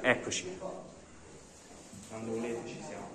Eccoci. Quando volete ci siamo.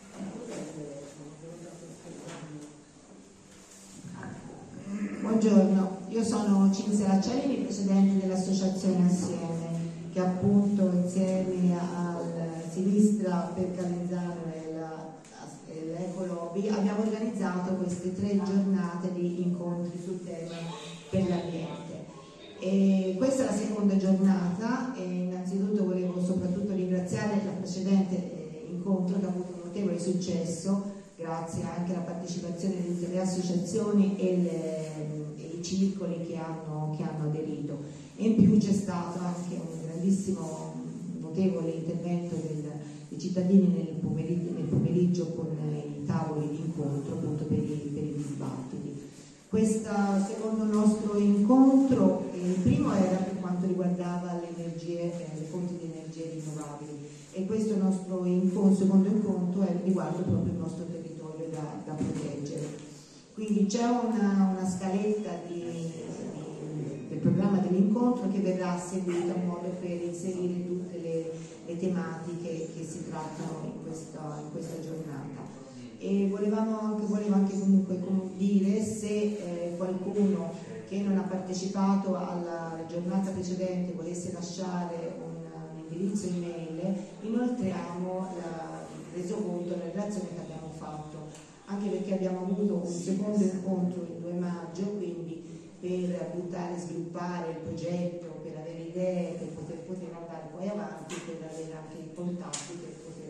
Buongiorno, io sono Cinzia Cialini, presidente dell'associazione Assieme, che appunto insieme al Sinistra per Calenzano e l'Ecolobby abbiamo organizzato queste 3 giornate di incontri sul tema per l'ambiente. E questa è la seconda giornata e innanzitutto volevo soprattutto ringraziare la precedente incontro che ha avuto un notevole successo grazie anche alla partecipazione di le associazioni e i circoli che hanno aderito. E in più c'è stato anche un grandissimo, notevole intervento dei cittadini nel pomeriggio con i tavoli di incontro appunto per i dibattiti. Questo secondo nostro incontro, il primo era per quanto riguardava le fonti di energie rinnovabili e questo nostro secondo incontro riguarda proprio il nostro territorio da proteggere. Quindi c'è una scaletta del programma dell'incontro che verrà seguita in modo per inserire tutte le tematiche che si trattano in questa giornata. E volevo anche comunque dire se qualcuno che non ha partecipato alla giornata precedente volesse lasciare un indirizzo email, inoltriamo il resoconto, la relazione che abbiamo fatto, anche perché abbiamo avuto un secondo incontro il 2 maggio, quindi per sviluppare il progetto, per avere idee, per poter andare poi avanti, per avere anche i contatti, per poter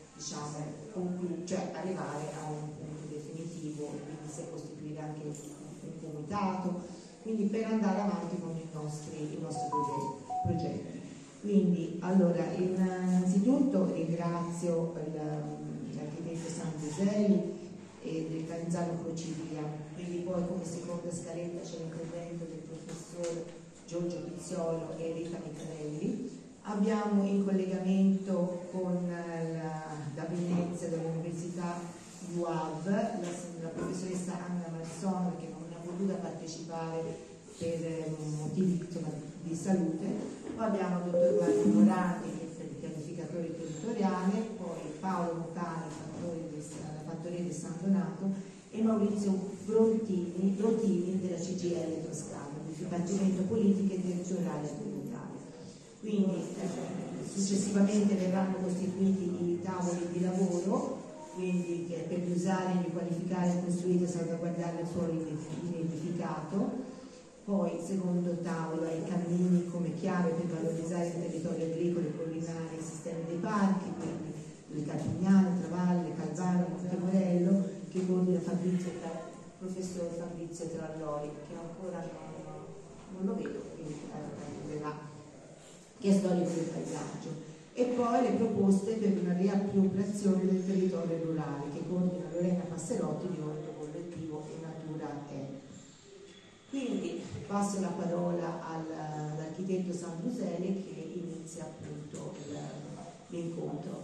arrivare a un punto definitivo e quindi si è costituire anche un comitato, quindi per andare avanti con i nostri progetti. Quindi, allora, innanzitutto ringrazio l'architetto Santuseli e del Calenzano Crocivia, quindi poi come seconda scaletta c'è l'intervento del professor Giorgio Pizzolo e Rita Miccarelli. Abbiamo in collegamento con da Venezia, dall'Università UAV, la professoressa Anna Marzon, che non ha potuto partecipare per motivi di salute. Poi abbiamo il dottor Mario Morandi, che è il pianificatore territoriale, poi Paolo Mocani, fattoria di San Donato, e Maurizio Brotini della CGIL Toscana, del Dipartimento Politiche Territoriali e Ambientali. Quindi successivamente verranno costituiti i tavoli di lavoro, quindi per riusare, riqualificare, costruire e salvaguardare il suolo identificato. Poi il secondo tavolo è i cammini come chiave per valorizzare il territorio agricolo e coordinare il sistema dei parchi, quindi le Carpignane, Travalle, Calvano, Montemorello, che coordina il professor Fabrizio Trallori, che ancora non lo vedo, quindi verrà, che è storico del paesaggio, e poi le proposte per una riappropriazione del territorio rurale che coordina Lorena Passerotti di Orto Collettivo e Natura E. Quindi passo la parola all'architetto Santuseli che inizia appunto l'incontro.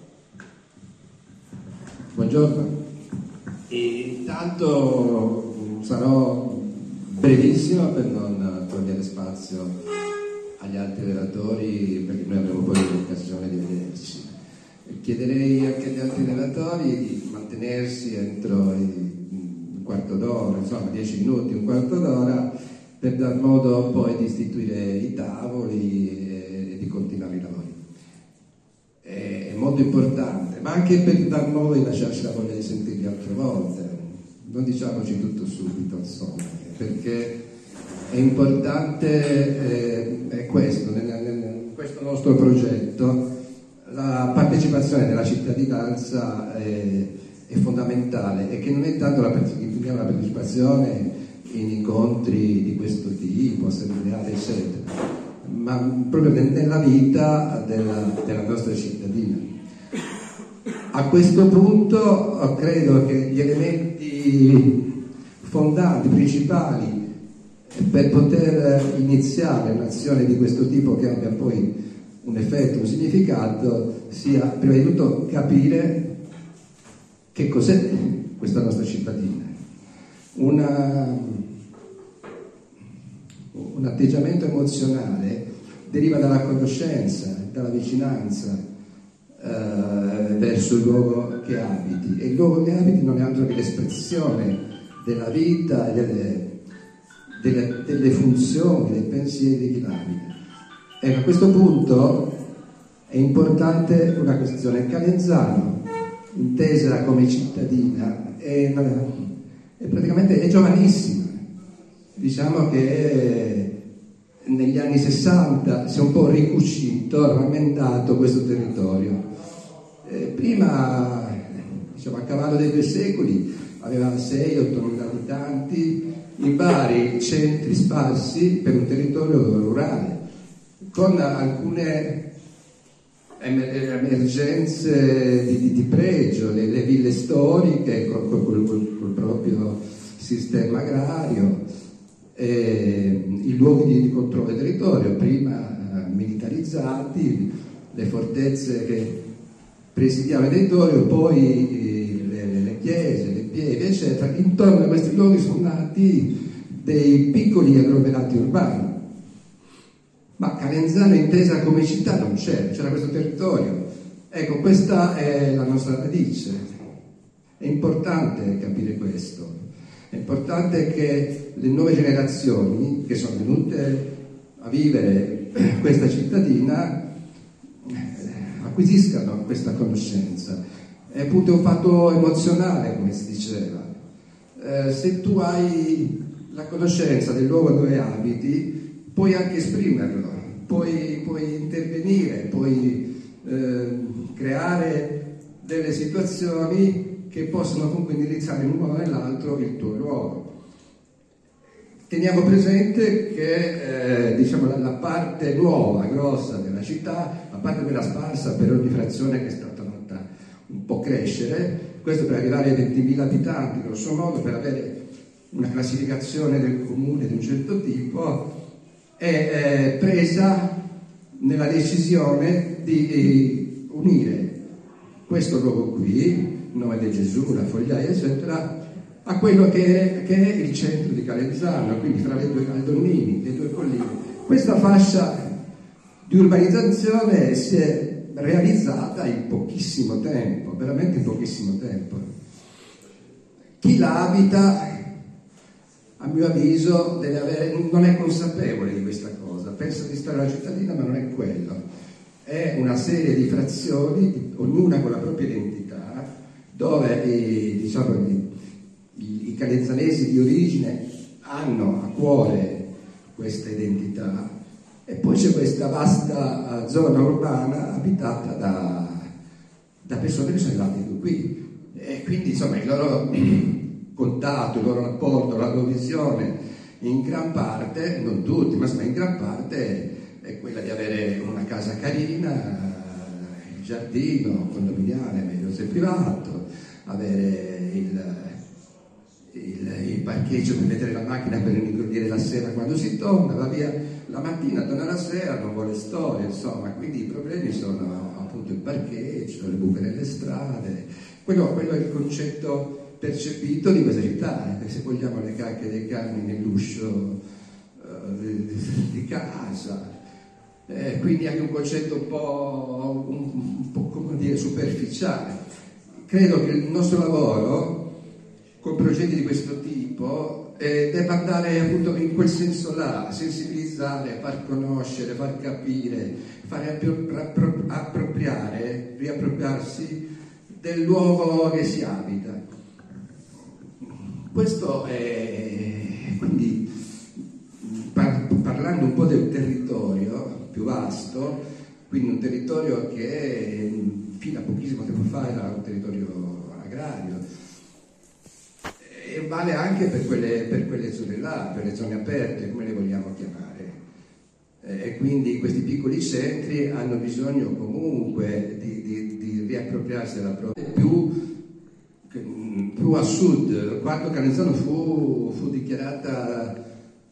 Buongiorno, e intanto sarò brevissimo per non togliere spazio agli altri relatori, perché noi avremo poi l'occasione di vederci. Chiederei anche agli altri relatori di mantenersi entro un quarto d'ora, insomma 10 minuti, un quarto d'ora, per dar modo poi di istituire i tavoli e di continuare i lavori. È molto importante, ma anche per dar modo di lasciarci la voglia di sentirli altre volte. Non diciamoci tutto subito, insomma, perché è importante, è questo, in questo nostro progetto, la partecipazione della cittadinanza è fondamentale, e che non è tanto la partecipazione in incontri di questo tipo, assembleari, eccetera, ma proprio nella vita della nostra cittadina. A questo punto credo che gli elementi fondanti, principali, per poter iniziare un'azione di questo tipo che abbia poi un effetto, un significato, sia prima di tutto capire che cos'è questa nostra cittadina. Un atteggiamento emozionale deriva dalla conoscenza, dalla vicinanza verso il luogo che abiti, e il luogo che abiti non è altro che l'espressione della vita e delle funzioni, dei pensieri di chi l'abita. Ecco, a questo punto è importante una questione. Calenzano, intesa come cittadina, è praticamente è giovanissima. Diciamo che negli anni 60 si è un po' ricucito, rammendato questo territorio. Prima, diciamo, a cavallo dei 2 secoli, aveva 6-8 mila abitanti in vari centri sparsi per un territorio rurale, con alcune emergenze di pregio, le ville storiche col proprio sistema agrario, i luoghi di controllo del territorio, prima militarizzati, le fortezze che presidiavano il territorio, poi le chiese, le pieve, eccetera. Intorno a questi luoghi sono nati dei piccoli agglomerati urbani. Ma Calenzano intesa come città non c'era questo territorio. Ecco, questa è la nostra radice. È importante capire questo. È importante che le nuove generazioni che sono venute a vivere questa cittadina acquisiscano questa conoscenza. È appunto un fatto emozionale, come si diceva. Se tu hai la conoscenza del luogo dove abiti, puoi anche esprimerlo, puoi intervenire, puoi creare delle situazioni che possono comunque indirizzare in un modo o nell'altro il tuo ruolo. Teniamo presente che diciamo, la parte nuova, grossa della città, a parte quella sparsa per ogni frazione che è stata nota un po' crescere, questo per arrivare ai 20.000 abitanti, grosso modo, per avere una classificazione del comune di un certo tipo, è presa nella decisione di unire questo luogo qui, il nome di Gesù, la Fogliaia, eccetera, a quello che è il centro di Calenzano, quindi fra le 2 Caldonnini, le 2 colline. Questa fascia di urbanizzazione si è realizzata in pochissimo tempo, veramente in pochissimo tempo. Chi la abita, a mio avviso, non è consapevole di questa cosa, pensa di stare alla cittadina, ma non è quello. È una serie di frazioni, ognuna con la propria identità, dove i calenzanesi di origine hanno a cuore questa identità, e poi c'è questa vasta zona urbana abitata da persone che sono arrivate qui, e quindi insomma il loro contatto, il loro rapporto, la loro visione in gran parte, non tutti, ma in gran parte è quella di avere una casa carina, il giardino condominiale, meglio se privato, avere il parcheggio per mettere la macchina per ingrandire la sera quando si torna, va via la mattina, torna la sera, non vuole storie, insomma, quindi i problemi sono appunto il parcheggio, le buche nelle strade, quello è il concetto percepito di questa città, se vogliamo le cacche dei cani nell'uscio di casa, quindi anche un concetto un po' come dire, superficiale. Credo che il nostro lavoro con progetti di questo tipo debba andare appunto in quel senso là, sensibilizzare, far conoscere, far capire, fare riappropriarsi del luogo che si abita. Questo è, quindi, parlando un po' del territorio più vasto, quindi un territorio che fino a pochissimo tempo fa era un territorio agrario, e vale anche per quelle zone là, per le zone aperte, come le vogliamo chiamare. E quindi questi piccoli centri hanno bisogno comunque di riappropriarsi della propria più a sud. Quando Calenzano fu dichiarata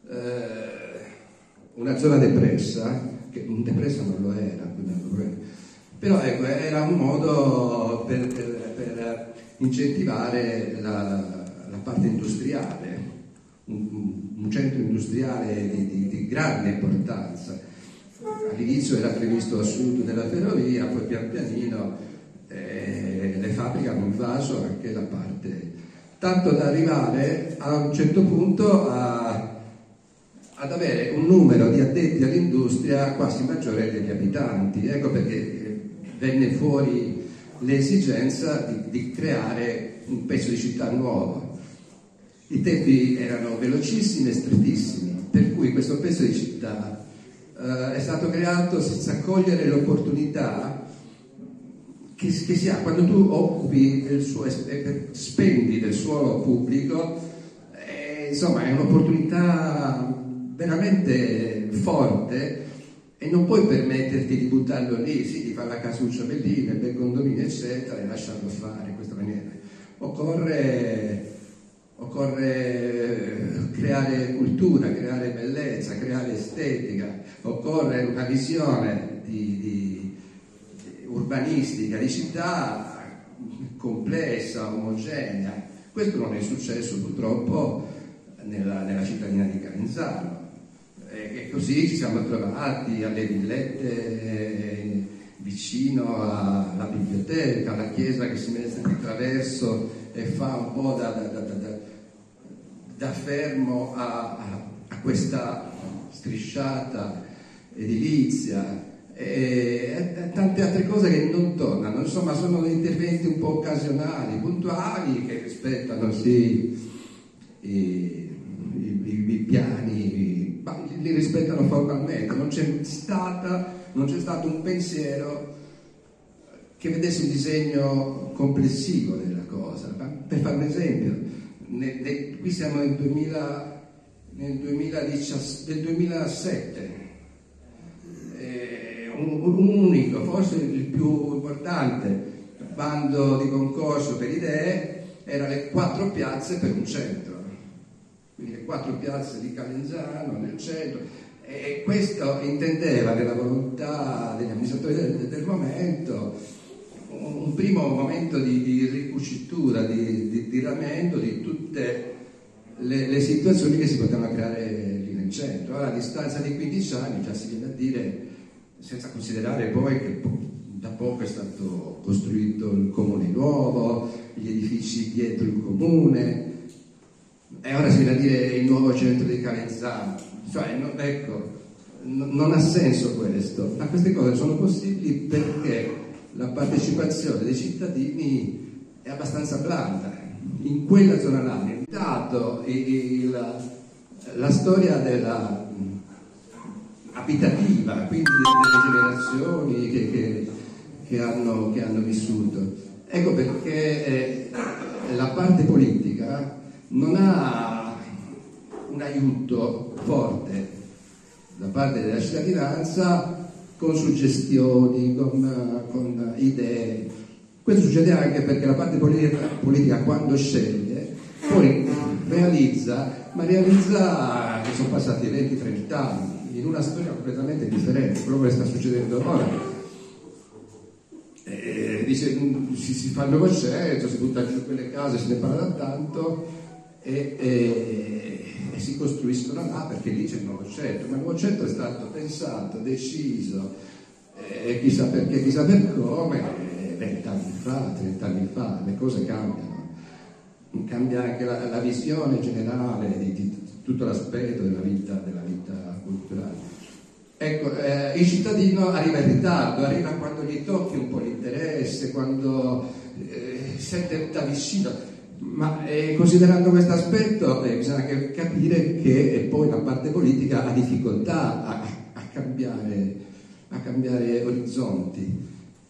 una zona depressa, che depressa non lo era, però ecco, era un modo per incentivare la parte industriale, un centro industriale di grande importanza. all'inizio era previsto a sud della ferrovia, poi pian pianino le fabbriche hanno invaso anche la parte, tanto da arrivare a un certo punto ad avere un numero di addetti all'industria quasi maggiore degli abitanti. Ecco perché venne fuori l'esigenza di creare un pezzo di città nuovo. I tempi erano velocissimi e strettissimi, per cui questo pezzo di città è stato creato senza cogliere l'opportunità che si ha quando tu occupi spendi del suolo pubblico. Insomma, è un'opportunità veramente forte e non puoi permetterti di buttarlo lì, sì, di fare la casuccia bellina, il bel condominio eccetera, e lasciarlo fare in questa maniera. Occorre creare cultura, creare bellezza, creare estetica, occorre una visione urbanistica di città complessa, omogenea. Questo non è successo purtroppo nella cittadina di Calenzano. E così ci siamo trovati alle villette vicino alla biblioteca, alla chiesa che si mette di traverso e fa un po' da fermo a questa strisciata edilizia e tante altre cose che non tornano. Insomma, sono interventi un po' occasionali, puntuali, che rispettano sì i piani, ma li rispettano formalmente. Non c'è stato un pensiero che vedesse un disegno complessivo della cosa. Per fare un esempio, qui siamo nel 2007, un unico, forse il più importante bando di concorso per idee era le 4 piazze per un centro. Quindi le 4 piazze di Calenzano nel centro, e questo intendeva, nella volontà degli amministratori del momento, un primo momento di ricucitura, di ramento di tutte le situazioni che si potevano creare lì nel centro. Ora, a distanza di 15 anni già si viene a dire, senza considerare poi che da poco è stato costruito il comune nuovo, gli edifici dietro il comune, e ora si viene a dire il nuovo centro di Calenzano. Cioè, non ha senso questo, ma queste cose sono possibili perché la partecipazione dei cittadini è abbastanza blanda. In quella zona là è dato la storia della abitativa, quindi delle generazioni che hanno vissuto. Ecco perché la parte politica non ha un aiuto forte da parte della cittadinanza con suggestioni, con idee. Questo succede anche perché la parte politica quando sceglie poi realizza che sono passati 20-30 anni in una storia completamente differente, quello che sta succedendo ora. Dice, si fa il nuovo centro, si butta giù quelle case, se ne parla da tanto e si costruiscono là perché lì c'è il nuovo centro, ma il nuovo centro è stato pensato, deciso, chissà perché, chissà per come, 20 anni fa, 30 anni fa, le cose cambiano, cambia anche la visione generale di tutto l'aspetto della vita culturale. Ecco, il cittadino arriva in ritardo, arriva quando gli tocchi un po' l'interesse, quando sente da vicino, ma considerando questo aspetto bisogna anche capire che poi la parte politica ha difficoltà a cambiare orizzonti.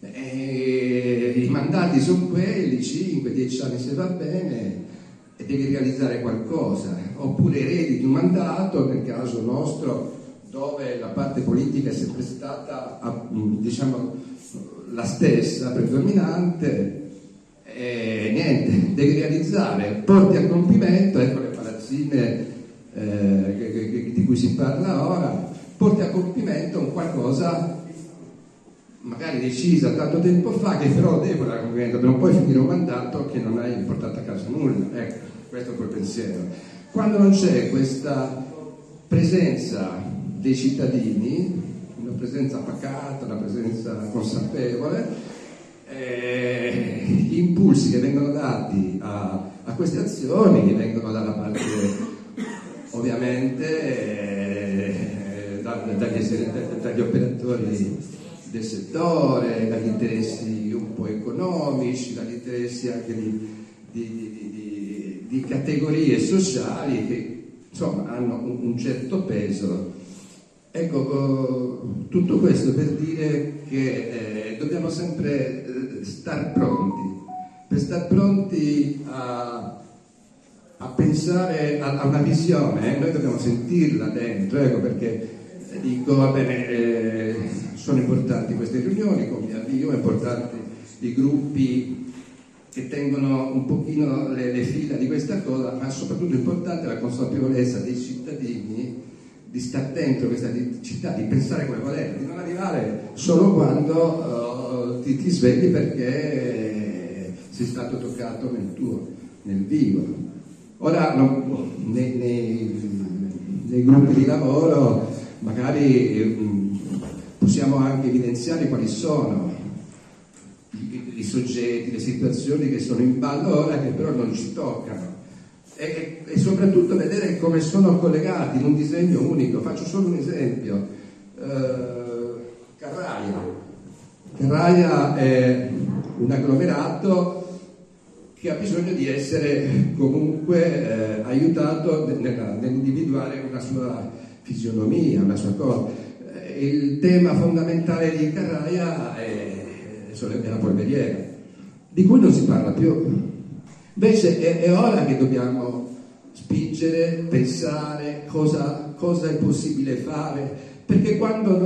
I mandati sono quelli, 5-10 anni se va bene, e devi realizzare qualcosa, oppure erediti un mandato, nel caso nostro, dove la parte politica è sempre stata, diciamo, la stessa, predominante, e niente, devi realizzare, porti a compimento, ecco le palazzine di cui si parla ora, porti a compimento un qualcosa magari decisa tanto tempo fa, che però devo a compimento, non puoi finire un mandato che non hai portato a casa nulla. Ecco, questo è quel pensiero. Quando non c'è questa presenza dei cittadini, una presenza pacata, una presenza consapevole. Gli impulsi che vengono dati a queste azioni vengono dalla parte, ovviamente, dagli operatori del settore, dagli interessi un po' economici, dagli interessi anche di categorie sociali che insomma hanno un certo peso. Ecco, tutto questo per dire che dobbiamo sempre star pronti, per star pronti a pensare a una visione, noi dobbiamo sentirla dentro, ecco perché dico, va bene, sono importanti queste riunioni, come mi avvio, è importante i gruppi che tengono un pochino le fila di questa cosa, ma soprattutto è importante la consapevolezza dei cittadini di stare dentro questa città, di pensare come volere, di non arrivare solo quando ti svegli perché sei stato toccato nel vivo. Ora nei gruppi di lavoro magari possiamo anche evidenziare quali sono i soggetti, le situazioni che sono in ballo ora che però non ci toccano. E soprattutto vedere come sono collegati in un disegno unico. Faccio solo un esempio. Carraia è un agglomerato che ha bisogno di essere comunque aiutato nell'individuare una sua fisionomia, una sua cosa. Il tema fondamentale di Carraia è la polveriera, di cui non si parla più. Invece è ora che dobbiamo spingere, pensare cosa è possibile fare, perché quando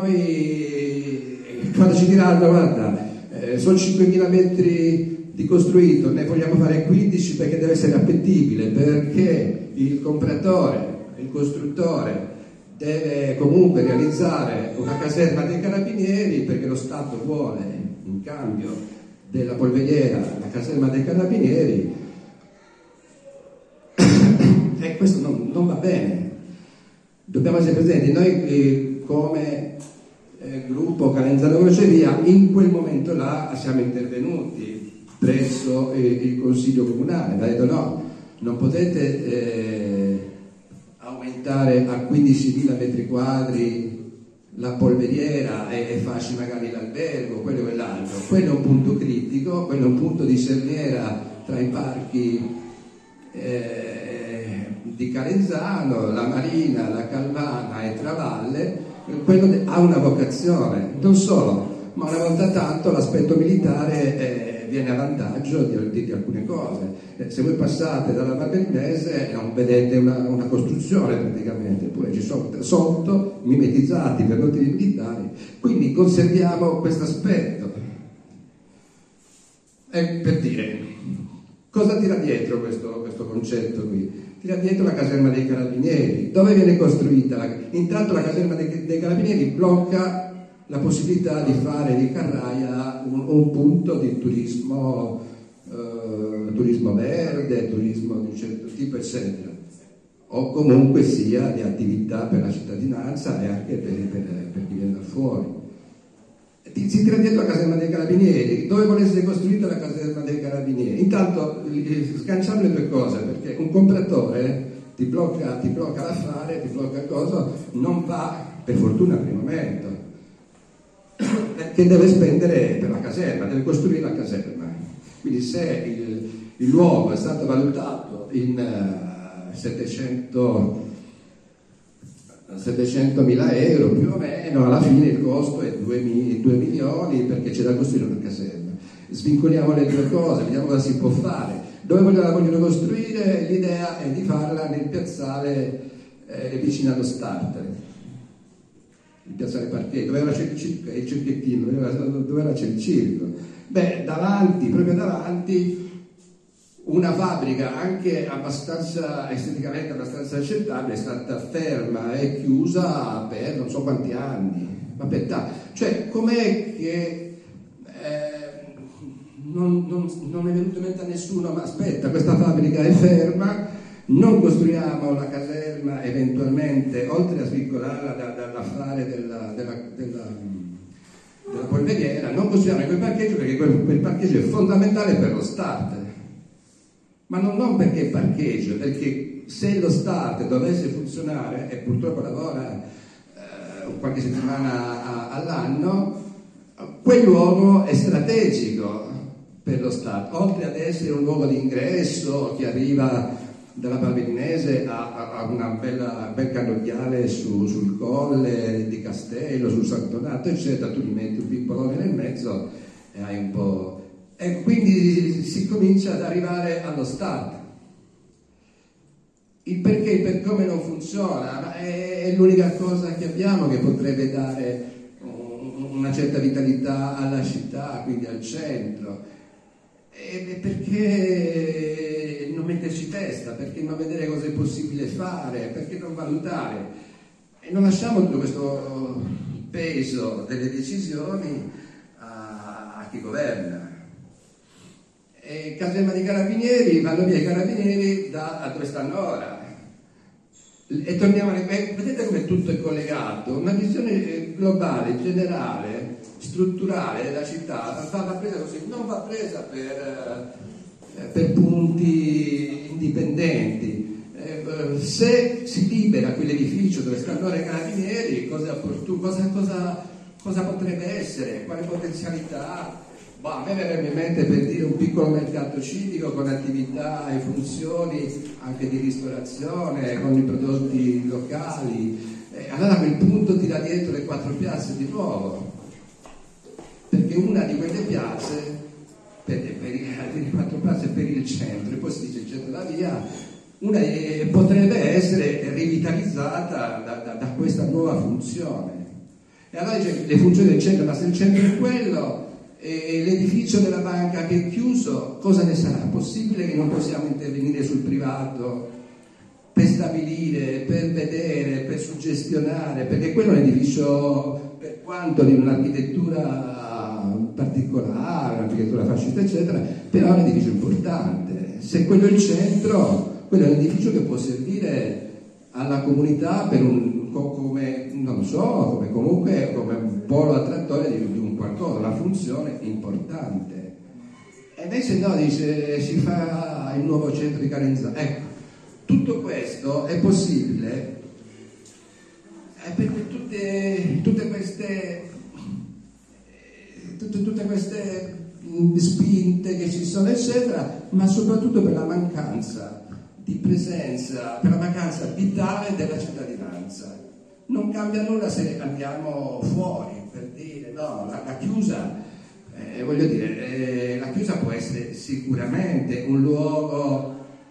ci diranno guarda, sono 5.000 metri di costruito, ne vogliamo fare 15 perché deve essere appetibile, perché il compratore, il costruttore deve comunque realizzare una caserma dei carabinieri perché lo Stato vuole in cambio della polveriera la caserma dei carabinieri. E questo non va bene. Dobbiamo essere presenti. Noi come gruppo Calenzano Crocevia in quel momento là siamo intervenuti presso il Consiglio Comunale, abbiamo detto no, non potete aumentare a 15.000 metri quadri la polveriera e farci magari l'albergo, quello e quell'altro. Quello è un punto critico, quello è un punto di cerniera tra i parchi di Calenzano, la Marina, la Calvana e Travalle. Quello ha una vocazione, non solo, ma una volta tanto l'aspetto militare viene a vantaggio di alcune cose. Se voi passate dalla Valbellunese non vedete una costruzione praticamente, eppure ci sono sotto mimetizzati per motivi militari, quindi conserviamo questo aspetto. Per dire, cosa tira dietro questo concetto qui? Tira dietro la caserma dei carabinieri. Dove viene costruita? Intanto la caserma dei carabinieri blocca la possibilità di fare di Carraia un punto di turismo verde, turismo di un certo tipo, eccetera, o comunque sia di attività per la cittadinanza e anche per chi viene da fuori. Si tira dietro la caserma dei carabinieri. Dove vuole essere costruita la caserma dei carabinieri? Intanto sganciamo le due cose, perché un compratore ti blocca l'affare, ti blocca il coso, non va per fortuna al primo momento, perché deve spendere per la caserma, deve costruire la caserma. Quindi se il luogo è stato valutato in 700.000 euro più o meno, alla fine il costo è 2 milioni perché c'è da costruire una caserma. Svincoliamo le due cose, vediamo cosa si può fare. Dove la vogliono costruire? L'idea è di farla nel piazzale vicino allo starter, il piazzale Parquet, dove c'è il circhettino, dove c'è il circo. Beh, proprio davanti, una fabbrica anche abbastanza esteticamente abbastanza accettabile è stata ferma e chiusa per non so quanti anni. Cioè, com'è che non è venuto in mente a nessuno, ma aspetta, questa fabbrica è ferma, non costruiamo la caserma eventualmente, oltre a svincolarla dall'affare della polveriera, non costruiamo quel parcheggio perché quel parcheggio è fondamentale per lo start, ma non perché è parcheggio, perché se lo start dovesse funzionare, e purtroppo lavora qualche settimana all'anno, quel luogo è strategico per lo start, oltre ad essere un luogo di ingresso che arriva dalla Palvedinese a un bel cannocchiale sul colle di Castello, sul San Donato, eccetera. Tu gli metti un pippolone nel mezzo e hai un po'... E quindi si comincia ad arrivare allo start. Il perché, il per come non funziona, ma è l'unica cosa che abbiamo che potrebbe dare una certa vitalità alla città, quindi al centro. E perché non metterci testa, perché non vedere cosa è possibile fare, perché non valutare e non lasciamo tutto questo peso delle decisioni a chi governa. E caserma di carabinieri, vanno via i carabinieri a dove stanno ora e torniamo vedete come tutto è collegato, una visione globale, generale, strutturale della città va presa così, non va presa per punti indipendenti. Se si libera quell'edificio dove stanno ora i carabinieri, cosa potrebbe essere, quale potenzialità? A me verrebbe in mente, per dire, un piccolo mercato civico con attività e funzioni anche di ristorazione, con i prodotti locali. Allora a quel punto tira dietro le 4 piazze di nuovo, perché una di quelle piazze, per i 4 piazze per il centro, e poi si dice il centro della via, una potrebbe essere rivitalizzata da questa nuova funzione. E allora dice le funzioni del centro, ma se il centro è quello, e l'edificio della banca che è chiuso, cosa ne sarà? Possibile che non possiamo intervenire sul privato per stabilire, per vedere, per suggestionare, perché quello è un edificio, per quanto di un'architettura particolare, un'architettura fascista eccetera, però è un edificio importante. Se quello è il centro, quello è un edificio che può servire alla comunità per come un polo attrattore di un qualcosa, una funzione importante. E invece no, dice si fa il nuovo centro di Calenzano. Ecco, tutto questo è possibile perché tutte queste spinte che ci sono eccetera, ma soprattutto per la mancanza di presenza, per la mancanza vitale della cittadinanza. Non cambia nulla se andiamo fuori, per dire, no, la chiusa, voglio dire, la chiusa può essere sicuramente un luogo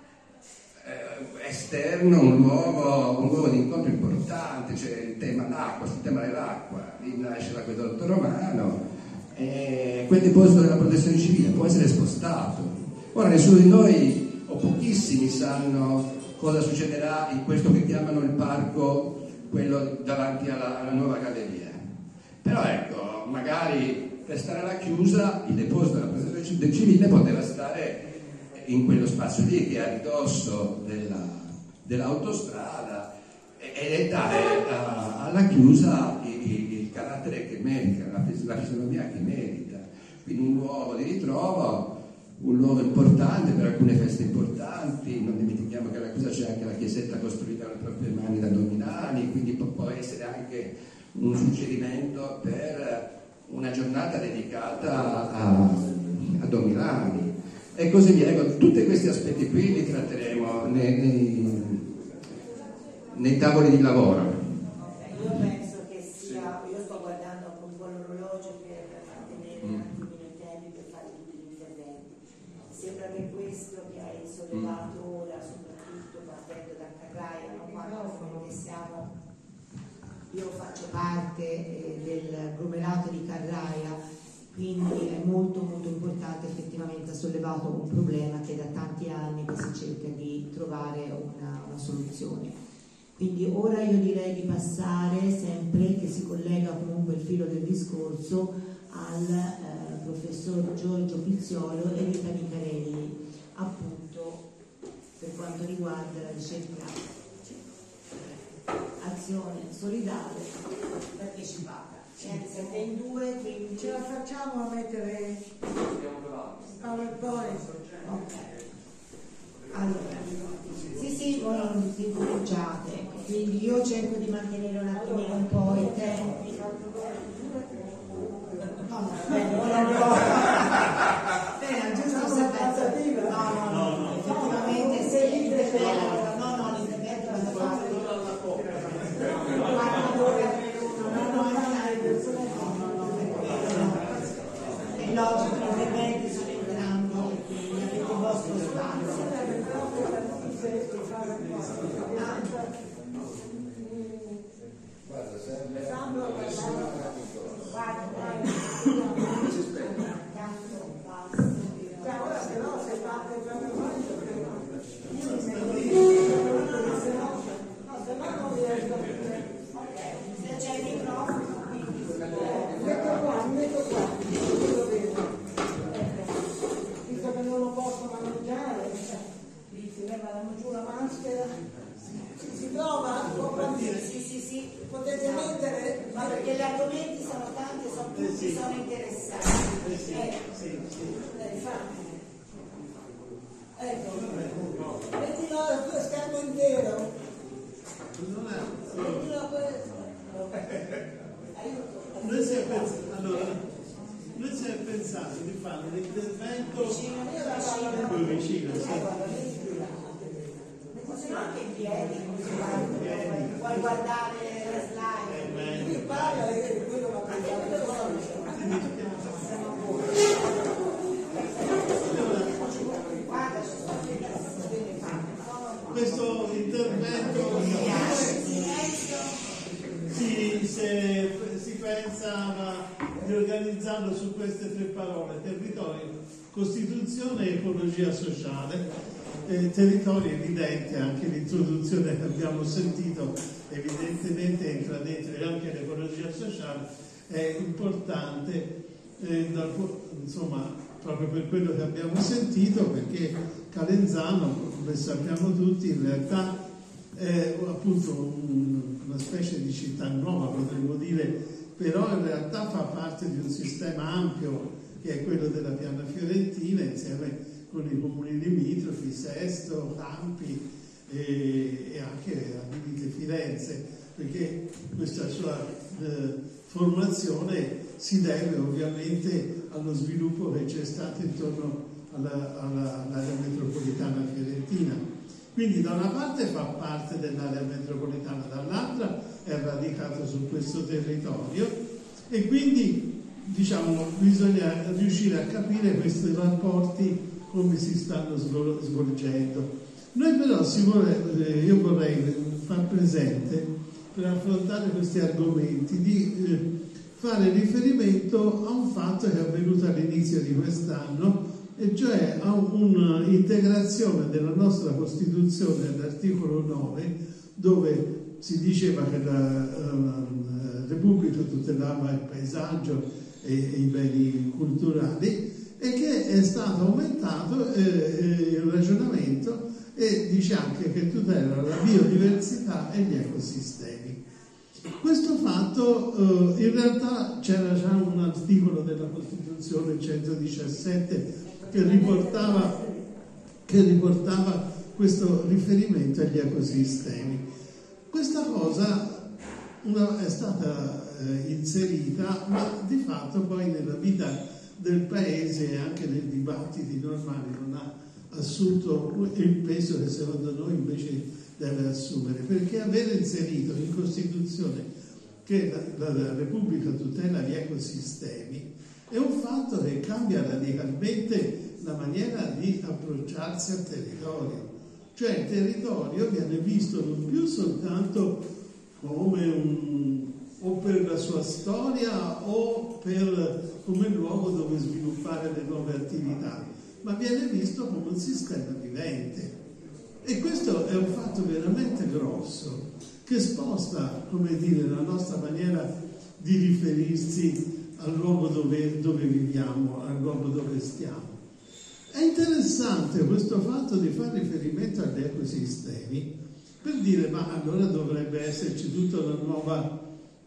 esterno, un luogo di incontro importante, c'è il tema dell'acqua, sul tema dell'acqua, lì nasce l'acquedotto romano, quel deposito della protezione civile può essere spostato. Ora nessuno di noi, o pochissimi, sanno cosa succederà in questo che chiamano il parco, quello davanti alla nuova galleria. Però ecco, magari per stare alla chiusa il deposito della protezione civile poteva stare in quello spazio lì che è a ridosso dell'autostrada e dare alla chiusa il carattere che merita, la fisionomia che merita. Quindi un luogo di ritrovo, un luogo importante per alcune feste importanti. Non dimentichiamo che alla chiusa c'è anche la chiesetta costruita con le proprie mani da Dominani, quindi può essere anche un suggerimento per una giornata dedicata a Dominani e così via. Ecco, tutti questi aspetti qui li tratteremo nei tavoli di lavoro. Io penso che sia, io sto guardando un po' l'orologio per mantenere un attimino i tempi per fare tutti gli interventi. Sembra che questo che hai sollevato ora, soprattutto partendo da Carraia, quando siamo, io faccio parte del glomerato di Carraia, quindi è molto molto importante, effettivamente ha sollevato un problema che da tanti anni che si cerca di trovare una soluzione. Quindi ora io direi di passare, sempre che si collega comunque il filo del discorso, al professor Giorgio Pizziolo e Rita Micarelli, appunto per quanto riguarda la ricerca azione solidale partecipata. Siete in due, quindi Ce la facciamo a mettere il PowerPoint? ok. Allora, sì, voi non vi cominciate, quindi io cerco di mantenere un attimino un po' i tempi. No, bene, ora un po'. Bene, giusto se penso. No, effettivamente sì, l'intervento, no, l'intervento l'hanno fatto. È logico, gli interventi sono entrambi, quindi avete il vostro spazio. Se c'è il microfono, visto che non lo posso mangiare, leviamo giù la maschera. Si trova? sì. Potete mettere? Ma perché gli argomenti sono tanti e tutti sono interessanti. Ecco, mettilo a tuo schermo intero. Mettilo a questo. Aiuto. Noi si è pensato di fare un intervento vicino, Se no anche in piedi, puoi guardare le slide. Qui parla e quello va a Guarda, ci sto vedendo. questo intervento si pensava di organizzarlo su queste tre parole: territorio, Costituzione e ecologia sociale. Territorio evidente, anche l'introduzione che abbiamo sentito evidentemente entra dentro, e anche l'ecologia sociale è importante, insomma, proprio per quello che abbiamo sentito, perché Calenzano, come sappiamo tutti, in realtà è appunto una specie di città nuova, potremmo dire, però in realtà fa parte di un sistema ampio che è quello della Piana Fiorentina, insieme con i comuni limitrofi, Sesto, Campi e anche a limite Firenze, perché questa sua formazione si deve ovviamente allo sviluppo che c'è stato intorno all'area metropolitana fiorentina. Quindi da una parte fa parte dell'area metropolitana, dall'altra è radicato su questo territorio, e quindi diciamo bisogna riuscire a capire questi rapporti come si stanno svolgendo. Noi però io vorrei far presente, per affrontare questi argomenti, di fare riferimento a un fatto che è avvenuto all'inizio di quest'anno, e cioè a un'integrazione della nostra Costituzione all'articolo 9, dove si diceva che la Repubblica tutelava il paesaggio e i beni culturali, e che è stato aumentato il ragionamento, e dice anche che tutela la biodiversità e gli ecosistemi. Questo fatto, in realtà c'era già un articolo della Costituzione 117 che riportava questo riferimento agli ecosistemi. Questa cosa è stata inserita, ma di fatto poi nella vita del paese e anche nei dibattiti normali non ha assunto il peso che secondo noi invece deve assumere, perché aver inserito in Costituzione che la Repubblica tutela gli ecosistemi è un fatto che cambia radicalmente la maniera di approcciarsi al territorio. Cioè il territorio viene visto non più soltanto come o per la sua storia o come luogo dove sviluppare le nuove attività, ma viene visto come un sistema vivente. E questo è un fatto veramente grosso, che sposta, come dire, la nostra maniera di riferirsi al luogo dove viviamo, al luogo dove stiamo. È interessante questo fatto di fare riferimento agli ecosistemi per dire, ma allora dovrebbe esserci tutta una nuova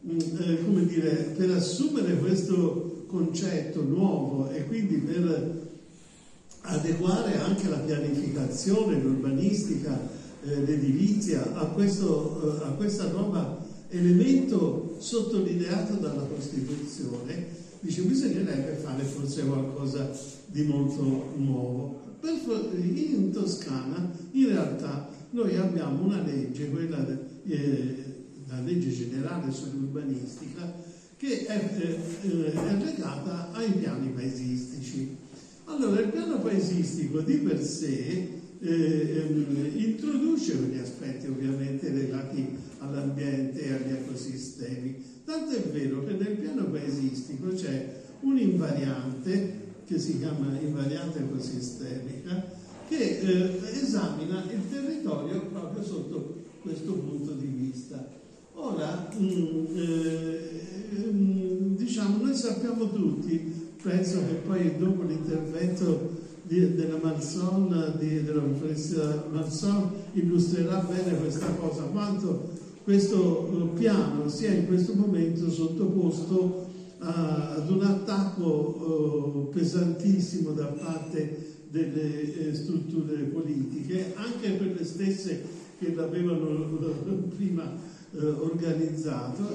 come dire, per assumere questo concetto nuovo e quindi per adeguare anche la pianificazione, l'urbanistica, l'edilizia a questa nuova elemento sottolineato dalla Costituzione, dice bisognerebbe fare forse qualcosa di molto nuovo. In Toscana in realtà noi abbiamo una legge, quella la legge generale sull'urbanistica, che è legata ai piani paesistici. Allora il piano paesistico di per sé introduce quegli aspetti ovviamente legati all'ambiente e agli ecosistemi. Tanto è vero che nel piano paesistico c'è un'invariante che si chiama invariante ecosistemica che esamina il territorio proprio sotto questo punto di vista. Ora, diciamo, noi sappiamo tutti, penso che poi dopo l'intervento della Marson, della professoressa Marson, illustrerà bene questa cosa, quanto questo piano sia in questo momento sottoposto ad un attacco pesantissimo da parte delle strutture politiche, anche quelle stesse che l'avevano prima organizzato,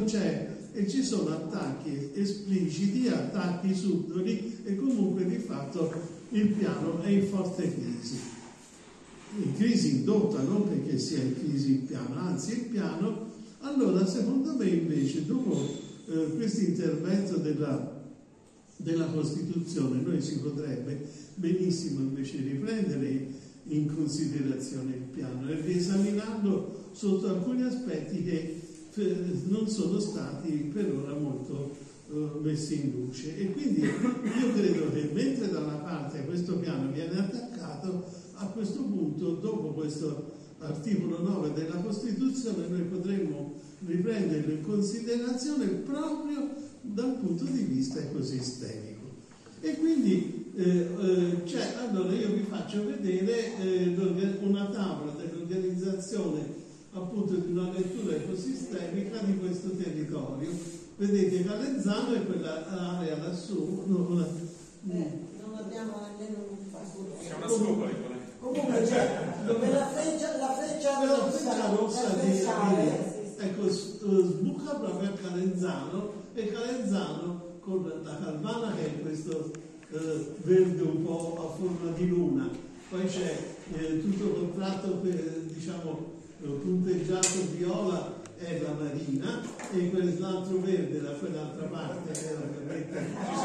e ci sono attacchi espliciti, attacchi subdoli, e comunque di fatto il piano è in forte crisi. In crisi indotta, non perché sia in crisi il piano, anzi il piano, allora secondo me invece dopo questo intervento della Costituzione noi si potrebbe benissimo invece riprendere in considerazione il piano e riesaminarlo sotto alcuni aspetti che non sono stati per ora molto messi in luce. E quindi io credo che mentre da una parte questo piano viene attaccato, a questo punto, dopo questo articolo 9 della Costituzione, noi potremmo riprenderlo in considerazione proprio dal punto di vista ecosistemico. E quindi allora io vi faccio vedere una tavola dell'organizzazione appunto di una lettura ecosistemica di questo territorio. Vedete Calenzano e quella area lassù. Non abbiamo nemmeno un passaggio. C'è una scopa, comunque c'è dove la freccia rossa ecco, sbuca proprio a Calenzano, e Calenzano con la Calvana che è questo verde un po' a forma di luna, poi c'è tutto contratto diciamo punteggiato viola è la marina, e quell'altro verde da quell'altra parte era ovviamente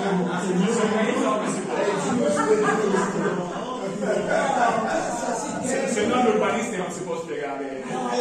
se no l'urbanista non si può spiegare.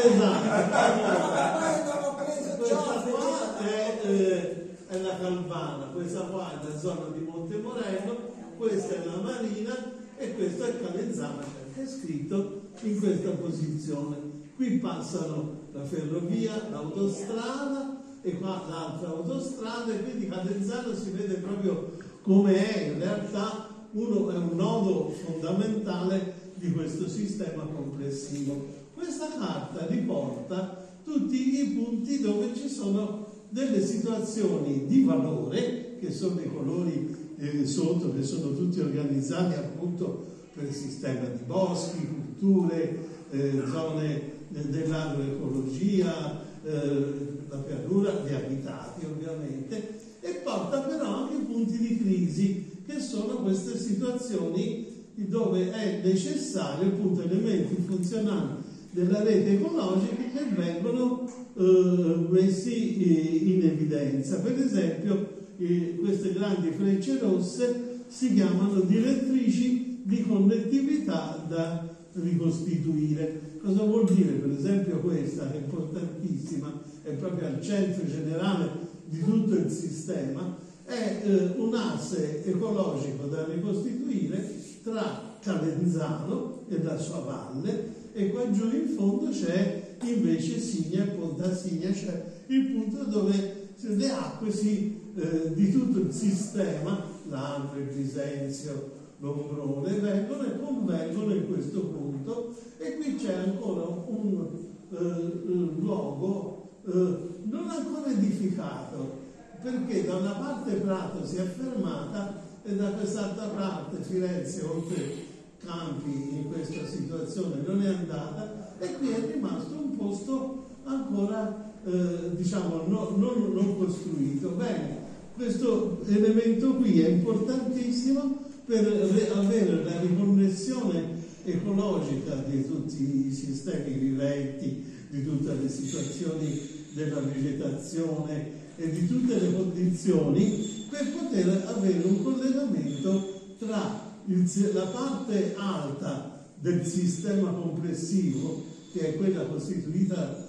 Questa qua è la Calvana, questa qua è la zona di Montemoreno, questa è la marina e questo è Calenzano, che è scritto in questa posizione. Qui passano la ferrovia, l'autostrada e qua l'altra autostrada, e quindi Calenzano si vede proprio come è in realtà è un nodo fondamentale di questo sistema complessivo. Questa carta riporta tutti i punti dove ci sono delle situazioni di valore, che sono i colori sotto, che sono tutti organizzati appunto per il sistema di boschi, culture, zone dell'agroecologia, la pianura, gli abitati ovviamente, e porta però anche punti di crisi, che sono queste situazioni dove è necessario appunto elementi funzionali della rete ecologica che vengono messi in evidenza. Per esempio queste grandi frecce rosse si chiamano direttrici di connettività da ricostituire. Cosa vuol dire? Per esempio questa, che è importantissima, è proprio al centro generale di tutto il sistema, è un asse ecologico da ricostituire tra Calenzano e la sua valle, e qua giù in fondo c'è invece Signa e Ponta Signa, cioè il punto dove le acque di tutto il sistema, l'Andro, il Bisenzio, l'Ombrone, vengono e convergono in questo punto, e qui c'è ancora un luogo non ancora edificato, perché da una parte Prato si è fermata e da quest'altra parte Firenze, oltre Campi, in questa situazione non è andata, e qui è rimasto un posto ancora non costruito. Bene, questo elemento qui è importantissimo per avere la riconnessione ecologica di tutti i sistemi viventi, di tutte le situazioni della vegetazione e di tutte le condizioni, per poter avere un collegamento tra la parte alta del sistema complessivo, che è quella costituita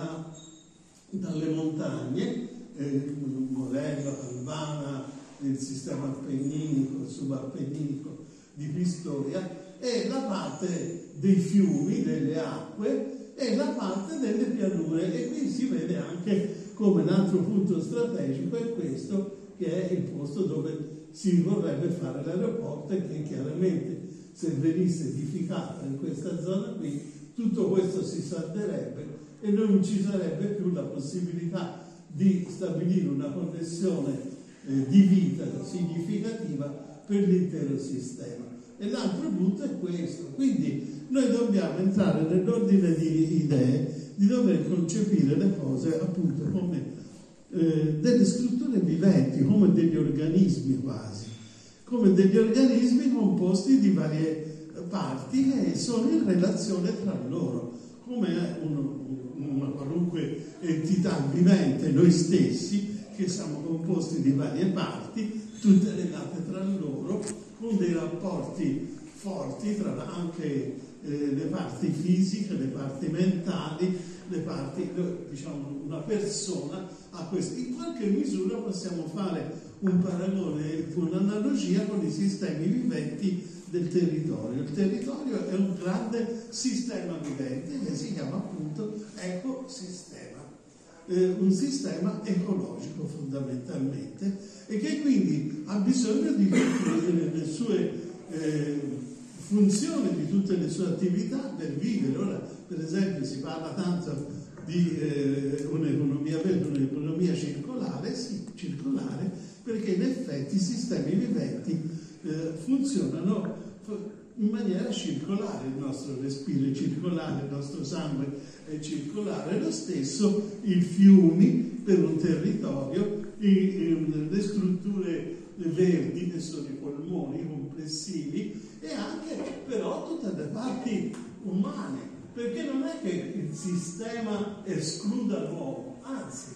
dalle montagne, Morello, Albana, il sistema appenninico, subappenninico di Pistoia, e la parte dei fiumi, delle acque, e la parte delle pianure. E qui si vede anche come un altro punto strategico è questo, che è il posto dove si vorrebbe fare l'aeroporto, e che chiaramente, se venisse edificato in questa zona qui, tutto questo si salterebbe e non ci sarebbe più la possibilità di stabilire una connessione di vita significativa per l'intero sistema. E l'altro punto è questo. Quindi noi dobbiamo entrare nell'ordine di idee di dover concepire le cose appunto come delle strutture viventi, come degli organismi quasi, come degli organismi composti di varie parti che sono in relazione tra loro, come una qualunque entità vivente, noi stessi, che siamo composti di varie parti, tutte legate tra loro, con dei rapporti forti tra anche le parti fisiche, le parti mentali, le parti, diciamo, una persona a questo. In qualche misura possiamo fare un paragone, un'analogia con i sistemi viventi del territorio. Il territorio è un grande sistema vivente che si chiama appunto ecosistema, un sistema ecologico fondamentalmente, e che quindi ha bisogno di tutte le sue funzioni, di tutte le sue attività per vivere. Ora, per esempio, si parla tanto di un'economia verde, un'economia circolare, sì, circolare, perché in effetti i sistemi viventi funzionano in maniera circolare. Il nostro respiro è circolare, il nostro sangue è circolare, lo stesso i fiumi per un territorio, le strutture verdi che sono i polmoni complessivi, e anche però tutte le parti umane, perché non è che il sistema escluda l'uomo, anzi,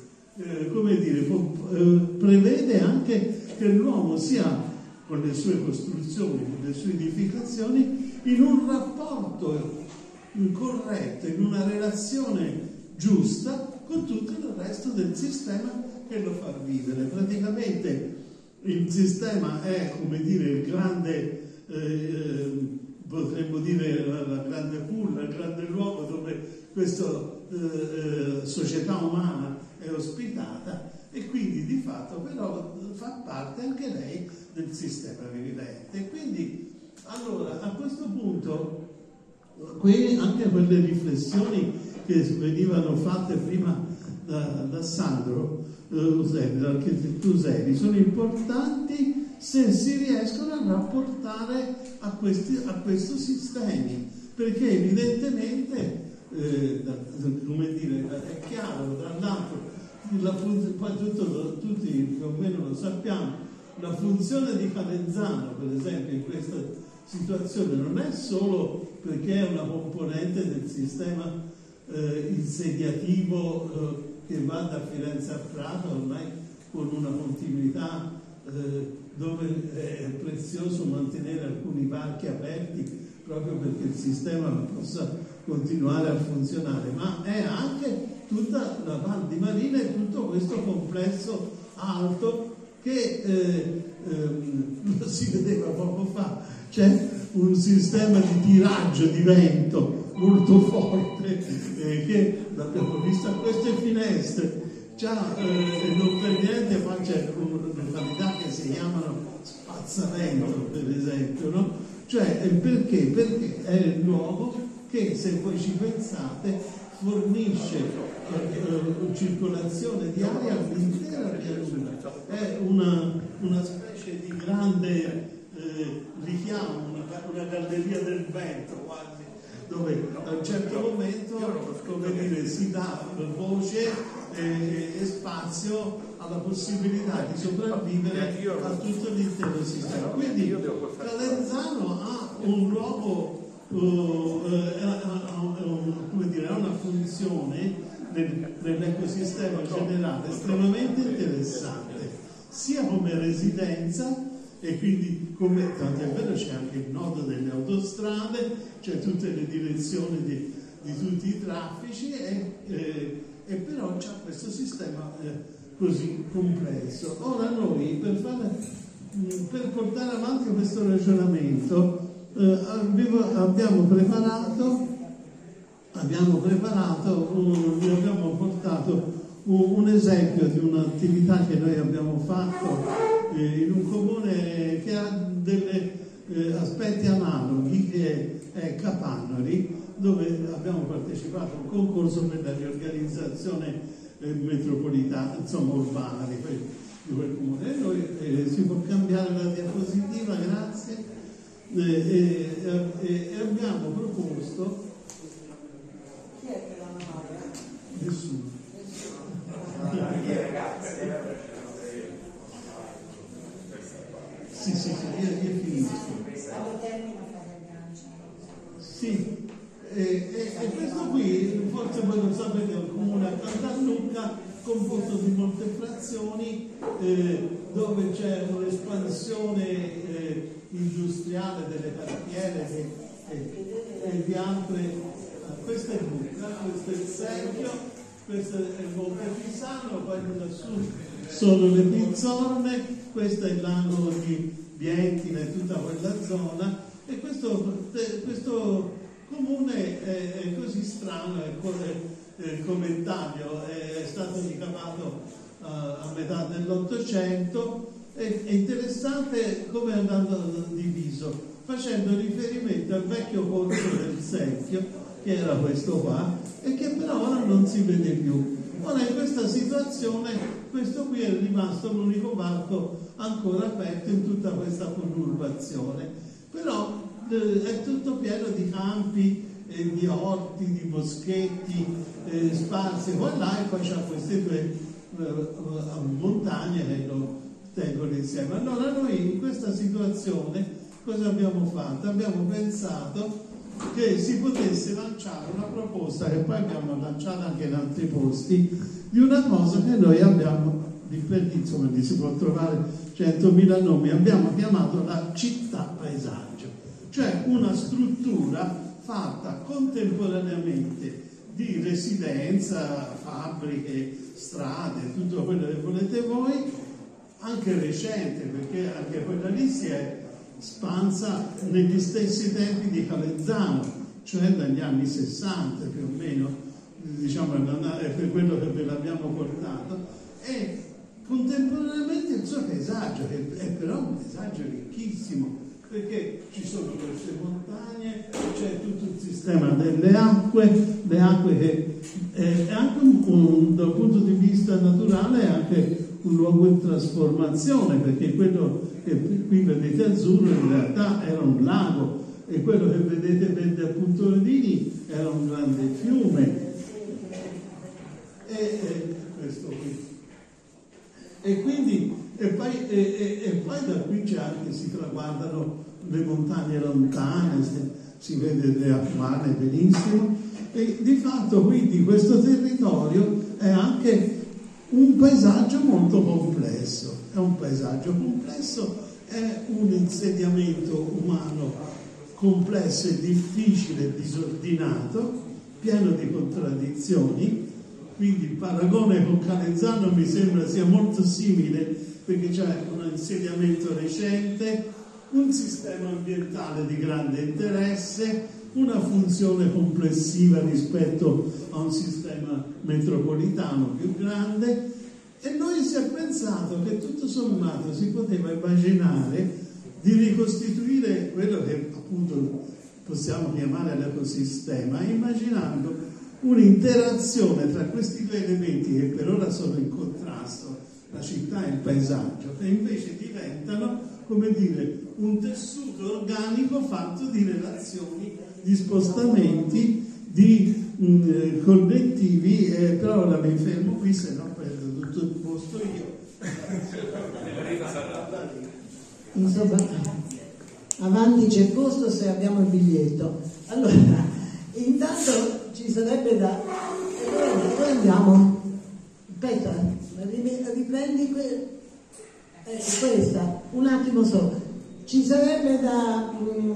prevede anche che l'uomo sia, con le sue costruzioni, con le sue edificazioni, in un rapporto corretto, in una relazione giusta con tutto il resto del sistema che lo fa vivere. Praticamente il sistema è, come dire, il grande, potremmo dire la grande culla, il grande luogo dove questa società umana è ospitata, e quindi di fatto però fa parte anche lei del sistema vivente. Quindi allora a questo punto anche quelle riflessioni che venivano fatte prima da Sandro Uselli, dall'architetto Uselli, sono importanti se si riescono a rapportare a questi sistemi, perché evidentemente come dire, è chiaro, tra l'altro poi tutti più o meno lo sappiamo, la funzione di Calenzano, per esempio, in questa situazione non è solo perché è una componente del sistema insediativo che va da Firenze a Prato, ormai con una continuità dove è prezioso mantenere alcuni parchi aperti proprio perché il sistema possa continuare a funzionare, ma è anche tutta la Val di Marina e tutto questo complesso alto che lo si vedeva poco fa. C'è un sistema di tiraggio di vento molto forte che l'abbiamo visto a queste finestre. Non per niente qua c'è una località che si chiamano Spazzavento, per esempio, no? Cioè perché? Perché è il luogo che, se voi ci pensate, fornisce circolazione di aria all'intera pianura, è una specie di grande richiamo, una galleria del vento quasi, dove a un certo momento, come dire, si dà voce e spazio alla possibilità di sopravvivere a tutto l'intero sistema. Quindi Calenzano ha un luogo, ha una funzione nell'ecosistema generale estremamente interessante, sia come residenza, e quindi come, tanto è vero, c'è anche il nodo delle autostrade, c'è tutte le direzioni di tutti i traffici e però c'è questo sistema così complesso. Ora noi per portare avanti questo ragionamento abbiamo portato un esempio di un'attività che noi abbiamo fatto in un comune che ha degli aspetti analoghi, che è Capannori, dove abbiamo partecipato a un concorso per la riorganizzazione metropolitana, insomma urbana di quel comune. E noi si può cambiare la diapositiva, grazie, e abbiamo proposto. Chi è che la memoria? Nessuno. Sì, io finisco. Sì, e questo qui, forse voi lo sapete, è un comune a Cantallucca composto di molte frazioni, dove c'è un'espansione industriale delle cartiere e di altre. Questa è Lucca, questo è il Secchio, questo è il Monte Pisano, poi lassù sono le Pizzorne, questo è il lago di Bientina e tutta quella zona, e questo comune è così strano, come Taglio, è stato ricavato a metà dell'Ottocento. È interessante come è andato diviso, facendo riferimento al vecchio corso del Secchio, che era questo qua, e che però ora non si vede più. Ora in questa situazione questo qui è rimasto l'unico varco ancora aperto in tutta questa conurbazione, però è tutto pieno di campi, di orti, di boschetti sparsi qua e là, e poi c'ha queste due montagne che lo tengono insieme. Allora noi in questa situazione cosa abbiamo fatto? Abbiamo pensato che si potesse lanciare una proposta, che poi abbiamo lanciato anche in altri posti, di una cosa che noi abbiamo, insomma, si può trovare 100.000 nomi, abbiamo chiamato la città paesaggio, cioè una struttura fatta contemporaneamente di residenza, fabbriche, strade, tutto quello che volete voi, anche recente, perché anche quella lì si è spansa negli stessi tempi di Calenzano, cioè dagli anni 60 più o meno, diciamo, è per quello che ve l'abbiamo portato, e contemporaneamente il suo paesaggio, che è però un paesaggio ricchissimo, perché ci sono queste montagne, c'è tutto il sistema delle acque, le acque che è anche dal punto di vista naturale è anche un luogo in trasformazione, perché quello che qui vedete azzurro in realtà era un lago, e quello che vedete verde a puntorini era un grande fiume, e questo qui. E quindi poi da qui c'è anche, si traguardano le montagne lontane, si vede le Apmane benissimo, e di fatto quindi questo territorio è anche un paesaggio molto complesso. È un paesaggio complesso, è un insediamento umano complesso e difficile, disordinato, pieno di contraddizioni. Quindi il paragone con Calenzano mi sembra sia molto simile, perché c'è un insediamento recente, un sistema ambientale di grande interesse, una funzione complessiva rispetto a un sistema metropolitano più grande, e noi si è pensato che tutto sommato si poteva immaginare di ricostituire quello che appunto possiamo chiamare l'ecosistema, immaginando un'interazione tra questi due elementi che per ora sono in contrasto, la città e il paesaggio, che invece diventano, come dire, un tessuto organico fatto di relazioni, di spostamenti, di connettivi, però ora mi fermo qui, se no prendo tutto il posto io. Insomma, avanti c'è posto se abbiamo il biglietto. Allora, intanto ci sarebbe da... Dove andiamo? Aspetta, riprendi questa, un attimo solo. Ci sarebbe da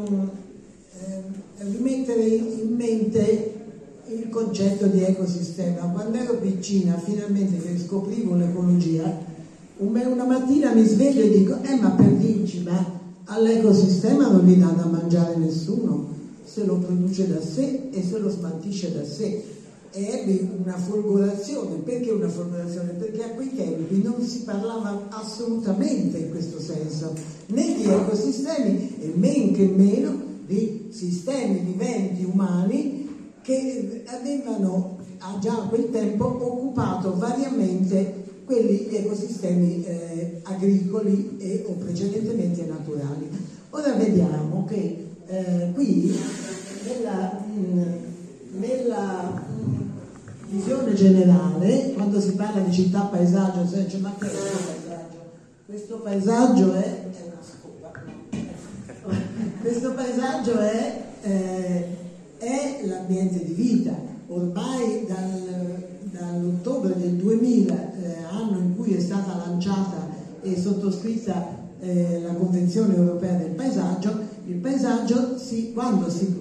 rimettere in mente il concetto di ecosistema. Quando ero piccina, finalmente che scoprivo l'ecologia, una mattina mi sveglio e dico ma per dirci, ma all'ecosistema non gli dà da mangiare nessuno, se lo produce da sé e se lo smaltisce da sé. E ebbi una folgorazione. Perché una folgorazione? Perché a quei tempi non si parlava assolutamente in questo senso, né di ecosistemi e men che meno di sistemi viventi umani che avevano già a quel tempo occupato variamente gli ecosistemi agricoli o precedentemente naturali. Ora vediamo che qui nella visione generale, quando si parla di città-paesaggio, si dice ma che è questo paesaggio? Questo paesaggio è una scopa. Questo paesaggio è l'ambiente di vita. Ormai dall'ottobre del 2000, anno in cui è stata lanciata e sottoscritta la Convenzione Europea del Paesaggio, il paesaggio quando si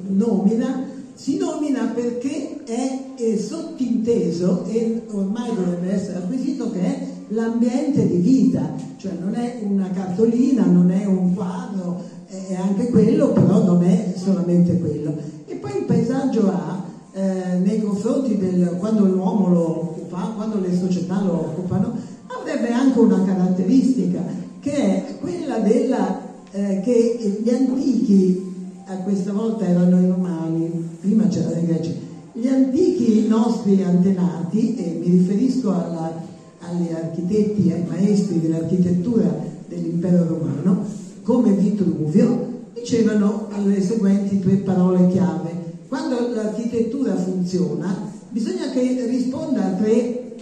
nomina perché è sottinteso, e ormai dovrebbe essere acquisito, che è l'ambiente di vita, cioè non è una cartolina, non è un quadro, è anche quello, però non è solamente quello. E poi il paesaggio nei confronti quando l'uomo lo occupa, quando le società lo occupano, avrebbe anche una caratteristica, che è quella che gli antichi, questa volta erano i romani, prima c'erano i greci, gli antichi nostri antenati, e mi riferisco agli architetti, ai maestri dell'architettura dell'impero romano, come Vitruvio, dicevano le seguenti 3 parole chiave. Quando l'architettura funziona, bisogna che risponda a tre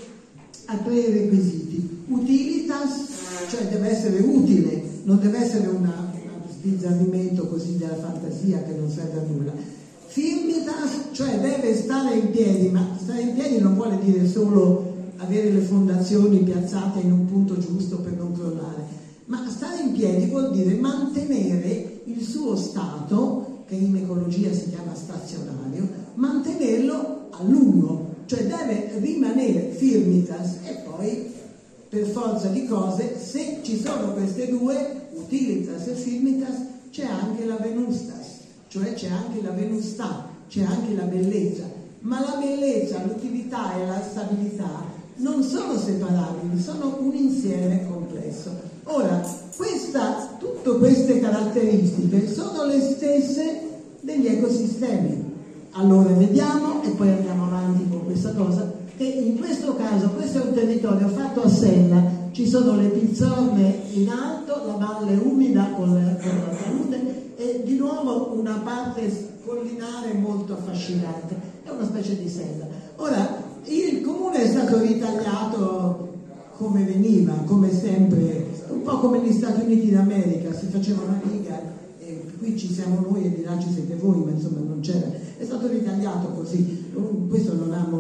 requisiti. Utilitas, cioè deve essere utile, non deve essere uno sbizzarrimento così della fantasia che non serve a nulla. Firmitas, cioè deve stare in piedi, ma stare in piedi non vuole dire solo avere le fondazioni piazzate in un punto giusto per non crollare, ma stare in piedi vuol dire mantenere il suo stato, che in ecologia si chiama stazionario, mantenerlo a lungo, cioè deve rimanere firmitas. E poi, per forza di cose, se ci sono queste due, utilitas e firmitas, c'è anche la venustas, cioè c'è anche la venustà, c'è anche la bellezza. Ma la bellezza, l'utilità e la stabilità non sono separabili, sono un insieme complesso. Ora, tutte queste caratteristiche sono le stesse degli ecosistemi. Allora vediamo, e poi andiamo avanti con questa cosa, che in questo caso questo è un territorio fatto a sella, ci sono le pizzorme in alto, la valle umida con la palude e di nuovo una parte collinare molto affascinante, è una specie di sella. Ora, il comune è stato ritagliato come veniva, come sempre, un po' come negli Stati Uniti d'America, si faceva una riga, e qui ci siamo noi e di là ci siete voi, ma insomma non c'era, è stato ritagliato così. Questo non ha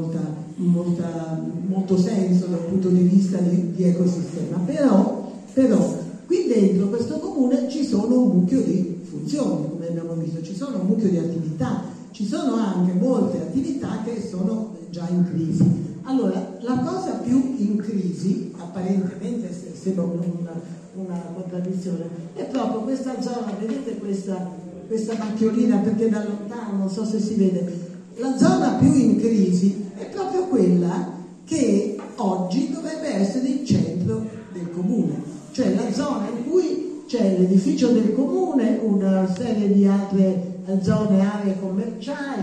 molto senso dal punto di vista di ecosistema, però qui dentro questo comune ci sono un mucchio di funzioni, come abbiamo visto, ci sono un mucchio di attività, ci sono anche molte attività che sono già in crisi. Allora, la cosa più in crisi, apparentemente sembra una contraddizione, è proprio questa zona, vedete questa macchiolina, perché da lontano non so se si vede, la zona più in crisi è proprio quella che oggi dovrebbe essere il centro del comune, cioè la zona in cui c'è l'edificio del comune, una serie di altre zone, aree commerciali,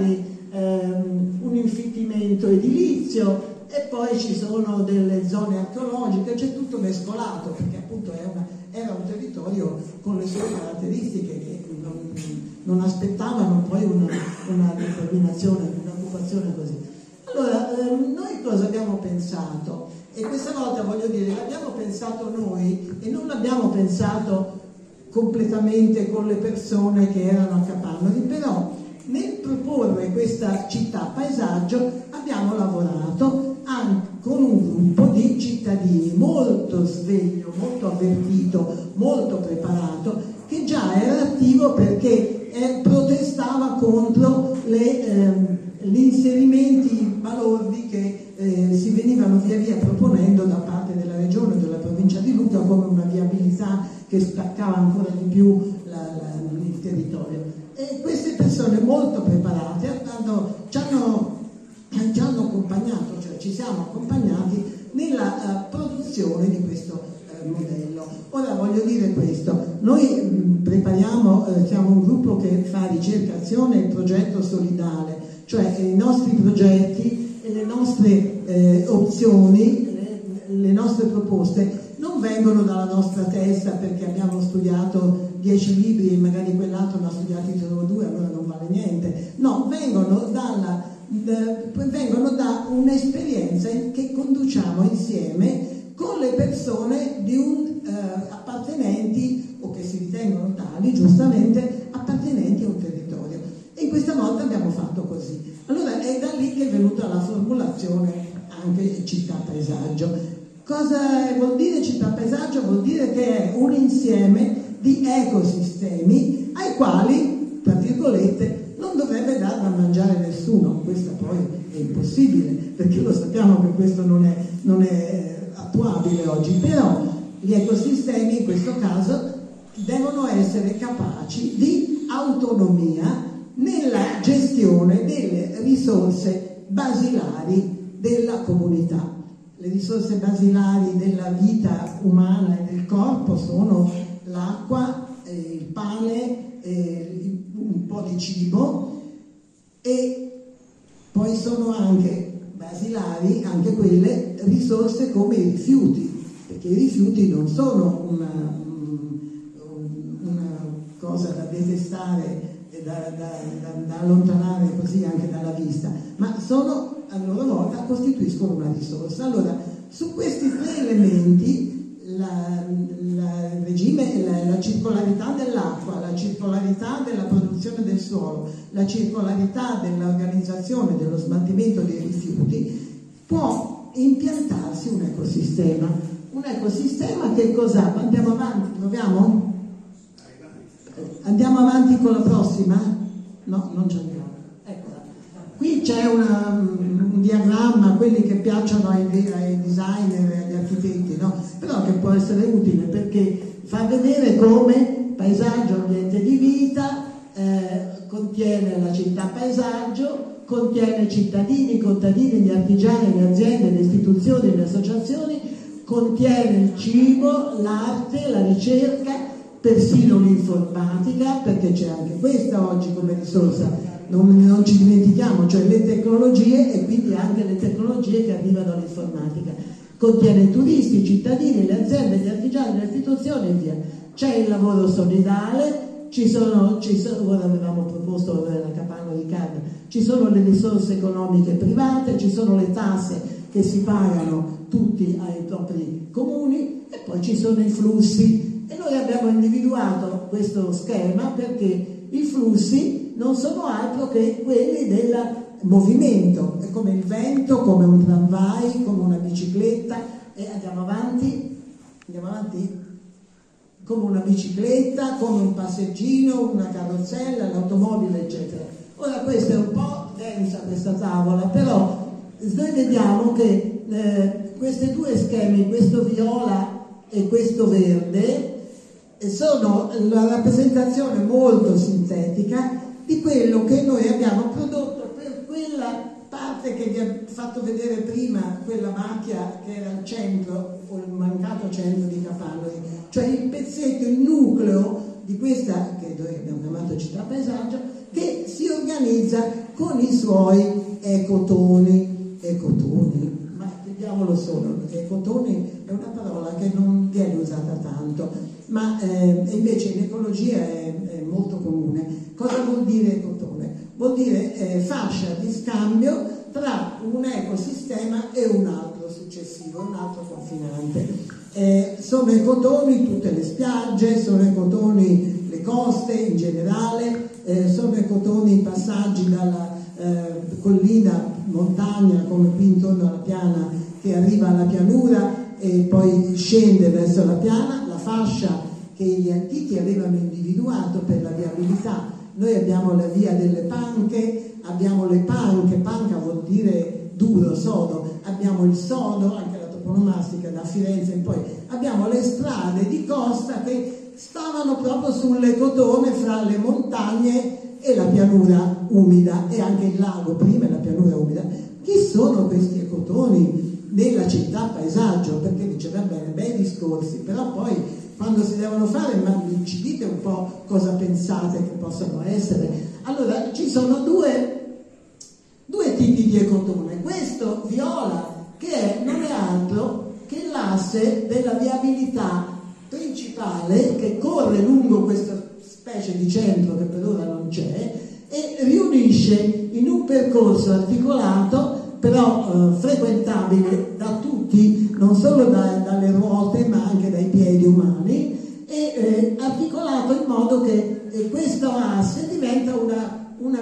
un infittimento edilizio, e poi ci sono delle zone archeologiche, c'è tutto mescolato, perché appunto era un territorio con le sue caratteristiche che non aspettavano poi una determinazione, un'occupazione così. Allora, noi cosa abbiamo pensato? E questa volta voglio dire, l'abbiamo pensato noi e non l'abbiamo pensato completamente con le persone che erano a Capannoli, però nel proporre questa città paesaggio abbiamo lavorato anche con un gruppo di cittadini molto sveglio, molto avvertito, molto preparato, che già era attivo perché protestava contro gli inserimenti balordi che si venivano via via proponendo da parte della regione e della provincia di Lucca come una viabilità che staccava ancora di più il territorio. E queste persone molto preparate ci hanno accompagnato, cioè ci siamo accompagnati nella produzione di questo modello. Ora voglio dire questo, noi siamo un gruppo che fa ricerca azione e progetto solidale, cioè i nostri progetti e le nostre opzioni, le nostre proposte non vengono dalla nostra testa perché abbiamo studiato 10 libri e magari quell'altro ne ha studiati solo 2, allora non vale niente. No, vengono da un'esperienza che conduciamo insieme con le persone appartenenti, o che si ritengono tali, giustamente, appartenenti a un territorio. E questa volta abbiamo fatto così. Allora è da lì che è venuta la formulazione anche città-paesaggio. Cosa vuol dire città-paesaggio? Vuol dire che è un insieme di ecosistemi ai quali, tra virgolette, non dovrebbe dar da mangiare nessuno. Questo poi è impossibile, perché lo sappiamo che questo non è attuabile oggi, però gli ecosistemi in questo caso devono essere capaci di autonomia nella gestione delle risorse basilari della comunità. Le risorse basilari della vita umana e del corpo sono l'acqua, il pane, un po' di cibo, e poi sono anche basilari anche quelle risorse come i rifiuti, perché i rifiuti non sono una cosa da detestare e da allontanare così anche dalla vista, ma sono a loro volta costituiscono una risorsa. Allora, su questi 3 elementi, la circolarità dell'acqua, la circolarità della produzione del suolo, la circolarità dell'organizzazione dello smaltimento dei rifiuti, può impiantarsi un ecosistema. Un ecosistema che cos'ha? Andiamo avanti, proviamo? Andiamo avanti con la prossima? No, non ci andiamo. Eccola. Qui c'è un diagramma, quelli che piacciono ai designer e agli architetti, no? Però che può essere utile perché fa vedere come paesaggio, ambiente di vita, contiene la città paesaggio, contiene cittadini, contadini, gli artigiani, le aziende, le istituzioni, le associazioni, contiene il cibo, l'arte, la ricerca, persino l'informatica, perché c'è anche questa oggi come risorsa, non ci dimentichiamo, cioè le tecnologie e quindi anche le tecnologie che arrivano all'informatica. Contiene turisti, cittadini, le aziende, gli artigiani, le istituzioni e via. C'è il lavoro solidale, ora avevamo proposto la Capannoli CAD, ci sono le risorse economiche private, ci sono le tasse che si pagano tutti ai propri comuni e poi ci sono i flussi. E noi abbiamo individuato questo schema perché i flussi non sono altro che quelli del movimento, è come il vento, come un tramvai, come una bicicletta, e andiamo avanti, come una bicicletta, come un passeggino, una carrozzella, l'automobile, eccetera. Ora questa è un po' densa questa tavola, però noi vediamo che questi 2 schemi, questo viola e questo verde, sono la rappresentazione molto sintetica di quello che noi abbiamo prodotto per quella parte che vi ho fatto vedere prima, quella macchia che era il centro o il mancato centro di Capannoli, cioè il pezzetto, il nucleo di questa, che noi abbiamo chiamato città paesaggio, che si organizza con i suoi ecotoni, ma che diavolo sono? Ecotoni è una parola che non viene usata tanto, ma invece in ecologia è molto comune. Cosa vuol dire ecotone? Vuol dire fascia di scambio tra un ecosistema e un altro successivo, un altro confinante. Sono ecotoni tutte le spiagge, sono ecotoni le coste in generale, sono ecotoni i passaggi dalla collina, montagna, come qui intorno alla piana, che arriva alla pianura e poi scende verso la piana, la fascia che gli antichi avevano individuato per la viabilità. Noi abbiamo la via delle panche, abbiamo le panche, panca vuol dire duro, sodo, abbiamo il sodo, anche la toponomastica da Firenze in poi, abbiamo le strade di costa che stavano proprio sull'ecotone fra le montagne e la pianura umida, e anche il lago prima e la pianura umida. Chi sono questi ecotoni della città paesaggio? Perché diceva bene, bei discorsi, però poi quando si devono fare, ma ci dite un po' cosa pensate che possano essere. Allora, ci sono due tipi di ecotone. Questo viola, che non è altro che l'asse della viabilità principale che corre lungo questa specie di centro che per ora non c'è e riunisce in un percorso articolato, però frequentabile da tutti, non solo dalle ruote ma anche dai piedi umani, e articolato in modo che questo asse diventa una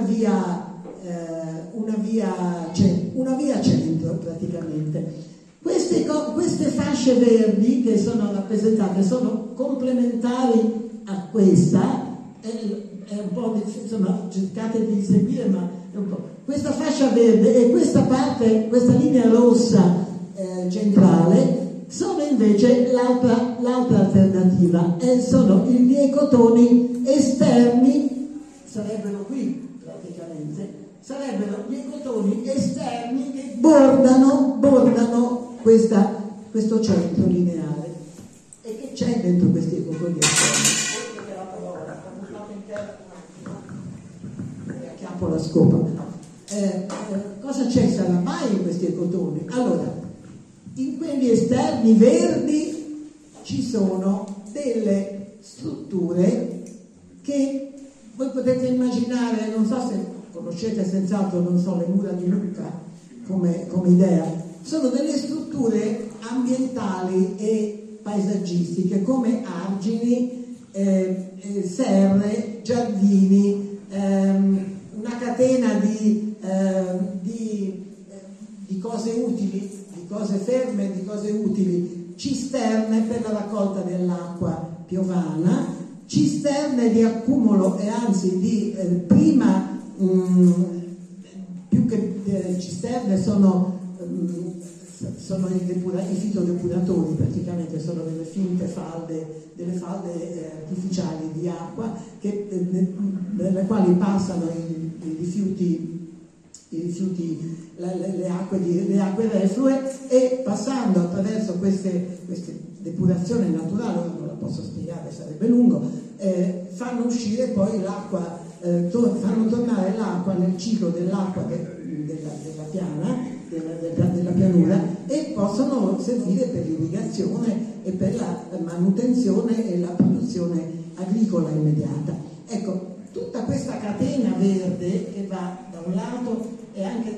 via centro praticamente. Queste fasce verdi che sono rappresentate sono complementari a questa, è un po' difficile, insomma, cercate di seguire, ma è un po'. Questa fascia verde e questa parte, questa linea rossa centrale, sono invece l'altra alternativa, sono gli ecotoni esterni, sarebbero qui praticamente, sarebbero gli ecotoni esterni che bordano questo centro lineare. E che c'è dentro questi ecotoni esterni? Oltre che la parola, quando state in terra un attimo, acchiappo la scopa. Cosa c'è? Sarà mai in questi ecotoni? Allora, in quelli esterni verdi ci sono delle strutture che voi potete immaginare, non so se conoscete senz'altro, non so, le mura di Lucca come idea, sono delle strutture ambientali e paesaggistiche come argini, serre, giardini, una catena di cose utili, di cose ferme, di cose utili, cisterne per la raccolta dell'acqua piovana, cisterne di accumulo e anzi di prima più che cisterne sono i fitodepuratori, praticamente sono delle finte falde, delle falde artificiali di acqua nelle quali passano i rifiuti, le acque reflue, e passando attraverso queste depurazioni naturali, non la posso spiegare, sarebbe lungo, fanno uscire poi l'acqua, fanno tornare l'acqua nel ciclo dell'acqua della piana, della pianura, e possono servire per l'irrigazione e per la manutenzione e la produzione agricola immediata. Ecco, tutta questa catena verde che va da un lato e anche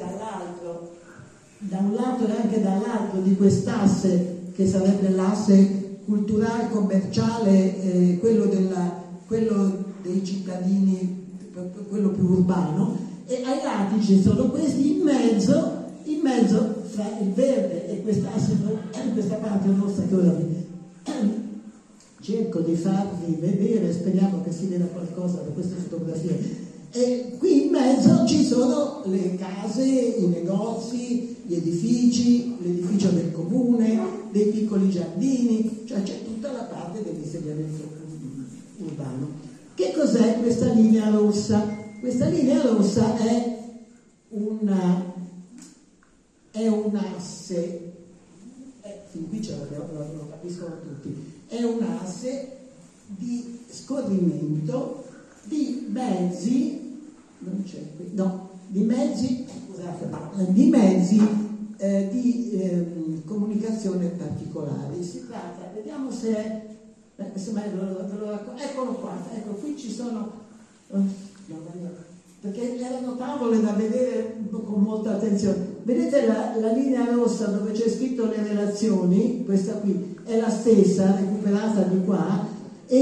dall'altro di quest'asse, che sarebbe l'asse culturale, commerciale, quello dei cittadini, quello più urbano, e ai lati ci sono questi, in mezzo fra il verde e questa parte rossa che ora cerco di farvi vedere, speriamo che si veda qualcosa da queste fotografie. E qui in mezzo ci sono le case, i negozi, gli edifici, l'edificio del comune, dei piccoli giardini, cioè c'è tutta la parte dell'insediamento urbano. Che cos'è questa linea rossa? Questa linea rossa è un asse, fin qui lo capiscono tutti, è un asse di scorrimento di mezzi, non c'è qui, no, di mezzi, scusate, di mezzi di comunicazione particolari. Si tratta, vediamo se è, eccolo qua, ecco, qui ci sono, perché erano tavole da vedere con molta attenzione. Vedete la linea rossa dove c'è scritto le relazioni, questa qui è la stessa, recuperata di qua, e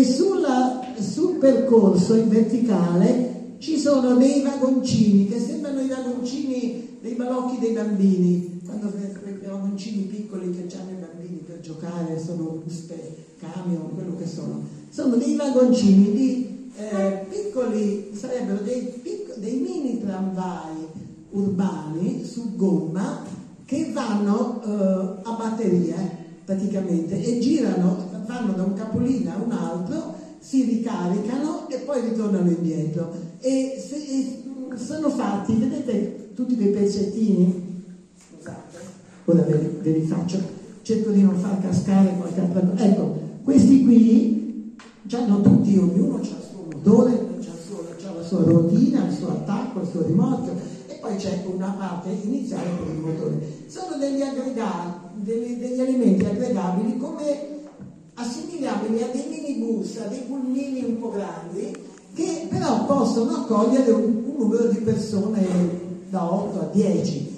sul percorso in verticale ci sono dei vagoncini che sembrano i vagoncini dei balocchi dei bambini, quando i vagoncini piccoli che hanno i bambini per giocare, sono buste, camion, quello che sono. Sono dei vagoncini di piccoli, sarebbero dei mini tramvai urbani su gomma che vanno a batteria praticamente e girano, vanno da un capolinea a un altro, si ricaricano e poi ritornano indietro e sono fatti, vedete tutti quei pezzettini, scusate, ora ve li faccio, cerco di non far cascare qualche altra cosa. Ecco, questi qui hanno tutti, ognuno ha il suo motore, c'ha la sua rotina, il suo attacco, il suo rimorchio, e poi c'è una parte iniziale per il motore. Sono degli aggregati, degli elementi aggregabili come assimilabili a dei minibus, a dei pulmini un po' grandi, che però possono accogliere un numero di persone da 8 a 10.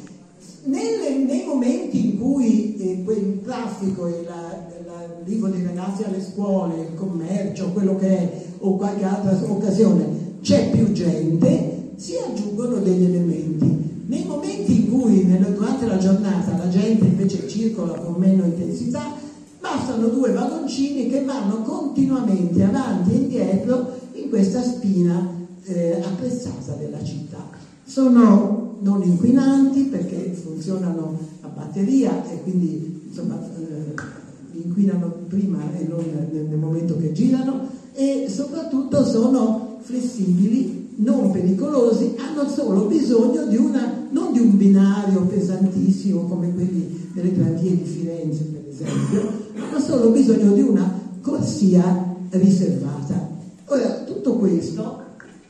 Nei momenti in cui il traffico e l'arrivo dei ragazzi alle scuole, il commercio, quello che è, o qualche altra occasione, c'è più gente, si aggiungono degli elementi. Nei momenti in cui durante la giornata la gente invece circola con meno intensità, bastano 2 vagoncini che vanno continuamente avanti e indietro in questa spina attrezzata della città. Sono non inquinanti perché funzionano a batteria e quindi insomma inquinano prima e non nel momento che girano, e soprattutto sono flessibili, non pericolosi, hanno solo bisogno non di un binario pesantissimo come quelli delle tranvie di Firenze per esempio, hanno solo bisogno di una corsia riservata. Ora, tutto questo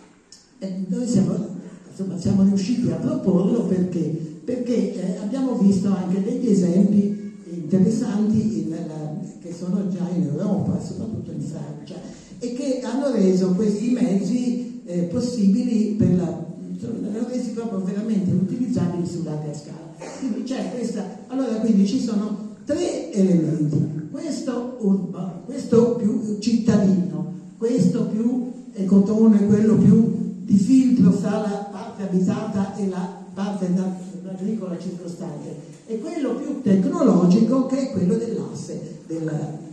noi siamo riusciti a proporlo perché abbiamo visto anche degli esempi interessanti che sono già in Europa, soprattutto in Francia, e che hanno reso questi mezzi possibili hanno resi proprio veramente utilizzabili su larga scala. Quindi c'è quindi ci sono 3 elementi: questo urbano, questo più cittadino, questo più ecotone, quello più di filtro fra la parte abitata e la parte agricola circostante, e quello più tecnologico che è quello dell'asse dello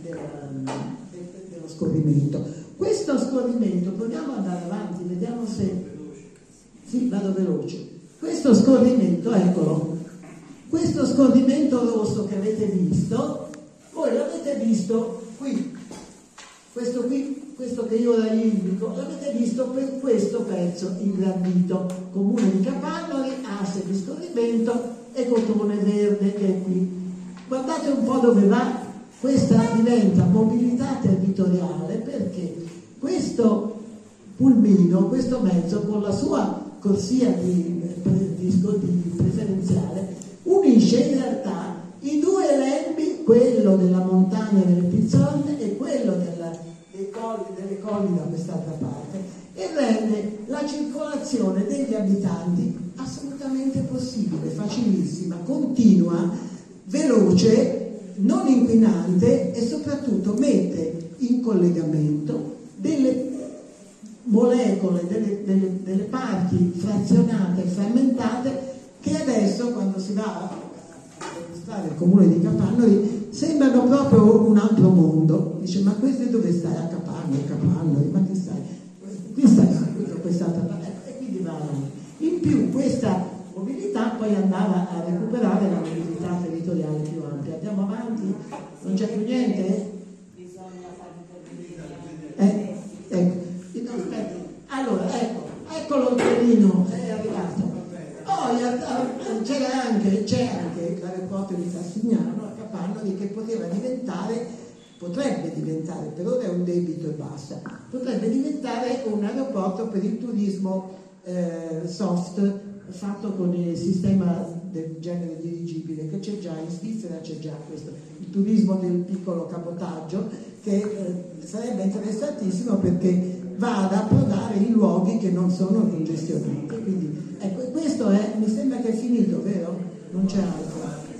scorrimento. Questo scorrimento, proviamo ad andare avanti, vediamo se... Sì, vado veloce. Questo scorrimento, eccolo, questo scorrimento rosso che avete visto, voi l'avete visto qui, questo che io ora indico, l'avete visto per questo pezzo ingrandito, comune di Capannori, asse di scorrimento e cotone verde che è qui. Guardate un po' dove va, questa diventa mobilità territoriale perché questo pulmino, questo mezzo con la sua corsia di preferenziale unisce in realtà i 2 lembi, quello della montagna delle Pizzorne e quello delle colli da quest'altra parte, e rende la circolazione degli abitanti assolutamente possibile, facilissima, continua, veloce, non inquinante e soprattutto mette in collegamento delle molecole, delle parti frazionate e frammentate che adesso, quando si va a registrare il comune di Capannori, sembrano proprio un altro mondo. Dice: ma queste dove stai? A Capannori, ma che stai? Qui stai quest'altra parte, e quindi va avanti. In più questa mobilità poi andava a recuperare la mobilità territoriale più ampia. Andiamo avanti? Non c'è più niente? Bisogna far intervenire. Ecco. Allora, ecco l'ortolino, è arrivato. Poi c'è anche l'aeroporto di Castignano a Capannori, che poteva diventare potrebbe diventare, per ora è un debito e basta, potrebbe diventare un aeroporto per il turismo soft, fatto con il sistema del genere dirigibile che c'è già in Svizzera, c'è già questo, il turismo del piccolo cabotaggio, che sarebbe interessantissimo perché va ad approdare in luoghi che non sono congestionati. Quindi ecco, questo mi sembra che è finito, vero? Non c'è altro.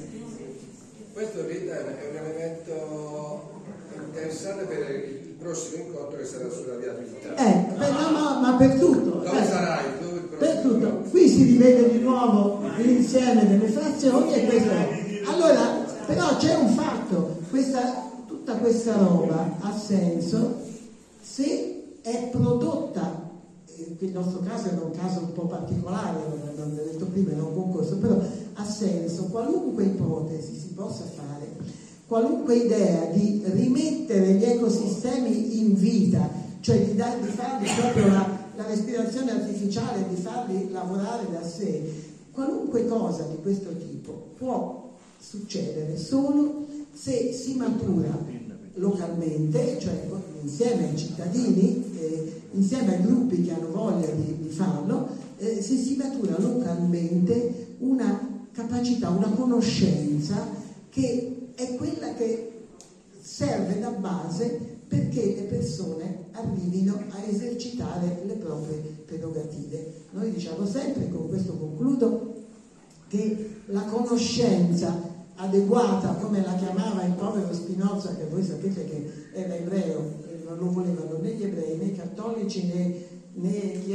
Questo Rita è un elemento interessante per il prossimo incontro che sarà sulla via Trinità. Ma per tutto. Dove sarai tu? Per tutto. Qui si rivede di nuovo l'insieme delle frazioni e questo è. Allora, però c'è un fatto, tutta questa roba ha senso se è prodotta, il nostro caso era un caso un po' particolare, l'abbiamo detto prima, era un concorso, però ha senso qualunque ipotesi si possa fare, qualunque idea di rimettere gli ecosistemi in vita, cioè di farli proprio la respirazione artificiale, di farli lavorare da sé, qualunque cosa di questo tipo può succedere solo se si matura localmente, cioè insieme ai cittadini, insieme ai gruppi che hanno voglia di farlo, se si matura localmente una capacità, una conoscenza che è quella che serve da base perché le persone arrivino a esercitare le proprie prerogative. Noi diciamo sempre, con questo concludo, che la conoscenza adeguata, come la chiamava il povero Spinoza, che voi sapete che era ebreo, non lo volevano né gli ebrei, né i cattolici, né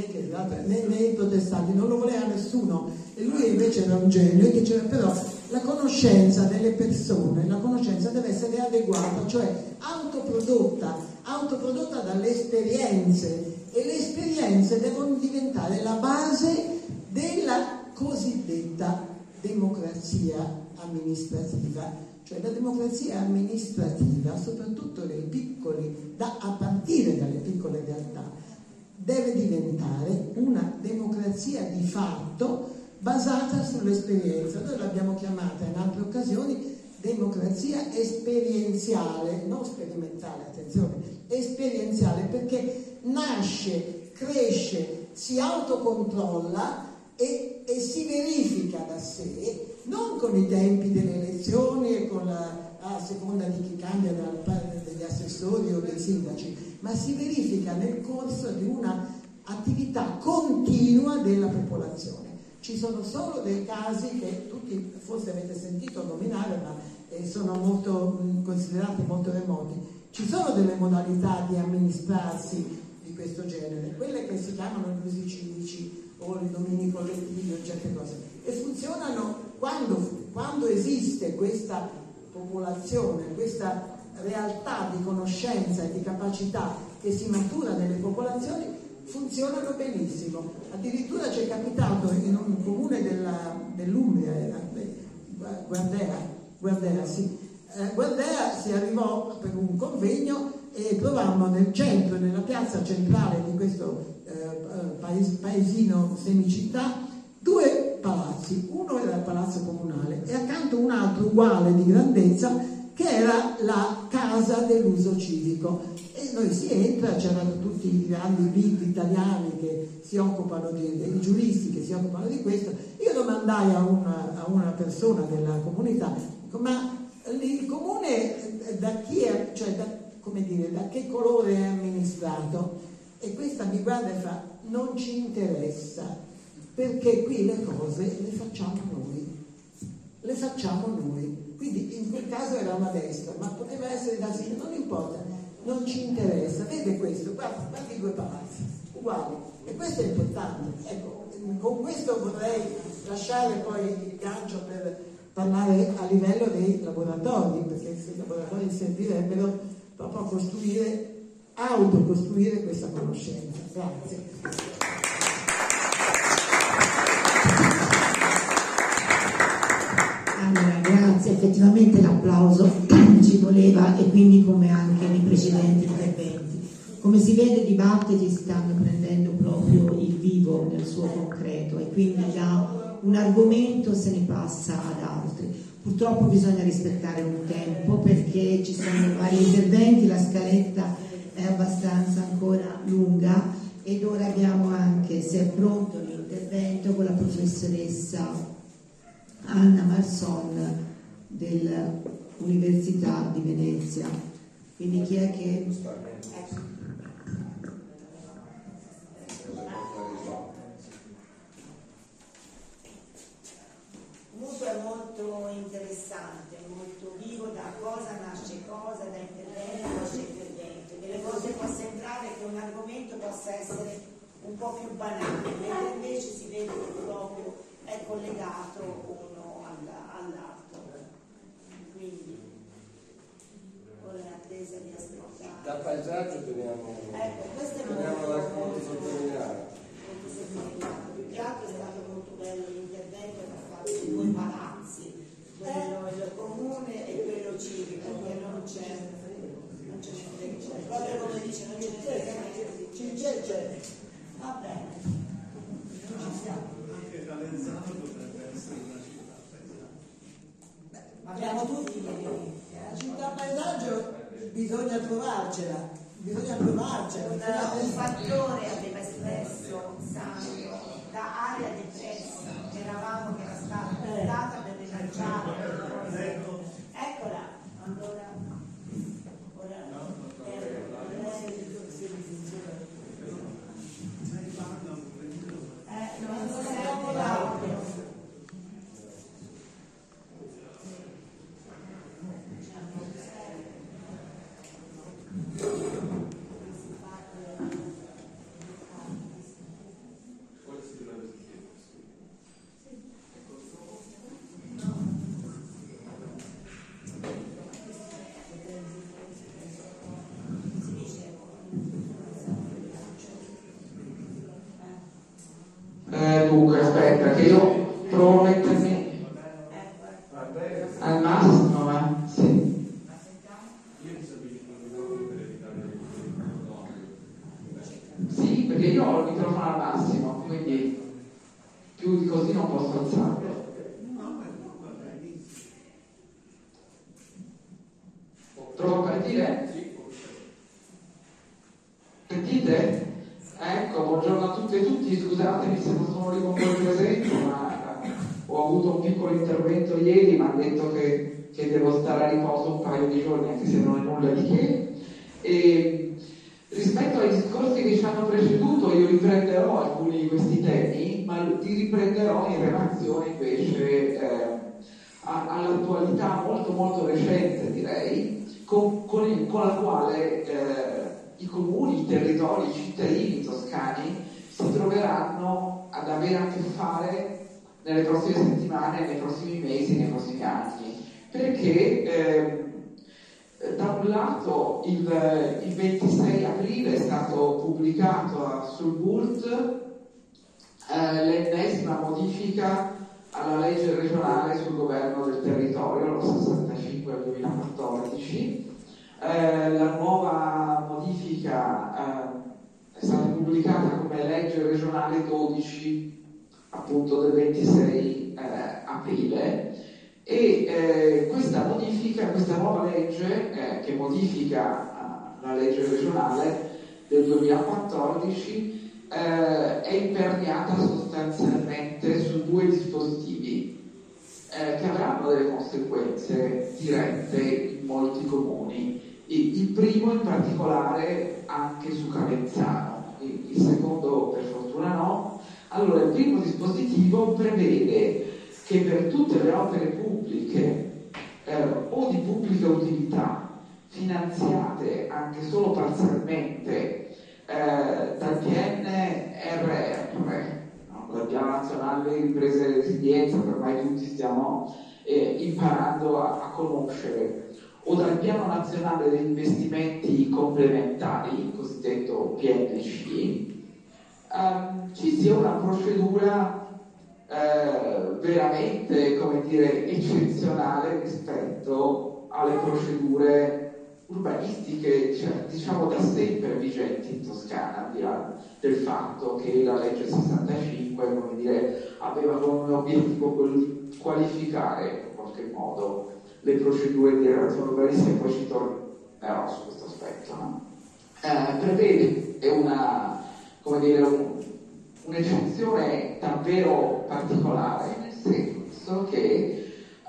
i protestanti, non lo voleva nessuno, e lui invece era un genio e diceva però la conoscenza delle persone, la conoscenza deve essere adeguata, cioè autoprodotta dalle esperienze, e le esperienze devono diventare la base della cosiddetta democrazia amministrativa, cioè la democrazia amministrativa, soprattutto nei piccoli, a partire dalle piccole realtà, deve diventare una democrazia di fatto basata sull'esperienza. Noi l'abbiamo chiamata in altre occasioni democrazia esperienziale, non sperimentale, attenzione, esperienziale, perché nasce, cresce, si autocontrolla e si verifica da sé, non con i tempi delle elezioni e con a seconda di chi cambia degli assessori o dei sindaci, ma si verifica nel corso di una attività continua della popolazione. Ci sono solo dei casi che tutti forse avete sentito nominare, ma sono considerati molto remoti. Ci sono delle modalità di amministrarsi di questo genere, quelle che si chiamano gli usi civici o i domini collettivi o certe cose, e funzionano quando esiste questa popolazione, questa realtà di conoscenza e di capacità che si matura nelle popolazioni, funzionano benissimo. Addirittura ci è capitato in un comune dell'Umbria, Guardea, si arrivò per un convegno e trovammo nel centro, nella piazza centrale di questo paesino semicittà, due palazzi. Uno era il palazzo comunale e accanto un altro uguale di grandezza che era la casa dell'uso civico, e noi si entra, c'erano tutti i grandi big italiani che si occupano i giuristi che si occupano di questo. Io domandai a una persona della comunità, ma il comune da chi è, cioè da che colore è amministrato? E questa mi guarda e fa: non ci interessa, perché qui le cose le facciamo noi. Quindi in quel caso era una destra, ma poteva essere da sinistra, non importa, non ci interessa. Vede questo, guardi due palazzi uguali, e questo è importante. Ecco, con questo vorrei lasciare poi il gancio per parlare a livello dei laboratori, perché i laboratori servirebbero proprio a autocostruire questa conoscenza. Grazie. Allora, grazie, effettivamente l'applauso ci voleva, e quindi come anche nei precedenti interventi. Come si vede, i dibattiti stanno prendendo proprio il vivo nel suo concreto, e quindi da un argomento se ne passa ad altri. Purtroppo bisogna rispettare un tempo perché ci sono vari interventi, la scaletta è abbastanza ancora lunga ed ora abbiamo anche, se è pronto l'intervento, con la professoressa Anna Marson dell'Università di Venezia. Quindi chi è che... Comunque è molto interessante, molto vivo, da cosa nasce cosa, da intervento nasce intervento. Delle volte può sembrare che un argomento possa essere un po' più banale, mentre invece si vede che proprio è collegato uno all'altro. Quindi, ora in attesa di aspettare. Da paesaggio teniamo, questo è racconti sottolineati. Più che altro è stato molto bello l'intervento che ha fatto i due palazzi, quello il comune e quello civico, che non c'è proprio come dice, non ce ne frega niente. C'è. Va bene. Anche Calenzano potrebbe essere una città paesaggio. Abbiamo tutti la città paesaggio, bisogna trovarcela. Un fattore aveva espresso Sandro da area depressa, c'eravamo che era stata data per rilanciare. Eccola, allora non siamo l'audio. Dunque, aspetta, che io provo a mettermi al massimo, ma sì. Sì, perché io ho il microfono al massimo, quindi più di così non posso alzarlo. Provo a partire? Sentite? Ecco, buongiorno a tutte e tutti, scusatemi se non sono lì con voi presenti, ma ho avuto un piccolo intervento ieri, mi hanno detto che devo stare a riposo un paio di giorni, anche se non è nulla di che. E rispetto ai discorsi che ci hanno preceduto, io riprenderò alcuni di questi temi, ma li riprenderò in relazione invece all'attualità molto molto recente, direi, con la quale i comuni, i territori, i cittadini toscani si troveranno ad avere a che fare nelle prossime settimane, nei prossimi mesi, nei prossimi anni. Perché da un lato il 26 aprile è stato pubblicato sul BURT l'ennesima modifica alla legge regionale sul governo del territorio, lo 65 del 2014. La nuova modifica è stata pubblicata come legge regionale 12 appunto del 26 aprile e questa nuova legge che modifica la legge regionale del 2014 è imperniata sostanzialmente su due dispositivi che avranno delle conseguenze dirette in molti comuni. Il primo in particolare anche su Calenzano, il secondo per fortuna no. Allora, il primo dispositivo prevede che per tutte le opere pubbliche o di pubblica utilità finanziate anche solo parzialmente dal PNRR, no? Dal Piano Nazionale di Ripresa e Resilienza, che ormai tutti stiamo imparando a conoscere, o dal Piano Nazionale degli Investimenti Complementari, il cosiddetto PNC, ci sia una procedura veramente, come dire, eccezionale rispetto alle procedure urbanistiche, cioè, diciamo da sempre vigenti in Toscana, al di là del fatto che la legge 65, come dire, aveva come obiettivo quello di qualificare in qualche modo le procedure di relazione urbanistica, e poi ci tornerò su questo aspetto, no? Prevede come dire, un'eccezione davvero particolare, nel senso che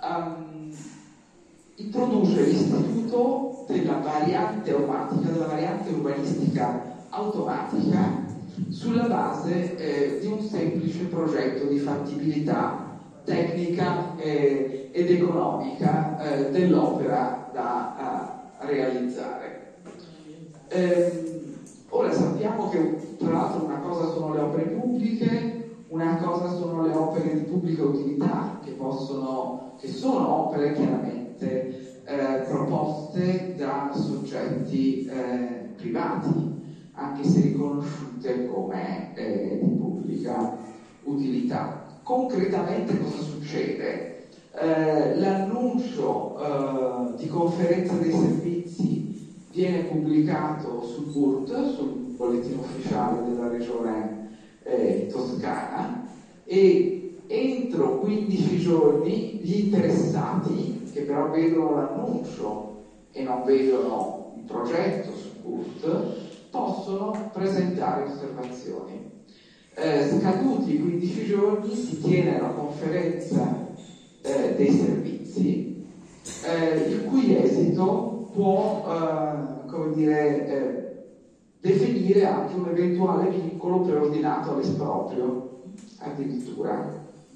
introduce l'istituto della variante automatica, della variante urbanistica automatica, sulla base di un semplice progetto di fattibilità tecnica ed economica dell'opera da realizzare. Ora sappiamo che tra l'altro una cosa sono le opere pubbliche, una cosa sono le opere di pubblica utilità, che sono opere chiaramente proposte da soggetti privati, anche se riconosciute come di pubblica utilità. Concretamente cosa succede? L'annuncio di conferenza dei servizi viene pubblicato sul BURT, sul bollettino ufficiale della regione toscana, e entro 15 giorni gli interessati, che però vedono l'annuncio e non vedono il progetto sul BURT, possono presentare osservazioni. Scaduti i 15 giorni si tiene la conferenza dei servizi, il cui esito può definire anche un eventuale vincolo preordinato all'esproprio, addirittura,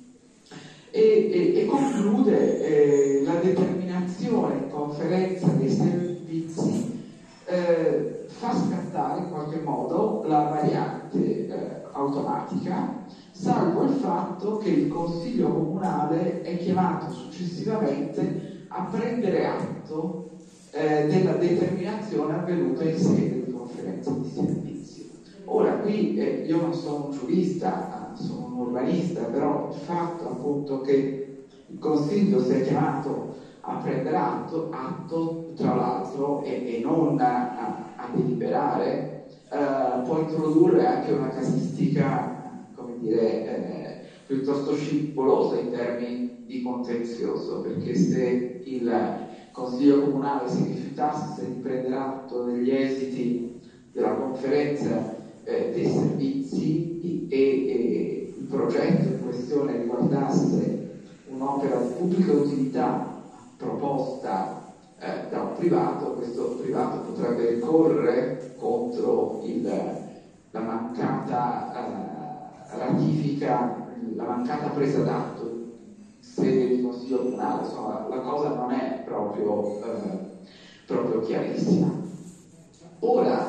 e conclude la determinazione in conferenza dei servizi, fa scattare in qualche modo la variante automatica, salvo il fatto che il Consiglio Comunale è chiamato successivamente a prendere atto della determinazione avvenuta in sede di conferenza di servizi. Ora qui io non sono un giurista, sono un urbanista, però il fatto appunto che il Consiglio sia chiamato a prendere atto tra l'altro e non a deliberare, può introdurre anche una casistica piuttosto scivolosa in termini di contenzioso, perché se il Consiglio Comunale si rifiutasse di prendere atto degli esiti della conferenza dei servizi e il progetto in questione riguardasse un'opera di pubblica utilità proposta da un privato, questo privato potrebbe ricorrere contro la mancata ratifica, la mancata presa d'atto in sede di Consiglio Comunale. Insomma, la cosa non è proprio chiarissima. Ora,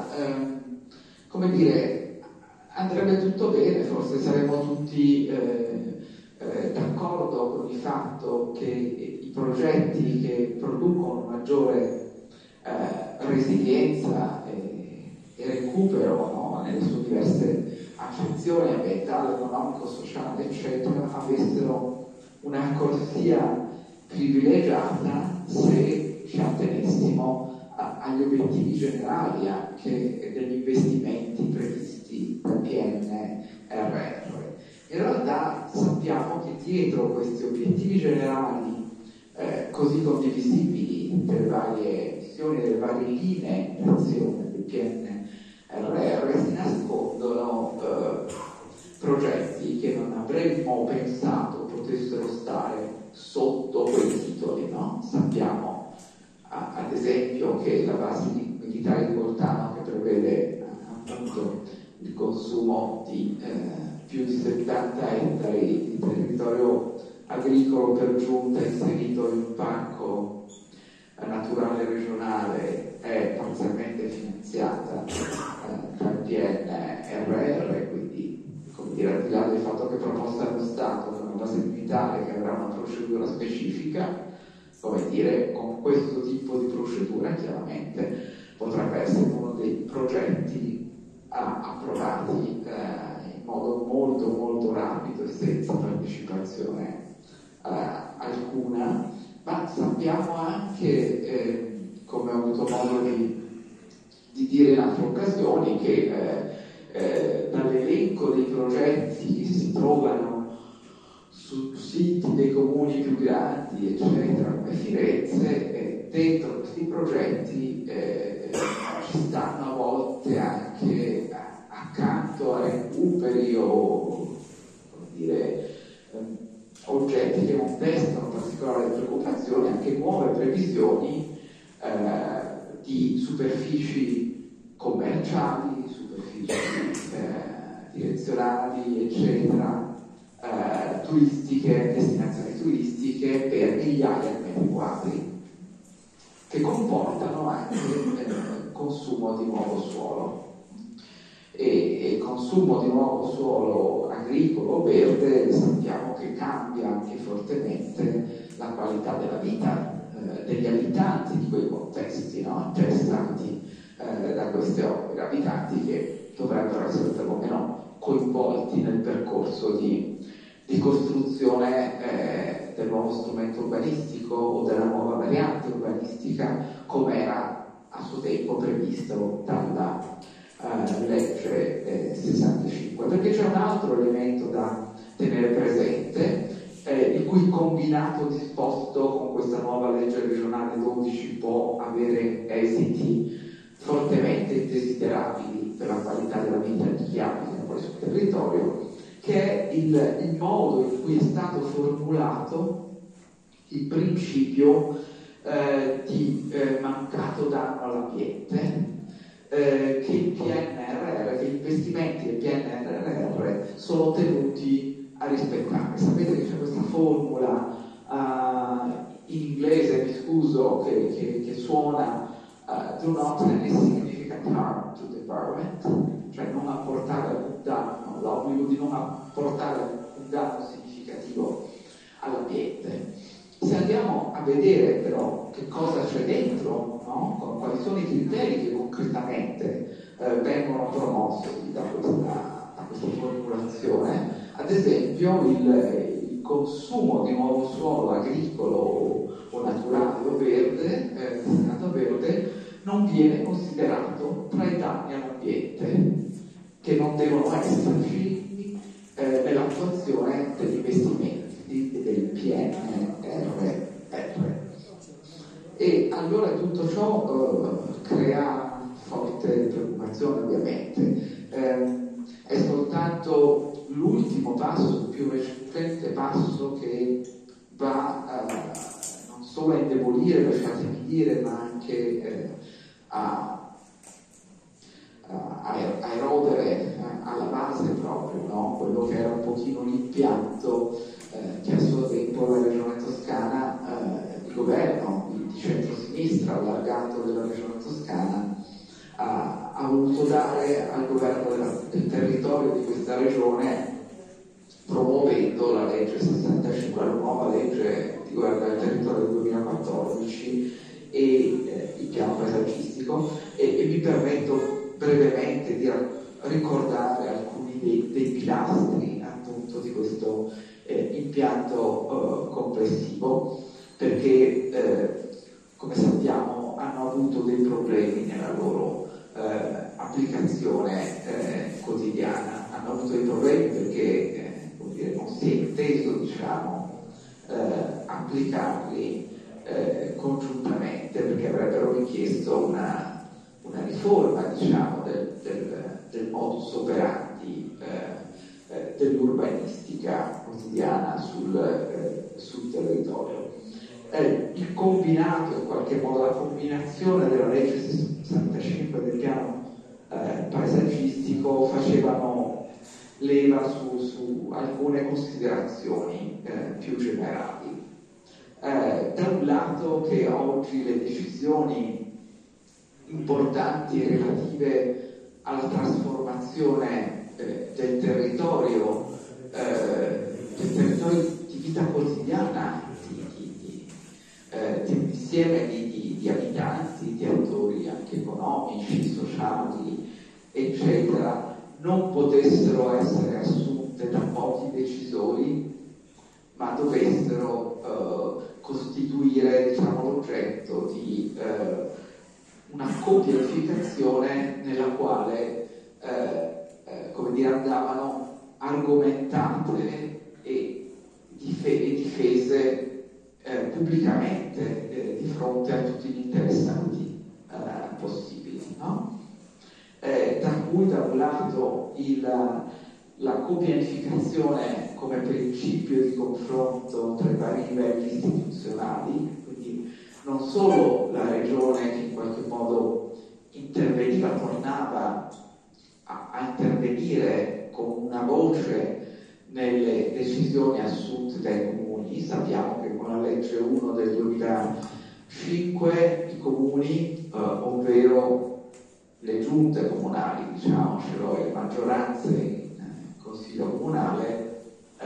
andrebbe tutto bene, forse saremmo tutti d'accordo con il fatto che i progetti che producono maggiore resilienza e recupero, no, nelle sue diverse accezioni ambientale, economico, sociale, eccetera, avessero una corsia privilegiata se ci attenessimo agli obiettivi generali anche degli investimenti previsti dal PNRR. In realtà sappiamo che dietro questi obiettivi generali così condivisibili delle varie missioni, delle varie linee di azione del PNRR si nascondono progetti che non avremmo pensato potessero stare sotto quei titoli, no? Sappiamo ad esempio che la base militare di Bolzano, che prevede appunto il consumo di più di 70 ettari di territorio agricolo per giunta inserito in un parco naturale regionale, è parzialmente finanziata dal PNRR, quindi al di là del fatto che è proposta dallo Stato da una base militare che avrà una procedura specifica, con questo tipo di procedura chiaramente potrebbe essere uno dei progetti approvati in modo molto molto rapido e senza partecipazione alcuna, ma sappiamo anche come ho avuto modo di dire in altre occasioni, che dall'elenco dei progetti che si trovano su siti dei comuni più grandi, eccetera, come Firenze, dentro questi progetti ci stanno a volte anche accanto a recuperi o, come dire, oggetti che non destano particolare preoccupazione, anche nuove previsioni di superfici commerciali, superfici direzionali, eccetera, turistiche, destinazioni turistiche per migliaia di metri quadri, che comportano anche consumo di nuovo suolo. E il consumo di nuovo suolo agricolo verde sappiamo che cambia anche fortemente la qualità della vita degli abitanti di quei contesti, no? Interessati da queste opere, abitanti che dovrebbero essere perlomeno coinvolti nel percorso di costruzione del nuovo strumento urbanistico o della nuova variante urbanistica, come era a suo tempo previsto dalla legge 65, perché c'è un altro elemento da tenere presente, il cui combinato disposto con questa nuova legge regionale 12 può avere esiti fortemente indesiderabili per la qualità della vita di chi abita poi sul territorio, che è il modo in cui è stato formulato il principio di mancato danno all'ambiente, che il PNRR, che gli investimenti del PNRR sono tenuti a rispettare. Sapete che c'è questa formula in inglese, mi scuso, che suona do not any significant harm to the environment, cioè non apportare alcun danno, l'obbligo di non apportare alcun danno significativo all'ambiente. Se andiamo a vedere però che cosa c'è dentro, no? Quali sono i criteri che concretamente vengono promossi da questa formulazione, ad esempio il consumo di nuovo suolo agricolo o naturale o verde, destinato a verde, non viene considerato tra i danni all'ambiente che non devono esserci nell'attuazione degli investimenti del PNRR. E allora tutto ciò crea forte preoccupazione, ovviamente. È soltanto l'ultimo passo, il più recente passo, che va non solo a indebolire, lasciatemi dire, ma anche a erodere alla base proprio, no? Quello che era un pochino l'impianto che a suo tempo la Regione Toscana, il governo di centrosinistra allargato della Regione Toscana, ha voluto dare al governo del territorio di questa regione, promuovendo la legge 65, la nuova legge di governo del territorio del 2014 e il piano paesaggistico, e mi permetto brevemente di ricordare alcuni dei pilastri appunto di questo impianto complessivo, perché come sappiamo hanno avuto dei problemi nella loro applicazione quotidiana, hanno avuto dei problemi perché non si è inteso, diciamo, applicarli congiuntamente, perché avrebbero richiesto una riforma, diciamo, del modus operandi dell'urbanistica quotidiana sul territorio. Il combinato, in qualche modo, la combinazione della legge 65 del piano paesaggistico facevano leva su alcune considerazioni più generali. Da un lato, che oggi le decisioni importanti relative alla trasformazione del territorio di vita quotidiana di un insieme di abitanti, di attori anche economici, sociali, eccetera, non potessero essere assunte da pochi decisori, ma dovessero costituire, diciamo, l'oggetto di copiazificazione nella quale andavano argomentate e difese pubblicamente di fronte a tutti gli interessati possibili, no? Da cui da un lato la copianificazione come principio di confronto tra i vari livelli istituzionali, quindi non solo la regione che in qualche modo interveniva, tornava a intervenire con una voce nelle decisioni assunte dai comuni. Sappiamo che con la legge 1 del 2005 i comuni, ovvero le giunte comunali, diciamocelo, e le maggioranze in consiglio comunale,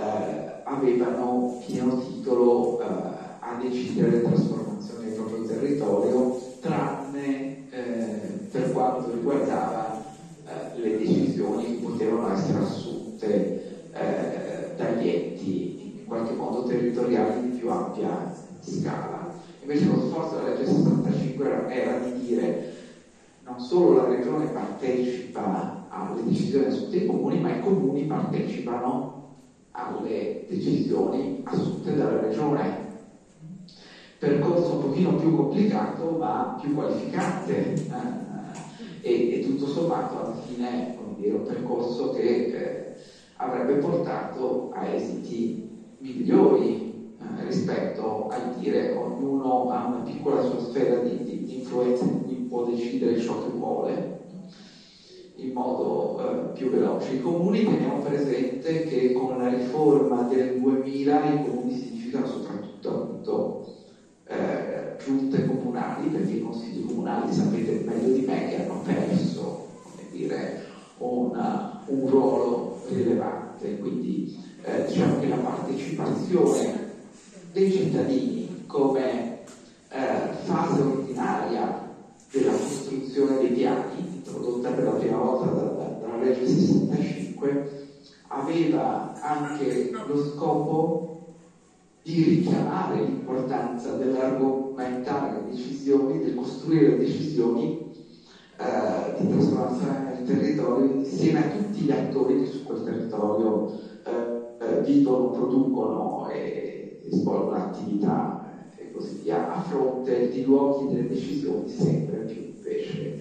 avevano pieno titolo a decidere le trasformazioni del proprio territorio, tranne per quanto riguardava le decisioni che potevano essere assunte dagli enti in qualche modo territoriali di più ampia scala. Invece lo sforzo della legge 65 era di dire non solo la regione partecipa alle decisioni assunte dai comuni, ma i comuni partecipano alle decisioni assunte dalla regione. Percorso un pochino più complicato ma più qualificante e tutto sommato alla fine un percorso che avrebbe portato a esiti migliori rispetto a dire ognuno ha una piccola sua sfera di influenza in cui può decidere ciò che vuole in modo più veloce. I comuni, teniamo presente che con la riforma del 2000 i comuni significano soprattutto appunto giunte comunali, perché i consigli comunali sapete meglio di me che hanno perso, come dire, un ruolo rilevante, quindi diciamo che la partecipazione dei cittadini come fase ordinaria della costruzione dei piani, introdotta per la prima volta dalla legge 65, aveva anche lo scopo di richiamare l'importanza dell'argomentare le decisioni, del costruire decisioni di trasformazione del territorio insieme a tutti gli attori che su quel territorio vivono, producono e svolgono attività e così via, a fronte di luoghi delle decisioni sempre più invece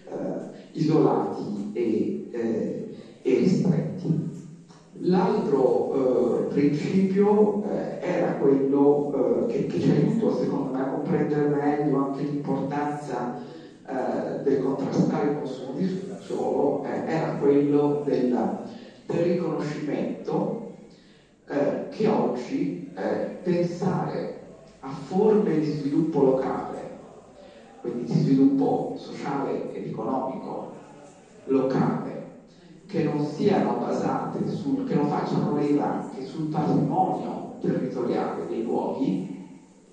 isolati e ristretti. L'altro principio era quello che ci aiutò secondo me a comprendere meglio anche l'importanza del contrastare il consumo di suolo, era quello del riconoscimento che oggi pensare a forme di sviluppo locale, quindi di sviluppo sociale ed economico locale, che non siano basate che non facciano leva anche sul patrimonio territoriale dei luoghi,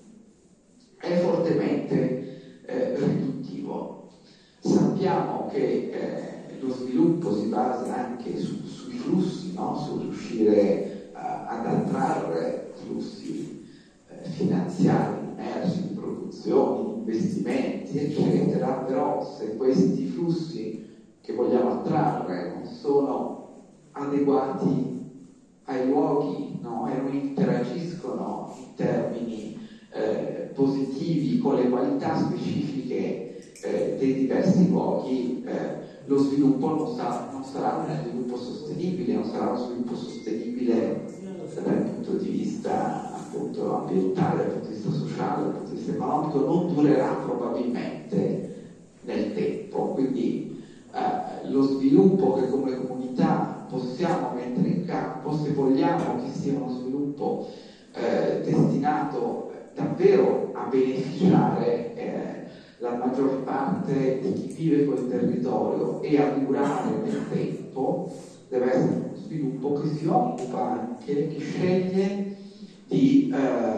è fortemente riduttivo. Sappiamo che lo sviluppo si basa anche sui flussi, no? Su riuscire ad attrarre flussi finanziari, di merci, di produzioni, di investimenti, eccetera, però se questi flussi che vogliamo attrarre non sono adeguati ai luoghi, no? E non interagiscono in termini positivi con le qualità specifiche dei diversi luoghi, lo sviluppo non sarà uno sviluppo sostenibile, non sarà uno sviluppo sostenibile dal punto di vista appunto ambientale, dal punto di vista sociale, dal punto di vista economico, non durerà probabilmente nel tempo. Quindi lo sviluppo che come comunità possiamo mettere in campo, se vogliamo che sia uno sviluppo destinato davvero a beneficiare la maggior parte di chi vive quel territorio e a durare nel tempo, deve essere uno sviluppo che si occupa anche, che sceglie di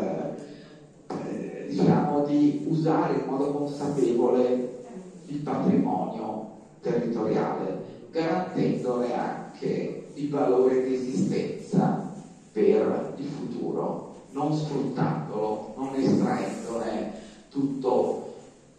usare in modo consapevole il patrimonio territoriale, garantendone anche il valore di esistenza per il futuro, non sfruttandolo, non estraendone tutto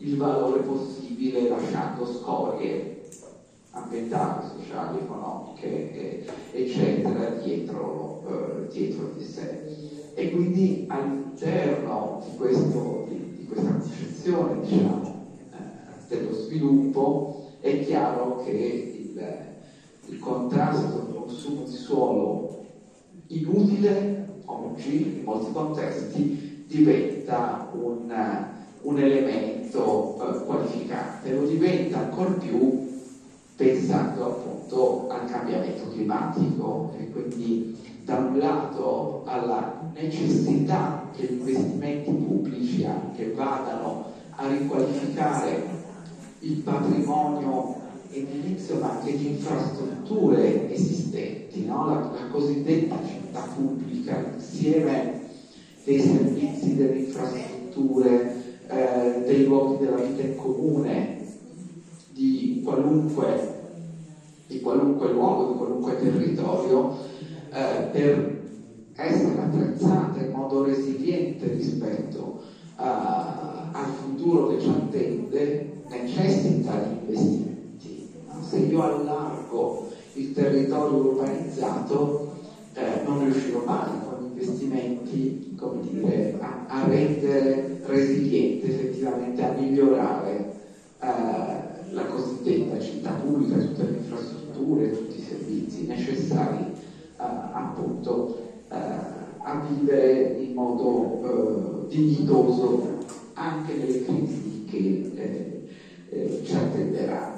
il valore possibile lasciando scorie ambientali, sociali, economiche, eccetera, dietro di sé. E quindi all'interno di questa concezione, diciamo, dello sviluppo, è chiaro che il contrasto del consumo di suolo inutile oggi in molti contesti diventa un elemento qualificante, lo diventa ancor più pensando appunto al cambiamento climatico e quindi da un lato alla necessità che gli investimenti pubblici anche vadano a riqualificare il patrimonio edilizio ma anche di infrastrutture esistenti, no? La cosiddetta città pubblica, l'insieme dei servizi, delle infrastrutture, dei luoghi della vita in comune, di qualunque luogo, di qualunque territorio, per essere attrezzata in modo resiliente rispetto al futuro che ci attende, necessita di investimenti. Se io allargo il territorio urbanizzato, non riuscirò mai con investimenti, come dire, a rendere resiliente, effettivamente a migliorare la cosiddetta città pubblica, tutte le infrastrutture, tutti i servizi necessari appunto a vivere in modo dignitoso anche nelle crisi che ci attenderanno.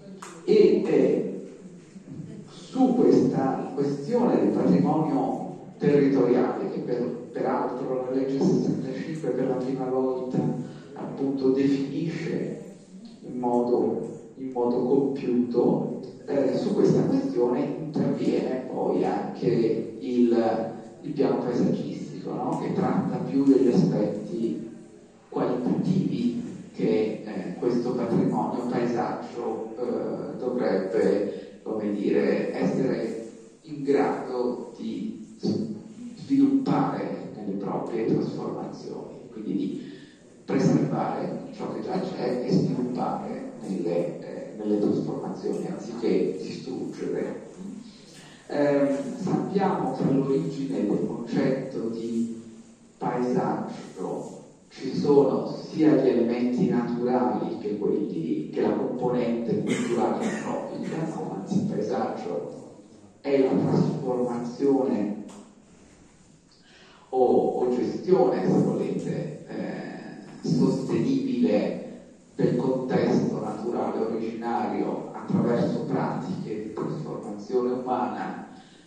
E su questa questione del patrimonio territoriale, che peraltro la legge 65 per la prima volta appunto definisce in modo compiuto, su questa questione interviene poi anche il piano paesaggistico, no? Che tratta più degli aspetti qualitativi che questo patrimonio paesaggio dovrebbe, come dire, essere in grado di sviluppare nelle proprie trasformazioni, quindi di preservare ciò che già c'è e sviluppare nelle trasformazioni anziché distruggere. Sappiamo che all'origine del concetto di paesaggio ci sono sia gli elementi naturali che la componente culturale antropica, anzi il paesaggio è la trasformazione o gestione, se volete, sostenibile del contesto naturale originario attraverso pratiche di trasformazione umana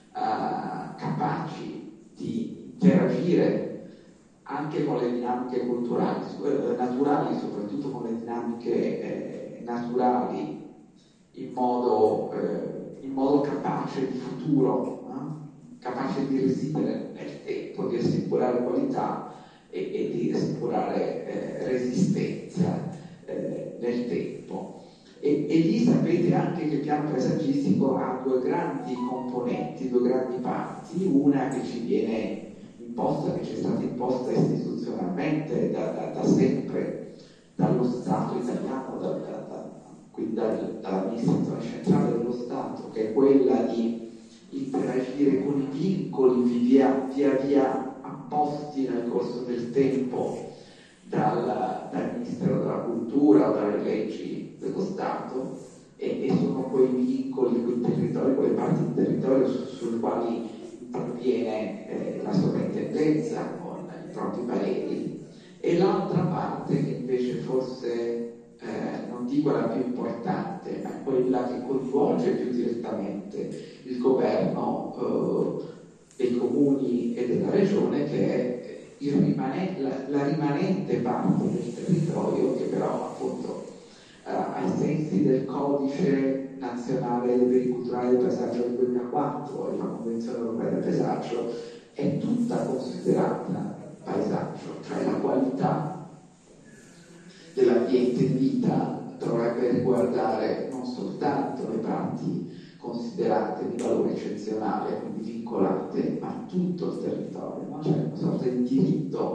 capaci di interagire anche con le dinamiche culturali, naturali, soprattutto con le dinamiche naturali in modo capace di futuro, no? Capace di residere nel tempo, di assicurare qualità e di assicurare resistenza nel tempo. E lì sapete anche che il piano paesaggistico ha due grandi componenti, due grandi parti, una che ci viene imposta, che ci è stata imposta istituzionalmente da sempre dallo Stato italiano, quindi dall'amministrazione centrale dello Stato, che è quella di interagire con i vincoli via via apposti nel corso del tempo dal Ministero della Cultura o dalle leggi dello Stato, e sono quei vincoli, quei territori, quelle parti di territorio sulle quali interviene la sovrintendenza con i propri pareri, e l'altra parte che invece forse non dico la più importante, ma quella che coinvolge più direttamente il governo dei comuni e della regione, che è la rimanente parte del territorio, che però appunto ai sensi del Codice Nazionale dei Beni Culturali del Paesaggio del 2004 e la Convenzione Europea del Paesaggio è tutta considerata paesaggio, cioè la qualità dell'ambiente di vita dovrebbe riguardare non soltanto le parti considerate di valore eccezionale, quindi vincolate, ma tutto il territorio, no? C'è una sorta di diritto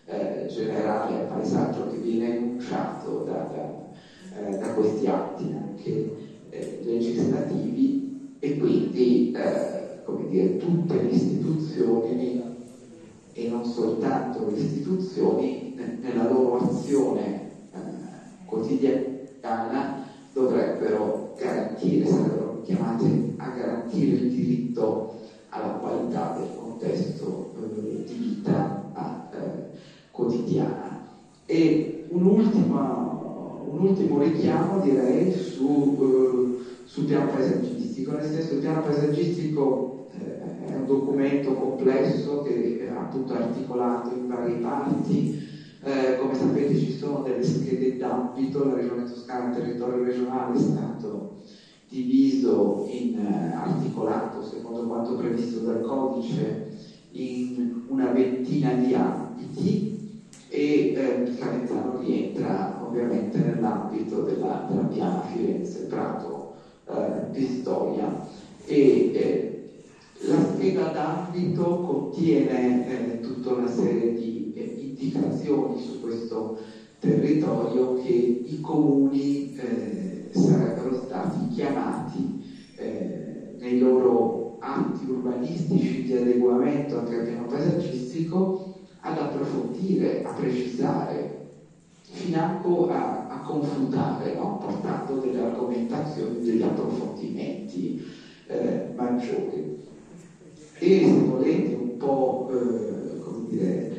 generale al paesaggio che viene enunciato da questi atti anche legislativi, e quindi come dire, tutte le istituzioni e non soltanto le istituzioni nella loro azione quotidiana dovrebbero garantire, sarebbero chiamate a garantire il diritto alla qualità del contesto di vita quotidiana. E un ultimo richiamo direi sul piano paesaggistico, nel senso che il piano paesaggistico è un documento complesso che è appunto articolato in varie parti. Come sapete ci sono delle schede d'ambito, la Regione Toscana, il territorio regionale è stato diviso articolato secondo quanto previsto dal codice in una ventina di ambiti, e Cavenzano rientra ovviamente nell'ambito della piana Firenze-Prato Pistoia, e la scheda d'ambito contiene tutta una serie di indicazioni su questo territorio che i comuni sarebbero stati chiamati nei loro atti urbanistici di adeguamento anche al piano paesaggistico ad approfondire, a precisare, financo a confutare, no? Portando delle argomentazioni, degli approfondimenti maggiori. E se volete un po' come dire,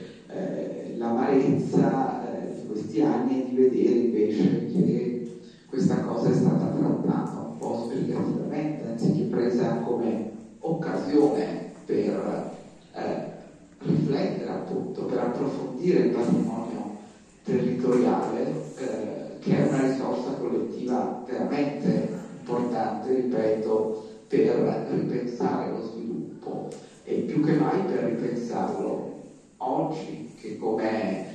l'amarezza di questi anni è di vedere invece che questa cosa è stata trattata un po' sbrigativamente, anziché presa come occasione per riflettere, appunto, per approfondire il patrimonio territoriale, che è una risorsa collettiva veramente importante, ripeto, per ripensare lo sviluppo, e più che mai per ripensarlo oggi, che come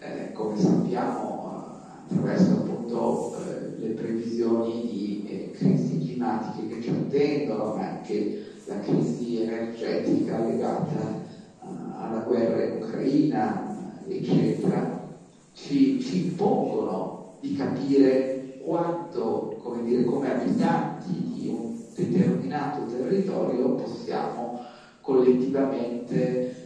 sappiamo attraverso appunto le previsioni di crisi climatiche che ci attendono, ma anche la crisi energetica legata alla guerra in Ucraina, eccetera, ci impongono di capire quanto, come dire, come abitanti di un determinato territorio possiamo collettivamente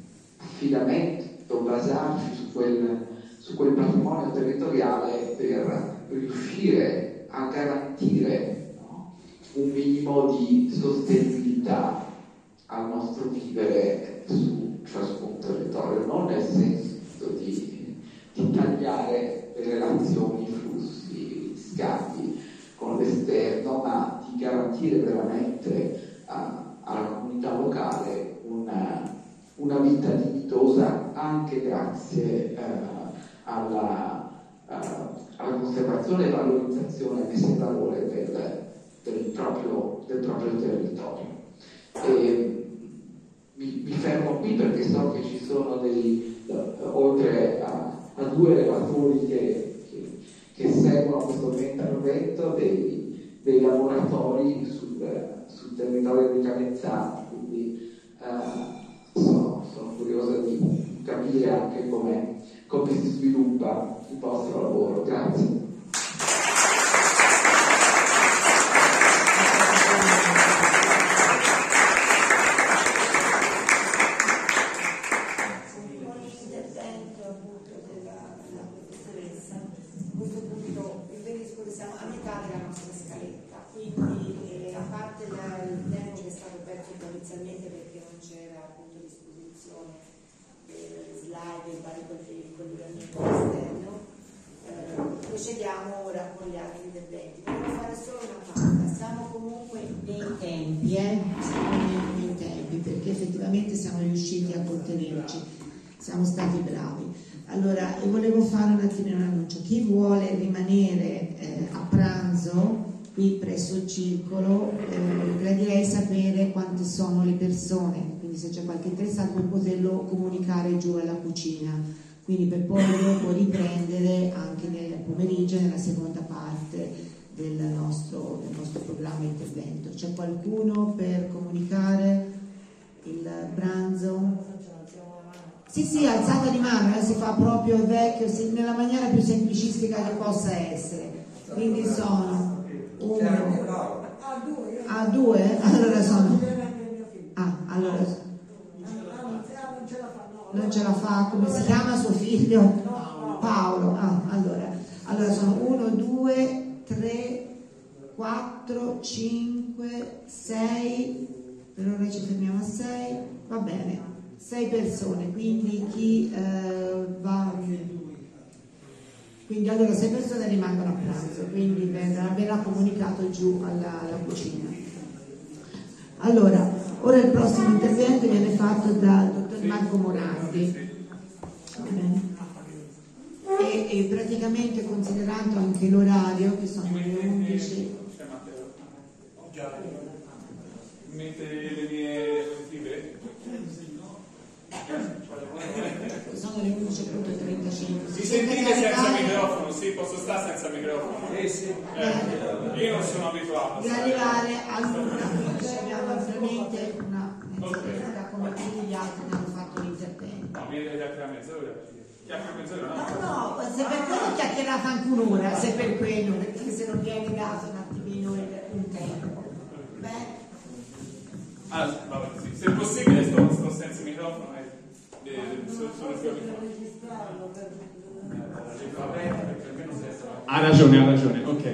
basarci su quel patrimonio territoriale per riuscire a garantire, no, un minimo di sostenibilità al nostro vivere su ciascun territorio, non nel senso di tagliare le relazioni, i flussi, gli scambi con l'esterno, ma di garantire veramente alla comunità locale una vita dignitosa, anche grazie alla conservazione e valorizzazione messa in valore del proprio territorio. E mi fermo qui perché so che ci sono oltre a due relatori che seguono questo mio intervento, dei lavoratori sul territorio di Cavenzano, quindi sono curiosa di capire anche come si sviluppa il vostro lavoro. Grazie. Procediamo ora con gli altri interventi. Volevo fare solo una parte, siamo comunque nei tempi, siamo nei tempi, perché effettivamente siamo riusciti a contenerci, siamo stati bravi. Allora, volevo fare un attimino un annuncio. Chi vuole rimanere a pranzo qui presso il circolo, gradirei sapere quante sono le persone, quindi se c'è qualche interessato per poterlo comunicare giù alla cucina, quindi per poi dopo riprendere anche nel pomeriggio, nella seconda parte del nostro programma intervento. C'è qualcuno per comunicare il pranzo? Sì, alzata di mano, si fa proprio il vecchio, nella maniera più semplicistica che possa essere. Quindi sono 1 a 2, allora sono allora non ce la fa, come si chiama suo figlio? Paolo. Allora sono 1, 2, 3, 4, 5, 6, per ora ci fermiamo a 6, va bene, 6 persone, quindi chi va? Quindi allora 6 persone rimangono a pranzo, quindi verrà comunicato giù alla cucina. Allora, ora il prossimo intervento viene fatto dal dottor Marco Morandi. E praticamente, considerando anche l'orario, che sono le 11. Mette le mie libere? Sono le 11.35. Si sentite senza microfono? Sì, posso stare senza microfono? Sì. Io non sono abituato. Di arrivare all'una, quindi abbiamo ovviamente una mezz'ora, come tutti gli altri che hanno fatto l'intervento. No, mi deve chiacchierare mezz'ora. Chiacchierare mezz'ora, no? No, se per quello chiacchierata anche un'ora, se per quello, perché se non viene dato un attimino un tempo. Beh. Vabbè, sì. Se è possibile sto senza microfono sono più Ha ragione, ok.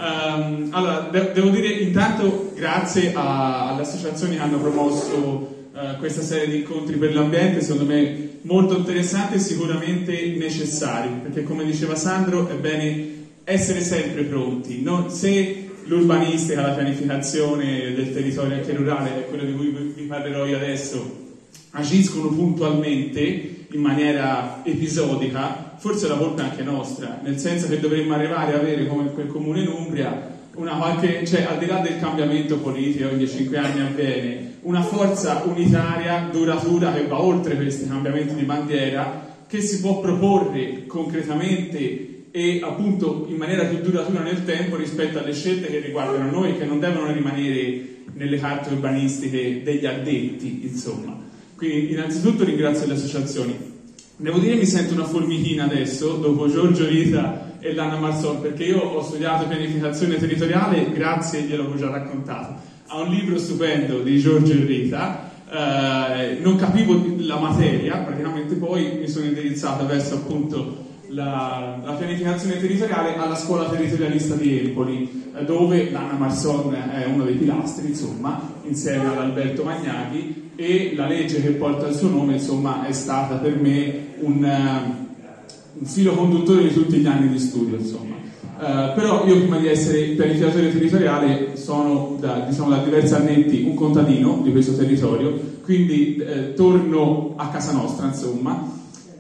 Allora, devo dire intanto grazie alle associazioni che hanno promosso questa serie di incontri per l'ambiente, secondo me molto interessanti e sicuramente necessari, perché come diceva Sandro è bene essere sempre pronti. Se l'urbanistica, la pianificazione del territorio anche rurale, è quello di cui vi parlerò io adesso, agiscono puntualmente in maniera episodica, forse la colpa è anche nostra, nel senso che dovremmo arrivare a avere, come quel comune in Umbria, cioè al di là del cambiamento politico ogni 5 anni avviene, una forza unitaria, duratura, che va oltre questi cambiamenti di bandiera, che si può proporre concretamente e appunto in maniera più duratura nel tempo rispetto alle scelte che riguardano noi, che non devono rimanere nelle carte urbanistiche degli addetti, insomma. Quindi innanzitutto ringrazio le associazioni. Devo dire mi sento una formichina adesso, dopo Giorgio Rita e l'Anna Marson, perché io ho studiato pianificazione territoriale, grazie, gliel'ho già raccontato, a un libro stupendo di Giorgio e Rita. Non capivo la materia, praticamente poi mi sono indirizzato verso appunto la pianificazione territoriale alla scuola territorialista di Empoli, dove l'Anna Marson è uno dei pilastri, insomma, insieme ad Alberto Magnaghi, e la legge che porta il suo nome, insomma, è stata per me un filo conduttore di tutti gli anni di studio, insomma. Però io, prima di essere pianificatore territoriale, sono da diversi annetti un contadino di questo territorio, quindi torno a casa nostra, insomma,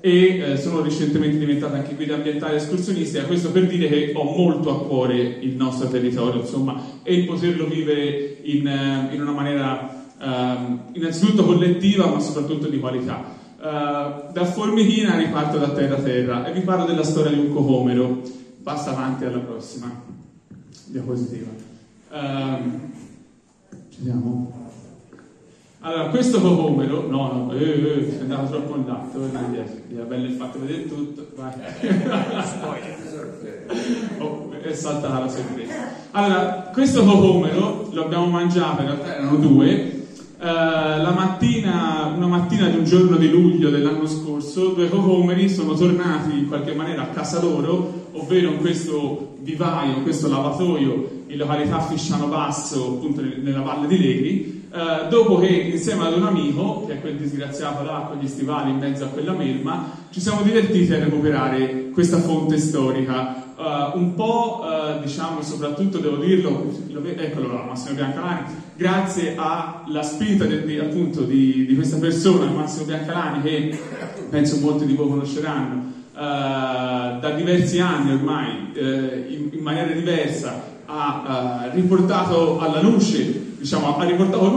e sono recentemente diventata anche guida ambientale escursionistica. Questo per dire che ho molto a cuore il nostro territorio, insomma, e il poterlo vivere in una maniera innanzitutto collettiva, ma soprattutto di qualità. Da Formichina riparto da terra e vi parlo della storia di un cocomero. Passa avanti alla prossima diapositiva. Ci siamo? Allora, questo cocomero, è andato troppo in lato, è bello il fatto di vedere tutto, vai. È saltata la sorpresa. Allora, questo cocomero lo abbiamo mangiato, in realtà erano 2, una mattina di un giorno di luglio dell'anno scorso. 2 cocomeri sono tornati in qualche maniera a casa loro, ovvero in questo vivaio, in questo lavatoio in località Fisciano Basso, appunto nella Valle di Legri, dopo che insieme ad un amico, che è quel disgraziato là con gli stivali in mezzo a quella melma, ci siamo divertiti a recuperare questa fonte storica, un po' soprattutto devo dirlo, eccolo là, Massimo Biancalani, grazie alla spinta di questa persona, Massimo Biancalani, che penso molti di voi conosceranno, da diversi anni ormai, in maniera diversa, ha riportato alla luce, ha riportato luce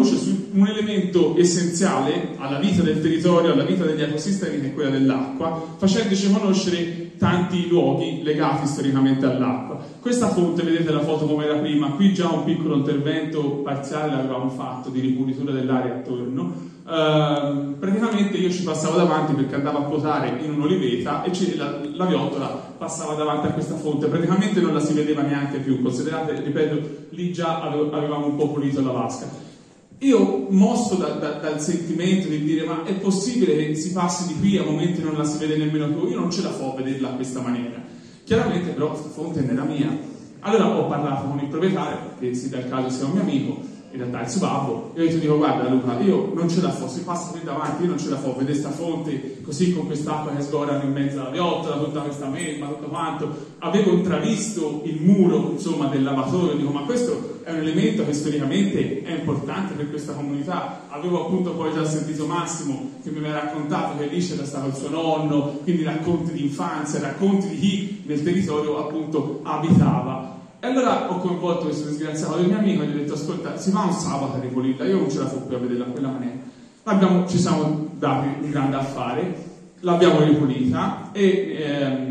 un elemento essenziale alla vita del territorio, alla vita degli ecosistemi, che è quella dell'acqua, facendoci conoscere tanti luoghi legati storicamente all'acqua. Questa fonte, vedete la foto come era prima, qui già un piccolo intervento parziale l'avevamo fatto di ripulitura dell'area attorno. Praticamente io ci passavo davanti perché andavo a potare in un'oliveta e la viottola passava davanti a questa fonte, praticamente non la si vedeva neanche più, considerate, ripeto, lì già avevamo un po' pulito la vasca. Io, mosso dal sentimento di dire ma è possibile che si passi di qui a momenti non la si vede nemmeno più, io non ce la fo a vederla a questa maniera. Chiaramente però questa fonte non era mia. Allora ho parlato con il proprietario, che si dà il caso sia un mio amico, in realtà il suo babbo, e io dico guarda Luca, io non ce la fo, si passa qui davanti, io non ce la fo, vedere sta fonte così con quest'acqua che sgorano in mezzo alla viottola, tutta questa melma, tutto quanto. Avevo intravisto il muro, insomma, del lavatoio, dico ma questo è un elemento che storicamente è importante per questa comunità. Avevo appunto poi già sentito Massimo che mi aveva raccontato che lì c'era stato il suo nonno, quindi racconti di infanzia, racconti di chi nel territorio appunto abitava. E allora ho coinvolto questo disgraziato del mio amico e gli ho detto ascolta, si fa un sabato a ripulirla, io non ce la fo più a vederla in quella maniera. Ci siamo dati un grande affare, l'abbiamo ripulita e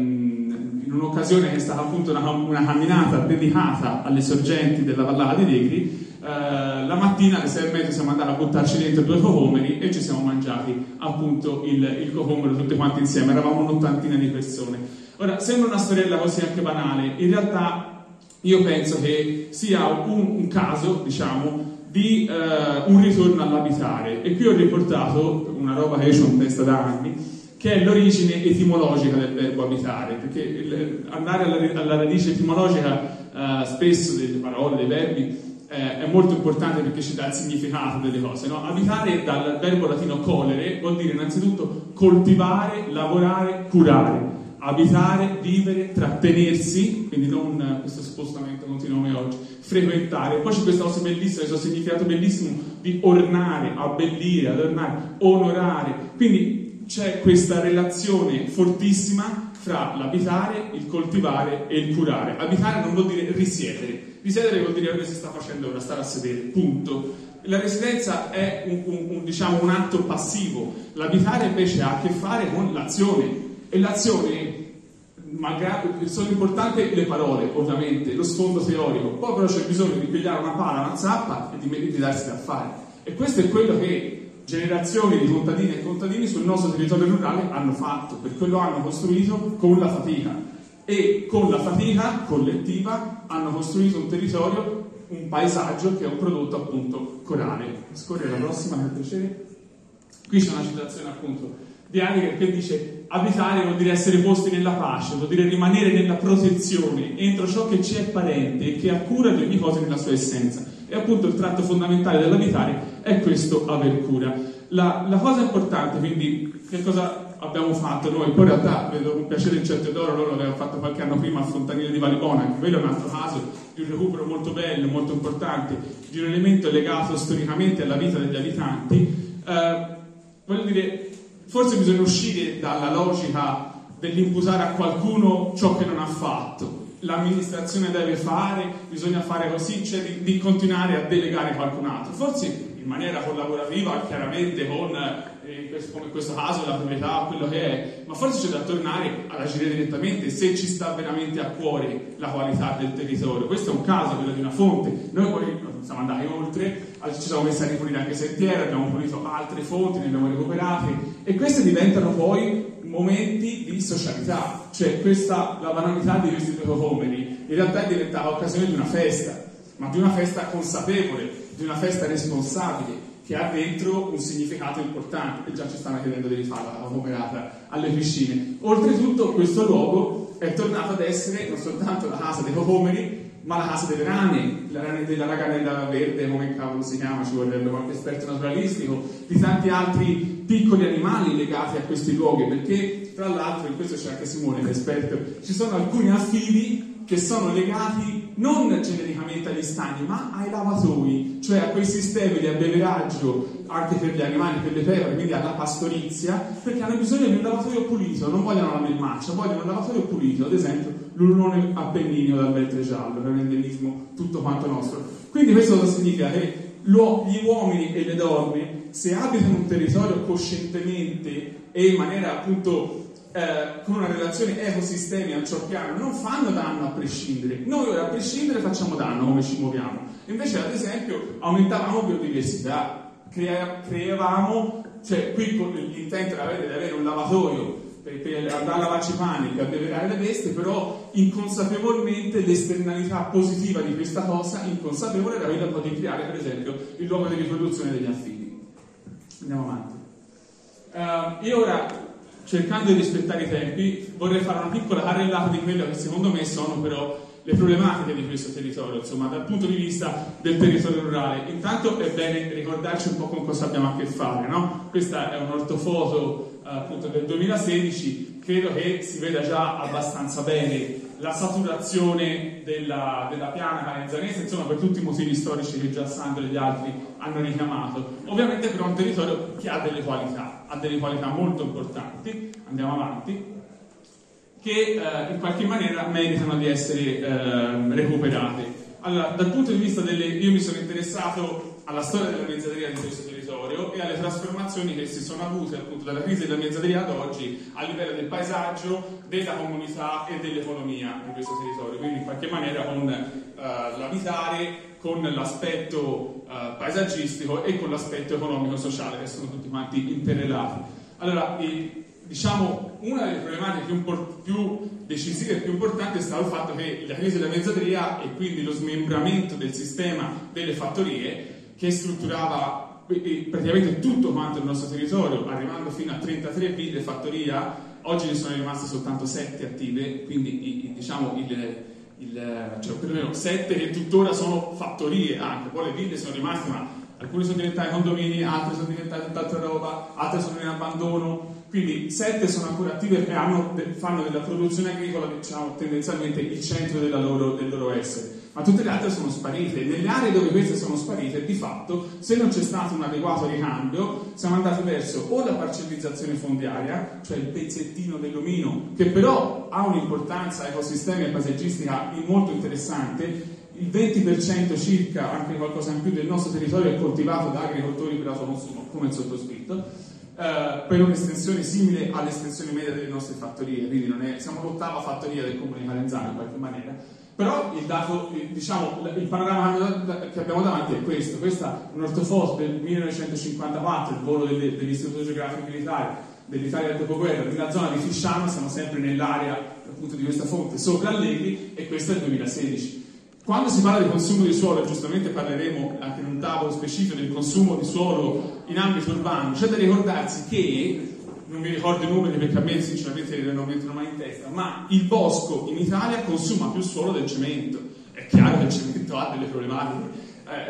in un'occasione che è stata appunto una camminata dedicata alle sorgenti della vallata di Negri, la mattina alle 6:30 siamo andati a buttarci dentro 2 cocomeri e ci siamo mangiati appunto il cocomero tutti quanti insieme, eravamo un'ottantina di persone. Ora, sembra una storiella così anche banale, in realtà io penso che sia un caso, diciamo, di un ritorno all'abitare, e qui ho riportato una roba che io ho in testa da anni, che è l'origine etimologica del verbo abitare, perché andare alla radice etimologica spesso delle parole, dei verbi, è molto importante perché ci dà il significato delle cose, no? Abitare dal verbo latino colere vuol dire innanzitutto coltivare, lavorare, curare. Abitare, vivere, trattenersi, quindi non questo spostamento continuo come oggi, frequentare. Poi c'è questa cosa bellissima, questo significato bellissimo di ornare, abbellire, adornare, onorare. Quindi c'è questa relazione fortissima fra l'abitare, il coltivare e il curare. Abitare non vuol dire risiedere. Risiedere vuol dire quello che si sta facendo ora, stare a sedere, punto. La residenza è diciamo, un atto passivo. L'abitare invece ha a che fare con l'azione. E l'azione, malgrado sono importanti le parole, ovviamente, lo sfondo teorico, poi però c'è bisogno di pigliare una pala, una zappa e di darsi da fare. E questo è quello che generazioni di contadine e contadini sul nostro territorio rurale hanno fatto, per quello hanno costruito con la fatica. E con la fatica collettiva hanno costruito un territorio, un paesaggio che è un prodotto appunto corale. Scorre la prossima per piacere. Qui c'è una citazione appunto di Heidegger che dice abitare vuol dire essere posti nella pace, vuol dire rimanere nella protezione entro ciò che ci è parente e che ha cura di ogni cosa nella sua essenza. E appunto il tratto fondamentale dell'abitare è questo aver cura. La cosa importante, quindi, che cosa abbiamo fatto noi? Poi in realtà vedo con piacere il Cerchio d'Oro, loro l'avevano fatto qualche anno prima al Fontanile di Valibona, anche quello è un altro caso di un recupero molto bello, molto importante, di un elemento legato storicamente alla vita degli abitanti. Voglio dire, forse bisogna uscire dalla logica dell'imputare a qualcuno ciò che non ha fatto. L'amministrazione deve fare, bisogna fare così, cioè di continuare a delegare qualcun altro. Forse in maniera collaborativa, chiaramente con, come in questo caso, la proprietà, quello che è, ma forse c'è da tornare ad agire direttamente se ci sta veramente a cuore la qualità del territorio. Questo è un caso, quello di una fonte. Noi poi siamo andati oltre, ci siamo messi a ripulire anche sentieri, abbiamo pulito altre fonti, ne abbiamo recuperate, e queste diventano poi momenti di socialità, cioè la banalità di questi 2 cocomeri in realtà è diventata occasione di una festa, ma di una festa consapevole, di una festa responsabile, che ha dentro un significato importante, e già ci stanno chiedendo di rifare la cocomerata alle piscine. Oltretutto questo luogo è tornato ad essere non soltanto la casa dei cocomeri, ma la casa delle rane, la rana della raganella verde, come cavolo si chiama, ci vorrebbe qualche esperto naturalistico, di tanti altri piccoli animali legati a questi luoghi, perché tra l'altro, in questo c'è anche Simone che è esperto, ci sono alcuni affidi che sono legati non genericamente agli stagni, ma ai lavatoi, cioè a quei sistemi di abbeveraggio anche per gli animali, per le pecore, quindi alla pastorizia, perché hanno bisogno di un lavatoio pulito, non vogliono la melmaccia, vogliono un lavatoio pulito, ad esempio l'ululone appenninico dal ventre giallo, che è un endemismo tutto quanto nostro. Quindi questo significa che gli uomini e le donne, se abitano un territorio coscientemente e in maniera appunto con una relazione ecosistemi a ciò piano, non fanno danno a prescindere. Noi ora a prescindere facciamo danno come ci muoviamo. Invece, ad esempio, aumentavamo biodiversità, creavamo, cioè qui l'intento era di avere un lavatoio per andare a lavarci i panni, per abbeverare le bestie, però inconsapevolmente l'esternalità positiva di questa cosa, inconsapevole, era quella di creare, per esempio, il luogo di riproduzione degli affidi. Andiamo avanti. Io ora, cercando di rispettare i tempi, vorrei fare una piccola carrellata di quelle che secondo me sono però le problematiche di questo territorio, insomma, dal punto di vista del territorio rurale. Intanto è bene ricordarci un po' con cosa abbiamo a che fare, no? Questa è un'ortofoto appunto del 2016, credo che si veda già abbastanza bene la saturazione della piana canenzanese, insomma, per tutti i motivi storici che già Sandro e gli altri hanno richiamato. Ovviamente però è un territorio che ha delle qualità molto importanti, andiamo avanti, che in qualche maniera meritano di essere recuperate. Allora, dal punto di vista io mi sono interessato alla storia della mezzadria di questo territorio e alle trasformazioni che si sono avute appunto dalla crisi della mezzadria ad oggi a livello del paesaggio, della comunità e dell'economia di questo territorio, quindi in qualche maniera con l'abitare, con l'aspetto paesaggistico e con l'aspetto economico-sociale, che sono tutti quanti interrelati. Allora, diciamo, una delle problematiche più decisive e più importanti è stato il fatto che la crisi della mezzadria e quindi lo smembramento del sistema delle fattorie, che strutturava praticamente tutto quanto il nostro territorio, arrivando fino a 33 ville fattoria, oggi ne sono rimaste soltanto 7 attive, quindi diciamo cioè perlomeno 7 che tuttora sono fattorie anche, poi le ville sono rimaste, ma alcune sono diventate condomini, altre sono diventate tutt'altra roba, altre sono in abbandono, quindi 7 sono ancora attive e fanno della produzione agricola, diciamo, tendenzialmente il centro del loro essere, ma tutte le altre sono sparite. Nelle aree dove queste sono sparite, di fatto, se non c'è stato un adeguato ricambio, siamo andati verso o la parcellizzazione fondiaria, cioè il pezzettino dell'omino, che però ha un'importanza ecosistemica e paesaggistica molto interessante. Il 20% circa, anche qualcosa in più, del nostro territorio è coltivato da agricoltori per autoconsumo, come il sottoscritto, per un'estensione simile all'estensione media delle nostre fattorie, quindi siamo l'ottava fattoria del comune di Calenzano in qualche maniera. Però il dato, diciamo, il panorama che abbiamo davanti è questo. Questa è un'ortofoto del 1954, il volo dell'Istituto Geografico Militare dell'Italia del dopoguerra, nella zona di Fisciano, siamo sempre nell'area appunto di questa fonte sopra Allegri, e questo è il 2016. Quando si parla di consumo di suolo, e giustamente parleremo anche in un tavolo specifico del consumo di suolo in ambito urbano, c'è da ricordarsi che, non mi ricordo i numeri perché a me sinceramente non mi entrano mai in testa, ma il bosco in Italia consuma più suolo del cemento. È chiaro che il cemento ha delle problematiche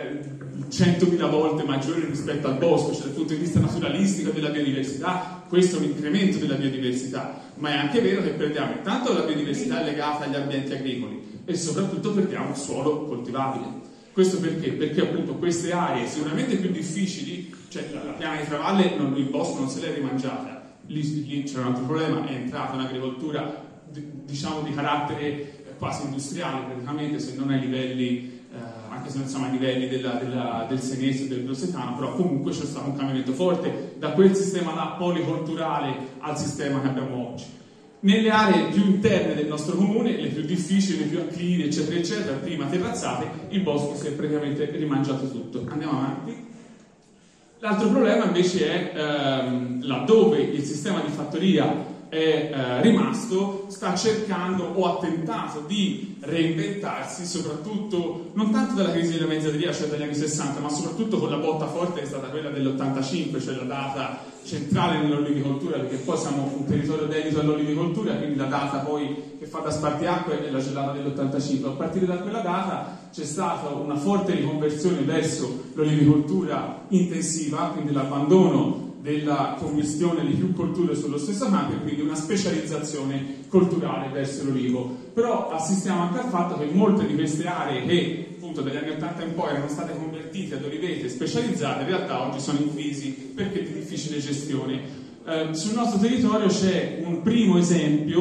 100.000 volte maggiori rispetto al bosco, cioè dal punto di vista naturalistico della biodiversità, questo è un incremento della biodiversità, ma è anche vero che perdiamo intanto la biodiversità legata agli ambienti agricoli e soprattutto perdiamo suolo coltivabile. Questo perché? Perché appunto queste aree sicuramente più difficili, cioè la piana di Travalle, il bosco non se l'è rimangiata, lì c'è un altro problema, è entrata un'agricoltura diciamo di carattere quasi industriale praticamente, se non ai livelli anche se non siamo ai livelli del Senecio e del Grossetano, però comunque c'è stato un cambiamento forte da quel sistema là policolturale al sistema che abbiamo oggi. Nelle aree più interne del nostro comune, le più difficili, le più acclivi, eccetera eccetera, prima terrazzate, il bosco si è praticamente rimangiato tutto. Andiamo avanti. L'altro problema invece è laddove il sistema di fattoria è rimasto, sta cercando o ha tentato di reinventarsi, soprattutto non tanto dalla crisi della mezzadria, cioè dagli anni 60, ma soprattutto con la botta forte che è stata quella dell'85, cioè la data centrale nell'olivicoltura, perché poi siamo un territorio dedito all'olivicoltura, quindi la data poi che fa da spartiacque è la gelata dell'85. A partire da quella data c'è stata una forte riconversione verso l'olivicoltura intensiva, quindi l'abbandono della commistione di più colture sullo stesso campo e quindi una specializzazione colturale verso l'olivo. Però assistiamo anche al fatto che molte di queste aree che appunto dagli anni 80 in poi erano state convertite ad olivete specializzate in realtà oggi sono in crisi perché di difficile gestione. Sul nostro territorio c'è un primo esempio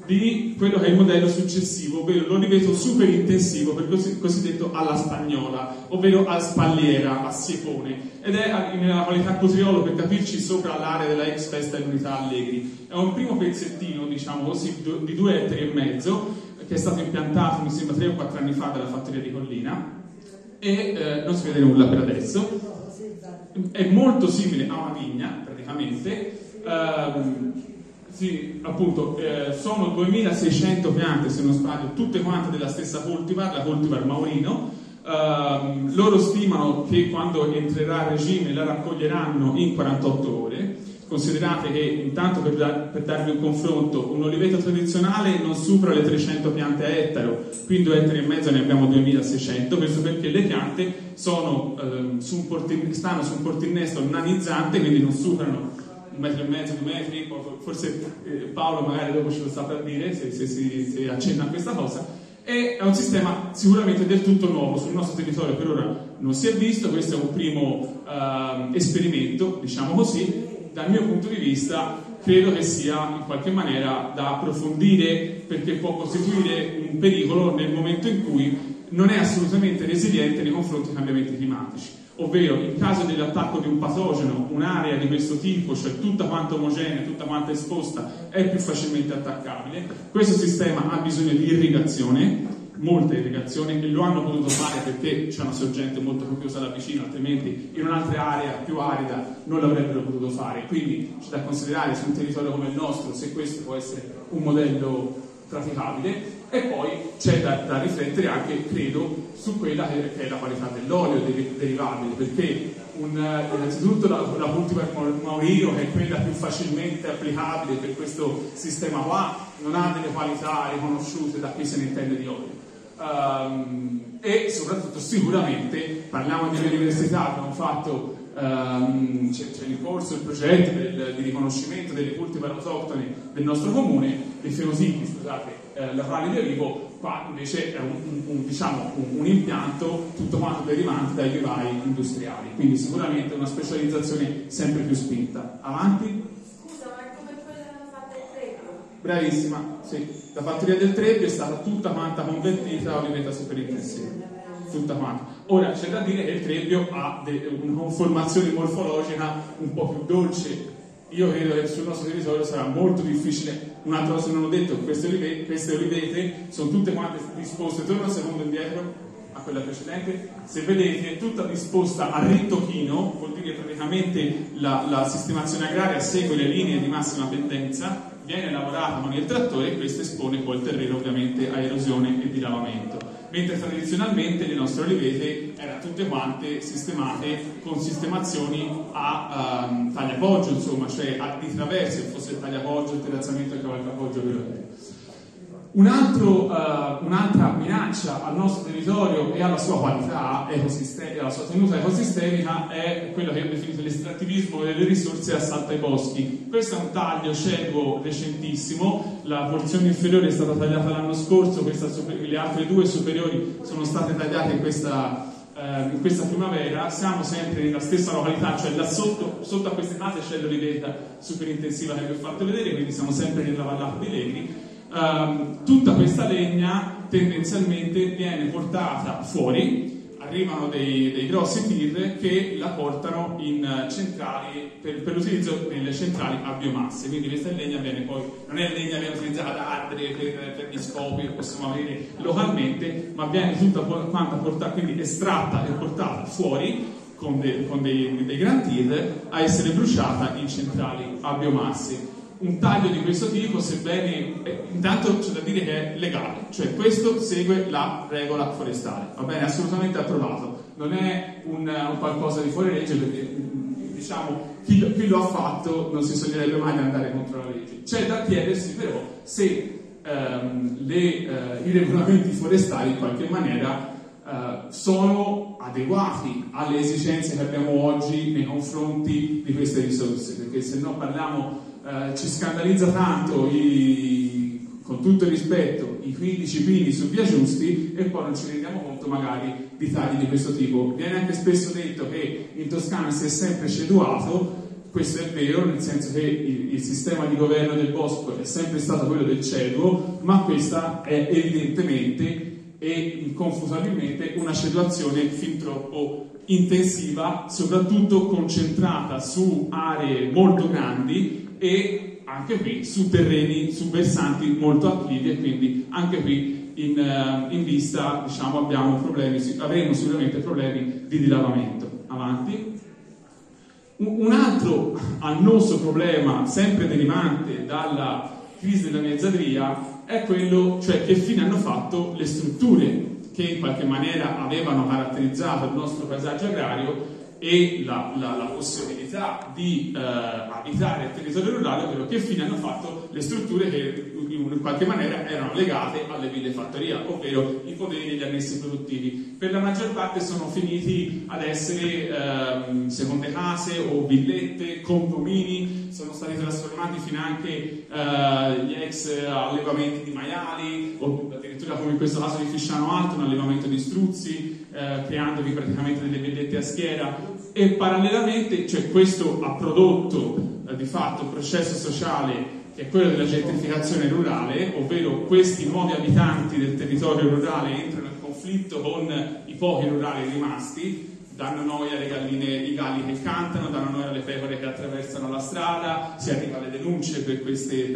di quello che è il modello successivo, ovvero l'oliveto super intensivo, per cosiddetto alla spagnola, ovvero a spalliera, a siepone, ed è nella qualità Cutriolo, per capirci, sopra l'area della ex Festa dell'Unità Allegri. È un primo pezzettino, diciamo così, di 2,5 ettari, che è stato impiantato, mi sembra, 3 o 4 anni fa dalla fattoria di Collina, e non si vede nulla per adesso. È molto simile a una vigna, praticamente. Sì, appunto, sono 2600 piante, se non sbaglio, tutte quante della stessa cultivar, la cultivar Maurino. Loro stimano che quando entrerà a regime la raccoglieranno in 48 ore. Considerate che, intanto, per darvi un confronto, un oliveto tradizionale non supera le 300 piante a ettaro, qui in 2,5 ettari ne abbiamo 2600, questo perché le piante sono, stanno su un portinnesto nanizzante, quindi non superano 1,5 metri, 2 metri, forse Paolo magari dopo ce lo saprà dire se accenna a questa cosa. E è un sistema sicuramente del tutto nuovo, sul nostro territorio per ora non si è visto, questo è un primo esperimento, diciamo così. Dal mio punto di vista credo che sia in qualche maniera da approfondire, perché può costituire un pericolo nel momento in cui non è assolutamente resiliente nei confronti dei cambiamenti climatici, ovvero in caso dell'attacco di un patogeno, un'area di questo tipo, cioè tutta quanta omogenea, tutta quanta esposta, è più facilmente attaccabile. Questo sistema ha bisogno di irrigazione, molta irrigazione, e lo hanno potuto fare perché c'è una sorgente molto più chiusa da vicino, altrimenti in un'altra area più arida non l'avrebbero potuto fare. Quindi c'è da considerare su un territorio come il nostro se questo può essere un modello praticabile. E poi c'è da riflettere anche, credo, su quella che è la qualità dell'olio derivabile, perché innanzitutto la cultivar Maurino, che è quella più facilmente applicabile per questo sistema qua, non ha delle qualità riconosciute da chi se ne intende di olio. E soprattutto sicuramente parliamo di università, abbiamo fatto c'è in corso il progetto di riconoscimento delle cultivar autoctone del nostro comune, dei fenotipi, scusate, locali di olivo. Qua invece è un impianto tutto quanto derivante dai vivai industriali, quindi sicuramente una specializzazione sempre più spinta. Avanti? Scusa, ma è come quella che hanno fatto il Trebbio? Bravissima, sì. La fattoria del Trebbio è stata tutta quanta convertita a oliveta superintensiva, tutta quanta. Ora c'è da dire che il Trebbio ha una conformazione morfologica un po' più dolce. Io credo che sul nostro territorio sarà molto difficile. Un'altra cosa non ho detto, queste olivete sono tutte quante disposte, torno un secondo indietro a quella precedente, se vedete è tutta disposta a ritocchino, vuol dire che praticamente la sistemazione agraria segue le linee di massima pendenza, viene lavorata con il trattore e questo espone poi il terreno ovviamente a erosione e dilavamento. Mentre tradizionalmente le nostre olivete erano tutte quante sistemate con sistemazioni a tagliapoggio, insomma, cioè di traverso, se fosse il tagliapoggio, il terrazzamento e il cavalcapoggio quello che è. Un'altra minaccia al nostro territorio e alla sua qualità ecosistemica, alla sua tenuta ecosistemica, è quello che ho definito l'estrattivismo delle risorse e assalto ai boschi. Questo è un taglio ceduo recentissimo, la porzione inferiore è stata tagliata l'anno scorso, le altre due superiori sono state tagliate in questa primavera. Siamo sempre nella stessa località, cioè là sotto a queste case c'è l'oliveta super intensiva che vi ho fatto vedere, quindi siamo sempre nella vallata di Legri. Tutta questa legna tendenzialmente viene portata fuori, arrivano dei grossi tir che la portano in centrali per l'utilizzo nelle centrali a biomasse, quindi questa legna viene poi, non è legna viene utilizzata da ardere per gli scopi che possiamo avere localmente, ma viene tutta quanta portata, quindi estratta e portata fuori con dei gran tir a essere bruciata in centrali a biomasse. Un taglio di questo tipo, sebbene intanto c'è da dire che è legale, cioè questo segue la regola forestale, va bene, assolutamente approvato, non è un qualcosa di fuori legge, perché diciamo chi lo ha fatto non si sognerebbe mai di andare contro la legge. C'è da chiedersi però se i regolamenti forestali in qualche maniera sono adeguati alle esigenze che abbiamo oggi nei confronti di queste risorse, perché se no parliamo ci scandalizza tanto, con tutto il rispetto, i 15 pini su Via Giusti e poi non ci rendiamo conto magari di tagli di questo tipo. Viene anche spesso detto che in Toscana si è sempre ceduato, questo è vero, nel senso che il sistema di governo del bosco è sempre stato quello del ceduo, ma questa è evidentemente e inconfusabilmente una ceduazione fin troppo intensiva, soprattutto concentrata su aree molto grandi e anche qui su terreni, su versanti molto acclivi, e quindi anche qui in vista, diciamo, avremo sicuramente problemi di dilavamento. Avanti. Un altro annoso problema, sempre derivante dalla crisi della mezzadria, è quello, cioè, che fine hanno fatto le strutture che in qualche maniera avevano caratterizzato il nostro paesaggio agrario e la possibilità di abitare il territorio rurale, ovvero che fine hanno fatto le strutture che in qualche maniera erano legate alle ville fattoria, ovvero i poderi degli annessi produttivi. Per la maggior parte sono finiti ad essere seconde case o villette, condomini, sono stati trasformati finanche gli ex allevamenti di maiali, o addirittura come in questo caso di Fisciano Alto, un allevamento di struzzi, creandovi praticamente delle villette a schiera, e parallelamente, cioè, questo ha prodotto di fatto il processo sociale che è quello della gentrificazione rurale, ovvero questi nuovi abitanti del territorio rurale entrano in conflitto con i pochi rurali rimasti, danno noia alle galline, i galli che cantano, danno noia alle pecore che attraversano la strada, si arriva alle denunce per questi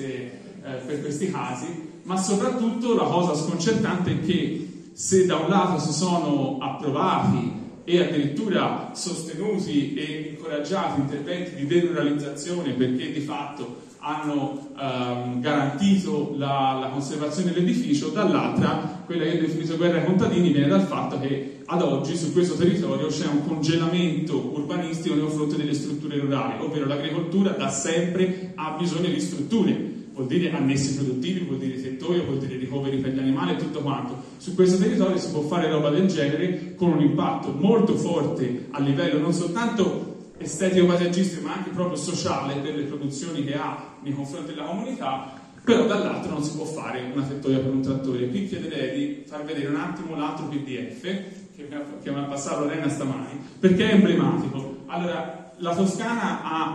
casi, ma soprattutto la cosa sconcertante è che se da un lato si sono approvati e addirittura sostenuti e incoraggiati interventi di deruralizzazione, perché di fatto hanno garantito la conservazione dell'edificio, dall'altra quella che è definita guerra ai contadini viene dal fatto che ad oggi su questo territorio c'è un congelamento urbanistico nei confronti delle strutture rurali, ovvero l'agricoltura da sempre ha bisogno di strutture, vuol dire annessi produttivi, vuol dire tettoio, vuol dire ricoveri per gli animali e tutto quanto. Su questo territorio si può fare roba del genere con un impatto molto forte a livello non soltanto estetico-paesaggistico ma anche proprio sociale per le produzioni che ha nei confronti della comunità, però dall'altro non si può fare una tettoia per un trattore. Qui chiederei di far vedere un attimo l'altro PDF che mi ha passato Lorena stamani, perché è emblematico. Allora, la Toscana ha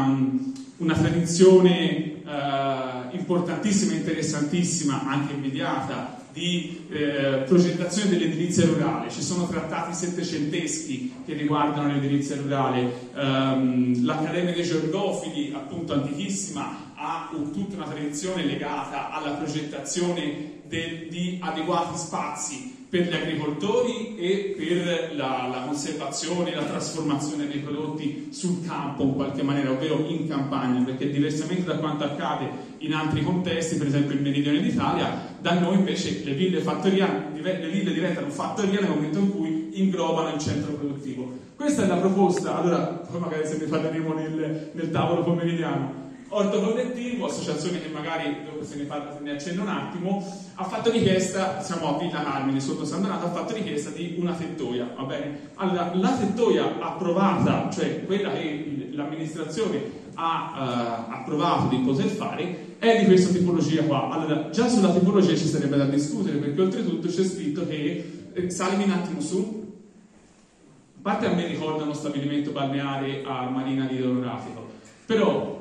una tradizione importantissima, interessantissima, anche immediata, di progettazione dell'edilizia rurale. Ci sono trattati settecenteschi che riguardano l'edilizia rurale, l'Accademia dei Georgofili, appunto antichissima, ha tutta una tradizione legata alla progettazione di adeguati spazi per gli agricoltori e per la conservazione e la trasformazione dei prodotti sul campo in qualche maniera, ovvero in campagna, perché diversamente da quanto accade in altri contesti, per esempio il meridione d'Italia, da noi invece le ville diventano fattoria nel momento in cui inglobano il centro produttivo. Questa è la proposta. Allora, poi magari se ne parleremo nel tavolo pomeridiano. Orto collettivo, associazione che magari dopo se ne accenno un attimo, ha fatto richiesta, siamo a Villa Carmine sotto San Donato, ha fatto richiesta di una tettoia, va bene? Allora, la tettoia approvata, cioè quella che l'amministrazione ha approvato di poter fare, è di questa tipologia qua. Allora, già sulla tipologia ci sarebbe da discutere, perché oltretutto c'è scritto che, salimi un attimo su, a parte a me ricorda uno stabilimento balneare a Marina di Idrografico, però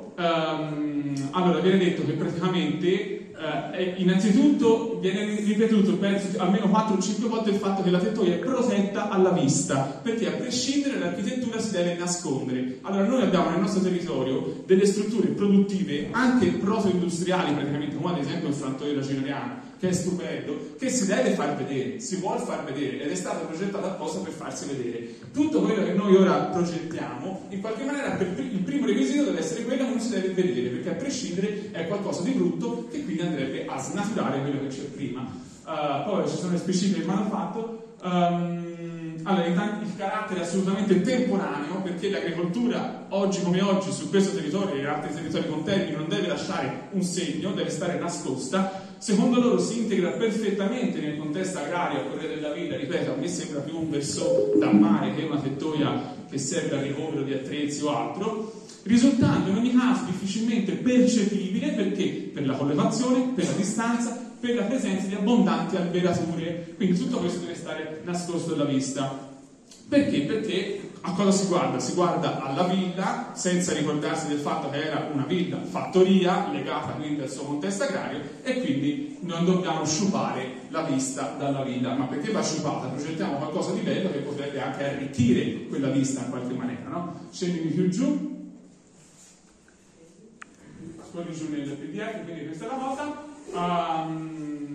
allora viene detto che praticamente innanzitutto viene ripetuto, penso almeno 4 o 5 volte, il fatto che la tettoia è protetta alla vista, perché a prescindere l'architettura si deve nascondere. Allora noi abbiamo nel nostro territorio delle strutture produttive anche proto-industriali, praticamente come ad esempio il frantoio da Cineriano, che è stupendo, che si deve far vedere, si vuol far vedere, ed è stato progettato apposta per farsi vedere. Tutto quello che noi ora progettiamo, in qualche maniera il primo requisito deve essere quello che non si deve vedere, perché a prescindere è qualcosa di brutto che quindi andrebbe a snaturare quello che c'è prima. Poi ci sono le specifiche del manufatto. Allora, intanto il carattere è assolutamente temporaneo, perché l'agricoltura oggi come oggi su questo territorio e in altri territori contermini non deve lasciare un segno, deve stare nascosta. Secondo loro si integra perfettamente nel contesto agrario a Corriere della Villa, ripeto, a me sembra più un verso da mare che una tettoia che serve al ricovero di attrezzi o altro, risultando in ogni caso difficilmente percepibile, perché per la collevazione, per la distanza, per la presenza di abbondanti alberature. Quindi tutto questo deve stare nascosto dalla vista. Perché? Perché A cosa si guarda? Si guarda alla villa, senza ricordarsi del fatto che era una villa fattoria, legata quindi al suo contesto agrario, e quindi non dobbiamo sciupare la vista dalla villa. Ma perché va sciupata? Progettiamo qualcosa di bello che potrebbe anche arricchire quella vista in qualche maniera, no? Scendimi più giù, scorri giù nel PDF, quindi questa è la nota.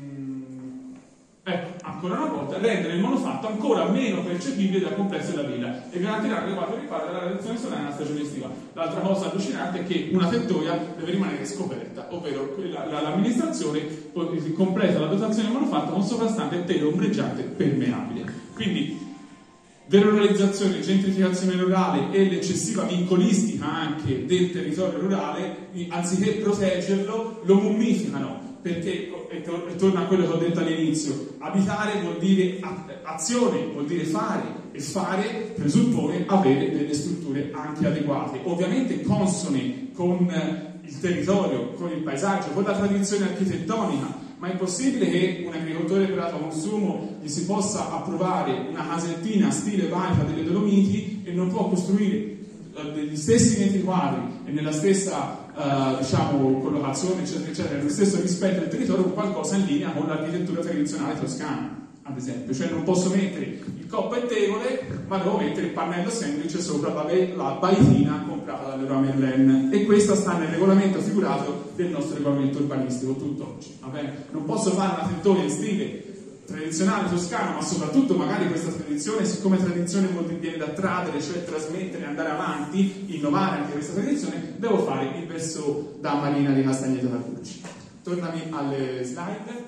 Ecco, ancora una volta, rendere il monofatto ancora meno percepibile dal complesso della villa e garantirà l'adeguato riparo della radiazione solare nella stagione estiva. L'altra cosa allucinante è che una tettoia deve rimanere scoperta, ovvero l'amministrazione completa la dotazione del monofatto con sovrastante telo ombreggiante permeabile. Quindi deruralizzazione, gentrificazione rurale e l'eccessiva vincolistica anche del territorio rurale, anziché proteggerlo, lo mummificano. Perché, e torna a quello che ho detto all'inizio, abitare vuol dire azione, vuol dire fare, e fare presuppone avere delle strutture anche adeguate, ovviamente consone con il territorio, con il paesaggio, con la tradizione architettonica. Ma è possibile che un agricoltore per autoconsumo gli si possa approvare una casettina stile Vaipa delle Dolomiti e non può costruire degli stessi metri quadri e nella stessa collocazione eccetera eccetera, nello stesso rispetto del territorio, con qualcosa in linea con l'architettura tradizionale toscana, ad esempio? Cioè non posso mettere il coppa e tegole, ma devo mettere il pannello sandwich sopra la baitina comprata dall'Eroe Merlin, e questa sta nel regolamento figurato del nostro regolamento urbanistico tutt'oggi, va bene? Non posso fare una tettoia in stile tradizionale toscano, ma soprattutto magari questa tradizione, siccome tradizione viene da tradere, cioè trasmettere, andare avanti, innovare anche questa tradizione, devo fare il verso da Marina di Castagneto Carducci. Tornami alle slide.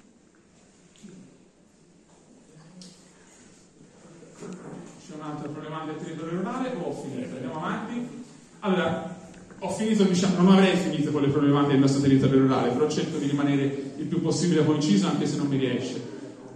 C'è un'altra problematica del territorio rurale o ho finito? Andiamo avanti. Allora, ho finito, non avrei finito con le problematiche del nostro territorio rurale, però cerco di rimanere il più possibile conciso, anche se non mi riesce.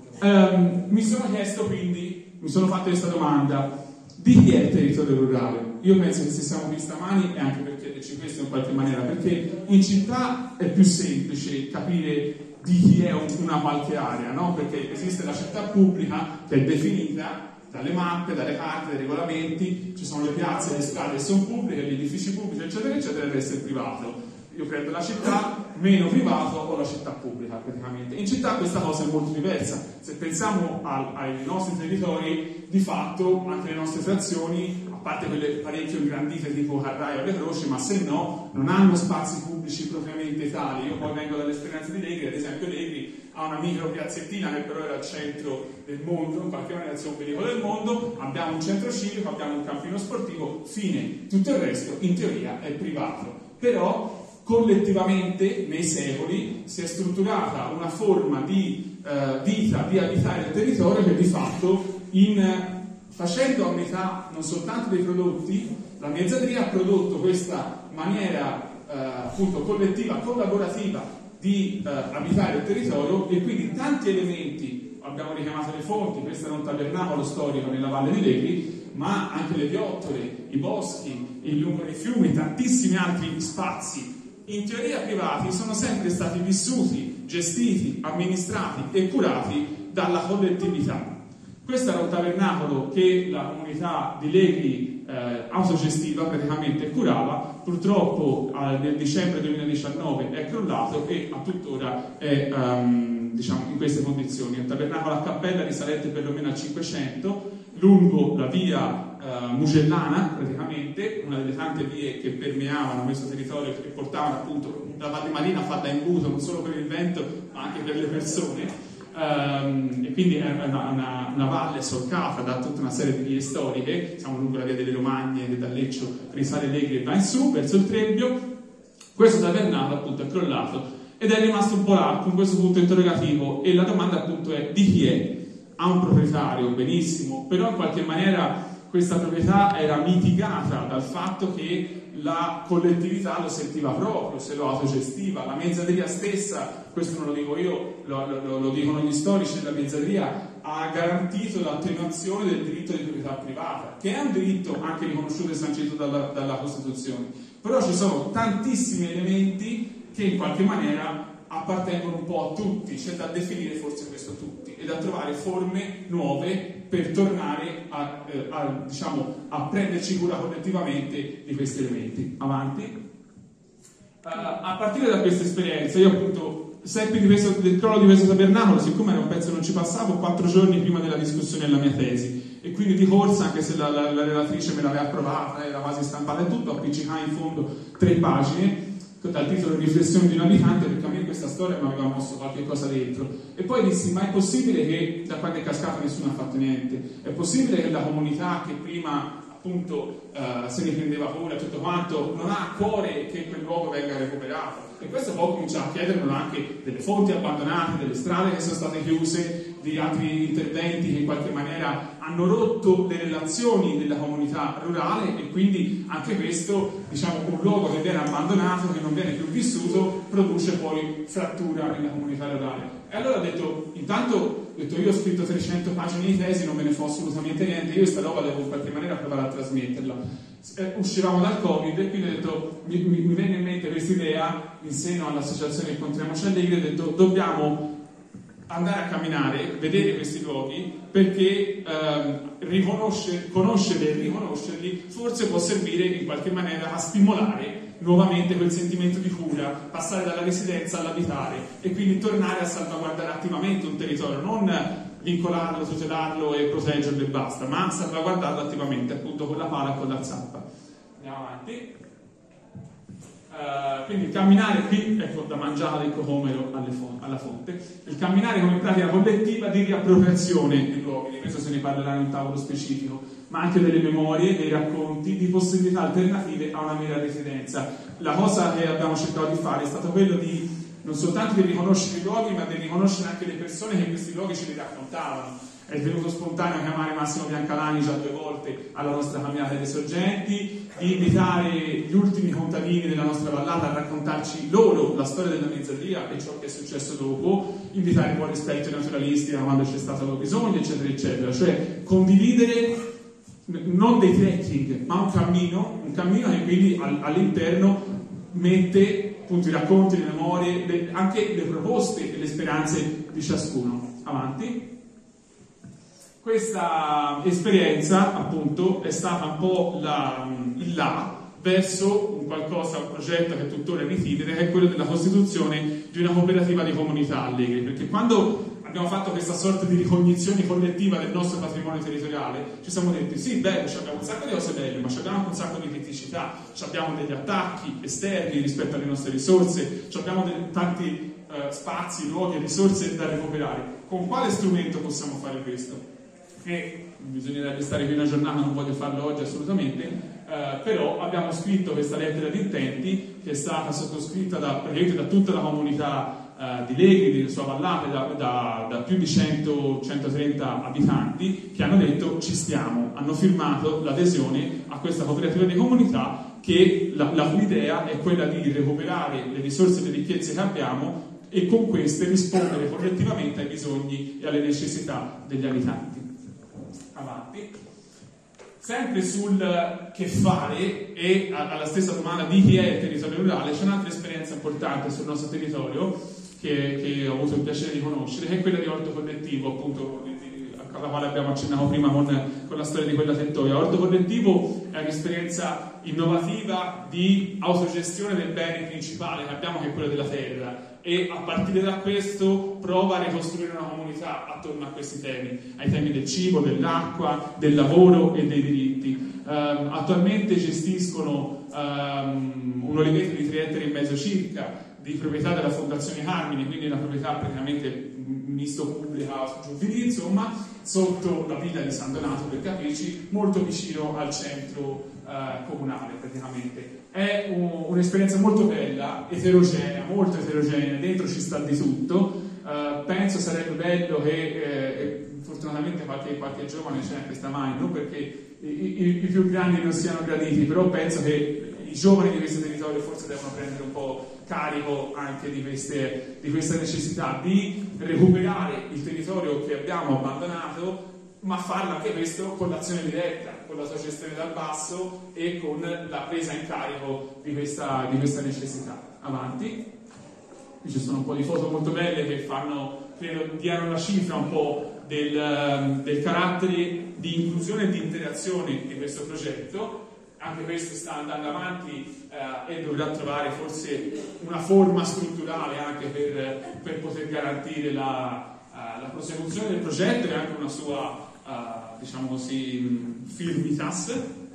Mi sono chiesto quindi, mi sono fatto questa domanda: di chi è il territorio rurale? Io penso che se siamo qui stamani è anche per chiederci questo in qualche maniera, perché in città è più semplice capire di chi è una qualche area, no? Perché esiste la città pubblica che è definita dalle mappe, dalle carte, dai regolamenti, ci sono le piazze, le strade che sono pubbliche, gli edifici pubblici eccetera eccetera, il resto è privato. Io prendo la città, meno privato o la città pubblica praticamente. In città questa cosa è molto diversa. Se pensiamo ai nostri territori, di fatto anche le nostre frazioni, a parte quelle parecchio ingrandite tipo Carraio o Le Croce, ma se no non hanno spazi pubblici propriamente tali. Io poi vengo dall'esperienza di Legri, ad esempio Legri ha una micro piazzettina che però era al centro del mondo, in qualche maniera sia un pericolo del mondo, abbiamo un centro civico, abbiamo un campino sportivo, fine. Tutto il resto in teoria è privato. Però collettivamente nei secoli si è strutturata una forma di vita, di abitare il territorio che di fatto facendo a metà non soltanto dei prodotti, la mezzadria ha prodotto questa maniera appunto collettiva, collaborativa di abitare il territorio, e quindi tanti elementi, abbiamo richiamato le fonti, questo era un tabernacolo storico nella Valle di Legri, ma anche le viottole, i boschi, il lungo dei fiumi, tantissimi altri spazi in teoria privati sono sempre stati vissuti, gestiti, amministrati e curati dalla collettività. Questo era un tabernacolo che la comunità di Legri autogestiva praticamente e curava. Purtroppo nel dicembre 2019 è crollato e a tuttora è in queste condizioni. È un tabernacolo a cappella risalente perlomeno al 500, lungo la via Mugellana, praticamente una delle tante vie che permeavano questo territorio e portavano appunto la Valle Marina fatta imbuto non solo per il vento ma anche per le persone, e quindi è una valle solcata da tutta una serie di vie storiche. Siamo lungo la via delle Romagne che da Leccio risale Legri e va in su verso il Trebbio. Questo tabernacolo appunto è crollato ed è rimasto un po' là con questo punto interrogativo, e la domanda appunto è: di chi è? Ha un proprietario, benissimo, però in qualche maniera questa proprietà era mitigata dal fatto che la collettività lo sentiva proprio, se lo autogestiva. La mezzadria stessa, questo non lo dico io, lo dicono gli storici della mezzadria, ha garantito l'attenuazione del diritto di proprietà privata, che è un diritto anche riconosciuto e sancito dalla Costituzione. Però ci sono tantissimi elementi che in qualche maniera appartengono un po' a tutti, c'è da definire forse questo tutti e da trovare forme nuove per tornare a prenderci cura collettivamente di questi elementi. Avanti. A partire da questa esperienza, io appunto seppi del crollo di questo tabernacolo, siccome era un pezzo che non ci passavo, 4 giorni prima della discussione della mia tesi, e quindi di corsa, anche se la relatrice me l'aveva approvata, era quasi stampata e tutto, appiccicai in fondo 3 pagine dal titolo Riflessioni di un abitante, perché a me questa storia mi aveva mosso qualche cosa dentro, e poi dissi: ma è possibile che da quando è cascato nessuno ha fatto niente? È possibile che la comunità che prima appunto se ne prendeva cura e tutto quanto non ha a cuore che quel luogo venga recuperato? E questo poi comincia a chiedermelo anche delle fonti abbandonate, delle strade che sono state chiuse, di altri interventi che in qualche maniera hanno rotto le relazioni della comunità rurale, e quindi anche questo, diciamo, un luogo che viene abbandonato, che non viene più vissuto, produce poi frattura nella comunità rurale. E allora ho detto, io ho scritto 300 pagine di tesi, non me ne fa assolutamente niente, io questa roba devo in qualche maniera provare a trasmetterla. Uscivamo dal Covid e quindi ho detto, mi venne in mente questa idea in seno all'associazione Incontriamoci Allegri, ho detto dobbiamo andare a camminare, vedere questi luoghi, perché conoscerli e riconoscerli forse può servire in qualche maniera a stimolare nuovamente quel sentimento di cura, passare dalla residenza all'abitare e quindi tornare a salvaguardare attivamente un territorio, non vincolarlo, tutelarlo e proteggerlo e basta, ma salvaguardarlo attivamente, appunto con la pala e con la zappa. Andiamo avanti. Quindi il camminare qui, ecco, da mangiare il cocomero alla fonte, il camminare come pratica collettiva di riappropriazione dei luoghi, di questo se ne parlerà in un tavolo specifico, ma anche delle memorie, dei racconti, di possibilità alternative a una mera residenza. La cosa che abbiamo cercato di fare è stato quello di non soltanto di riconoscere i luoghi, ma di riconoscere anche le persone che questi luoghi ce li raccontavano. È venuto spontaneo chiamare Massimo Biancalani già 2 volte alla nostra camminata delle sorgenti, di invitare gli ultimi contadini della nostra vallata a raccontarci loro la storia della Mezzadria e ciò che è successo dopo, invitare Buon Rispetto ai naturalisti da quando c'è stato bisogno, eccetera, eccetera. Cioè condividere non dei trekking, ma un cammino che quindi all'interno mette appunto i racconti, le memorie, anche le proposte e le speranze di ciascuno. Avanti. Questa esperienza appunto è stata un po' il là verso un progetto che tuttora è in itinere, che è quello della costituzione di una cooperativa di comunità allegri, perché quando abbiamo fatto questa sorta di ricognizione collettiva del nostro patrimonio territoriale ci siamo detti sì, bello, abbiamo un sacco di cose belle, ma abbiamo anche un sacco di criticità, abbiamo degli attacchi esterni rispetto alle nostre risorse, abbiamo tanti spazi, luoghi e risorse da recuperare. Con quale strumento possiamo fare questo? Che bisognerebbe stare qui una giornata, non voglio farlo oggi assolutamente, però abbiamo scritto questa lettera di intenti che è stata sottoscritta da tutta la comunità di Legri, della sua vallata, da più di 100-130 abitanti che hanno detto ci stiamo, hanno firmato l'adesione a questa cooperativa di comunità che la cui idea è quella di recuperare le risorse e le ricchezze che abbiamo e con queste rispondere collettivamente ai bisogni e alle necessità degli abitanti. Avanti. Sempre sul che fare e alla stessa domanda di chi è il territorio rurale, c'è un'altra esperienza importante sul nostro territorio che ho avuto il piacere di conoscere, che è quella di Orto Collettivo, appunto, alla quale abbiamo accennato prima con la storia di quella tettoia. Orto Collettivo è un'esperienza innovativa di autogestione del bene principale che abbiamo, che è quello della terra, e a partire da questo prova a ricostruire una comunità attorno a questi temi, ai temi del cibo, dell'acqua, del lavoro e dei diritti. Attualmente gestiscono un oliveto di 3 ettari e mezzo circa, di proprietà della Fondazione Carmine, quindi una proprietà praticamente misto pubblica giù insomma, sotto la villa di San Donato, per capirci, molto vicino al centro comunale praticamente. È un'esperienza molto bella, eterogenea, molto eterogenea, dentro ci sta di tutto. Penso sarebbe bello che fortunatamente qualche giovane c'è in questa mano, non perché i più grandi non siano graditi, però penso che i giovani di questo territorio forse devono prendere un po' carico anche di questa necessità di recuperare il territorio che abbiamo abbandonato, ma farlo anche questo con l'azione diretta, con la sua gestione dal basso e con la presa in carico di questa necessità. Avanti. qui ci sono un po' di foto molto belle che credo diano la cifra un po' del carattere di inclusione e di interazione di questo progetto. Anche questo sta andando avanti e dovrà trovare forse una forma strutturale anche per poter garantire la prosecuzione del progetto e anche una sua, diciamo così, firmitas.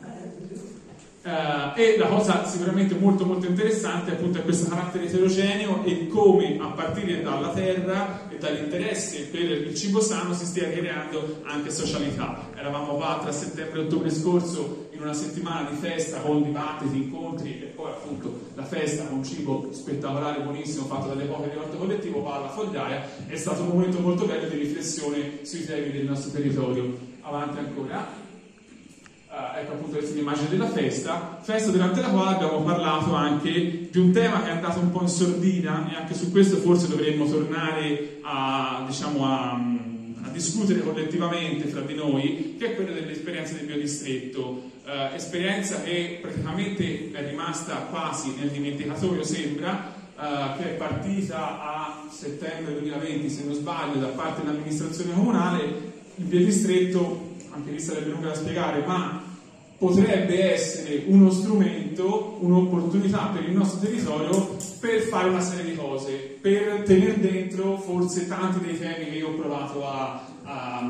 E la cosa sicuramente molto molto interessante appunto è questo carattere eterogeneo e come a partire dalla terra e dall'interesse per il cibo sano si stia creando anche socialità. Eravamo qua tra settembre e ottobre scorso in una settimana di festa con dibattiti, incontri e poi appunto la festa con cibo spettacolare, buonissimo, fatto dalle poche di Orto Collettivo, qua alla Fogliaia. È stato un momento molto bello di riflessione sui temi del nostro territorio. Avanti ancora. Ecco appunto l'immagine della festa durante la quale abbiamo parlato anche di un tema che è andato un po' in sordina e anche su questo forse dovremmo tornare a discutere collettivamente fra di noi, che è quello dell'esperienza del biodistretto, esperienza che praticamente è rimasta quasi nel dimenticatoio, sembra, che è partita a settembre 2020 se non sbaglio da parte dell'amministrazione comunale. Il biodistretto, anche lì sarebbe lunga da spiegare, ma potrebbe essere uno strumento, un'opportunità per il nostro territorio per fare una serie di cose, per tenere dentro forse tanti dei temi che io ho provato a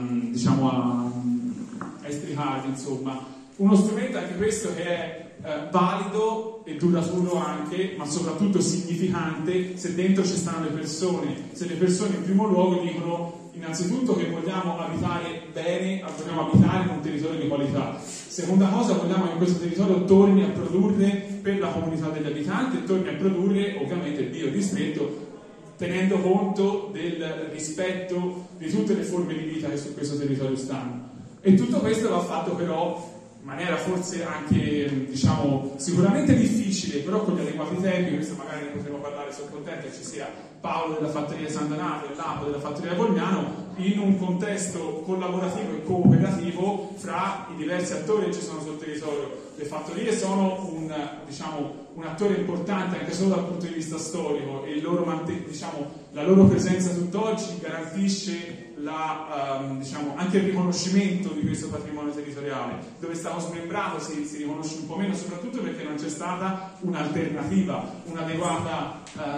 estricarvi, insomma. Uno strumento anche questo che è valido e duraturo anche, ma soprattutto significante se dentro ci stanno le persone, se le persone in primo luogo dicono innanzitutto che vogliamo abitare bene, vogliamo abitare in un territorio di qualità. Seconda cosa, vogliamo che questo territorio torni a produrre per la comunità degli abitanti e torni a produrre ovviamente il biodistretto, tenendo conto del rispetto di tutte le forme di vita che su questo territorio stanno. E tutto questo va fatto però in maniera forse anche, diciamo, sicuramente difficile, però con gli adeguati tempi. Questo magari ne potremo parlare, sono contento che ci sia Paolo della fattoria San Donato e Lapo della fattoria Pogliano, in un contesto collaborativo e cooperativo fra i diversi attori che ci sono sul territorio. Le fattorie sono un attore importante anche solo dal punto di vista storico e la loro presenza tutt'oggi garantisce anche il riconoscimento di questo patrimonio territoriale. Dove stavo smembrato si riconosce un po' meno, soprattutto perché non c'è stata un'alternativa, un'adeguata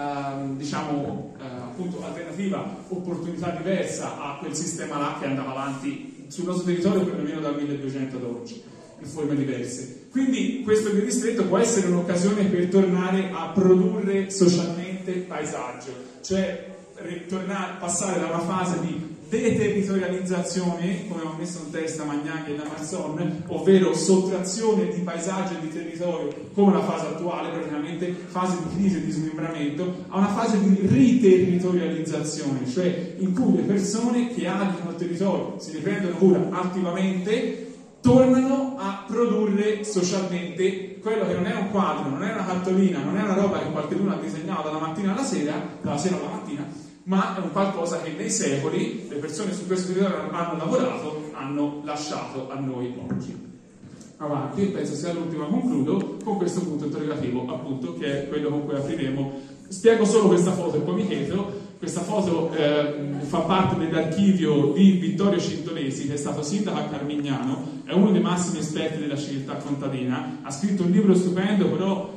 appunto alternativa, opportunità diversa a quel sistema là che andava avanti sul nostro territorio perlomeno dal 1200 ad oggi, in forme diverse. Quindi questo biodistretto può essere un'occasione per tornare a produrre socialmente paesaggio, cioè passare da una fase di deterritorializzazione, come ho messo in testa Magnaghi e Lamarson, ovvero sottrazione di paesaggio e di territorio, come la fase attuale, praticamente fase di crisi e di smembramento, a una fase di riterritorializzazione, cioè in cui le persone che abitano il territorio, si riprendono cura attivamente, tornano a produrre socialmente quello che non è un quadro, non è una cartolina, non è una roba che qualcuno ha disegnato dalla mattina alla sera, dalla sera alla mattina, ma è un qualcosa che nei secoli le persone su questo territorio hanno lavorato, hanno lasciato a noi oggi. Avanti, penso sia l'ultimo, concludo con questo punto interrogativo, appunto, che è quello con cui apriremo. Spiego solo questa foto e poi mi chiedo. Questa foto fa parte dell'archivio di Vittorio Cintolesi, che è stato sindaco a Carmignano, è uno dei massimi esperti della civiltà contadina, ha scritto un libro stupendo, però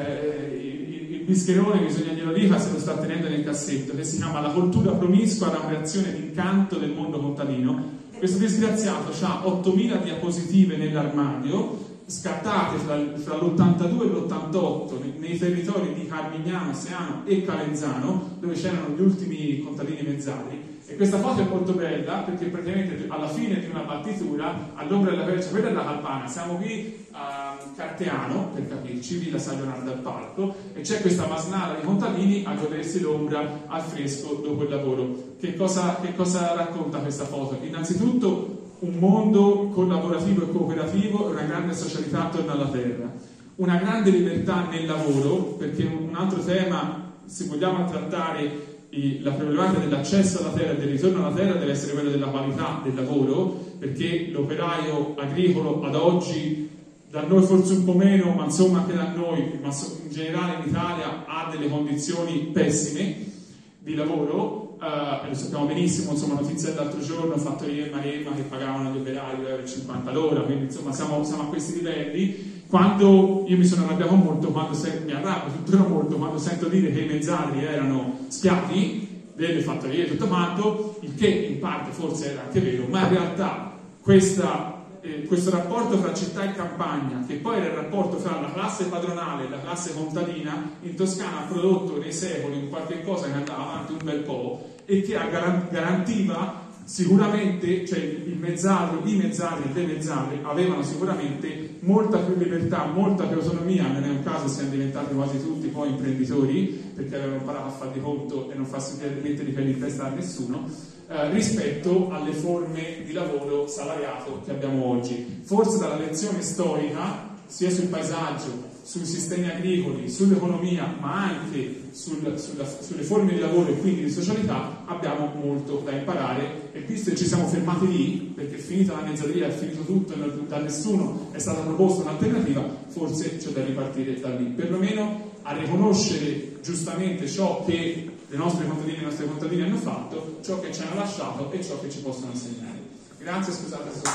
il bischerone, bisogna glielo dire, se lo sta tenendo nel cassetto, che si chiama La coltura promiscua, la creazione d'incanto del mondo contadino. Questo disgraziato ha 8.000 diapositive nell'armadio, scattate fra l'82 e l'88 nei territori di Carmignano, Seano e Calenzano, dove c'erano gli ultimi contadini mezzali. E questa foto è molto bella perché praticamente alla fine di una battitura, all'ombra della quercia, quella è la Campana, siamo qui a Carteano, per capirci, Villa San Leonardo al Palco, e c'è questa masnada di contadini a godersi l'ombra al fresco dopo il lavoro. Che cosa racconta questa foto? Innanzitutto un mondo collaborativo e cooperativo, una grande socialità attorno alla terra, una grande libertà nel lavoro, perché un altro tema, se vogliamo trattare la problematica dell'accesso alla terra e del ritorno alla terra, deve essere quella della qualità del lavoro, perché l'operaio agricolo ad oggi, da noi forse un po' meno, ma insomma anche da noi, ma in generale in Italia, ha delle condizioni pessime. di lavoro, lo sappiamo benissimo, insomma, notizia dell'altro giorno, Fattoria e Maremma che pagavano gli operai 2,50 € l'ora, quindi insomma siamo a questi livelli. Quando io mi sono arrabbiato molto, mi arrabbio tuttora molto quando sento dire che i mezzadri erano schiavi delle fattorie e tutto quanto, il che in parte forse era anche vero, ma in realtà questo rapporto fra città e campagna, che poi era il rapporto fra la classe padronale e la classe contadina, in Toscana ha prodotto nei secoli un qualche cosa che andava avanti un bel po' e che garantiva sicuramente, cioè i mezzadri e le mezzadre avevano sicuramente molta più libertà, molta più autonomia, non è un caso siano diventati quasi tutti poi imprenditori, perché avevano imparato a fare di conto e non farsi mettere i peli in testa a nessuno, rispetto alle forme di lavoro salariato che abbiamo oggi. Forse dalla lezione storica, sia sul paesaggio, sui sistemi agricoli, sull'economia, ma anche sulle forme di lavoro e quindi di socialità, abbiamo molto da imparare, e visto che ci siamo fermati lì, perché è finita la mezzadria, è finito tutto e da nessuno è stata proposta un'alternativa, forse c'è da ripartire da lì, perlomeno a riconoscere giustamente ciò che le nostre contadine e i nostri contadini hanno fatto, ciò che ci hanno lasciato e ciò che ci possono insegnare. Grazie, scusate se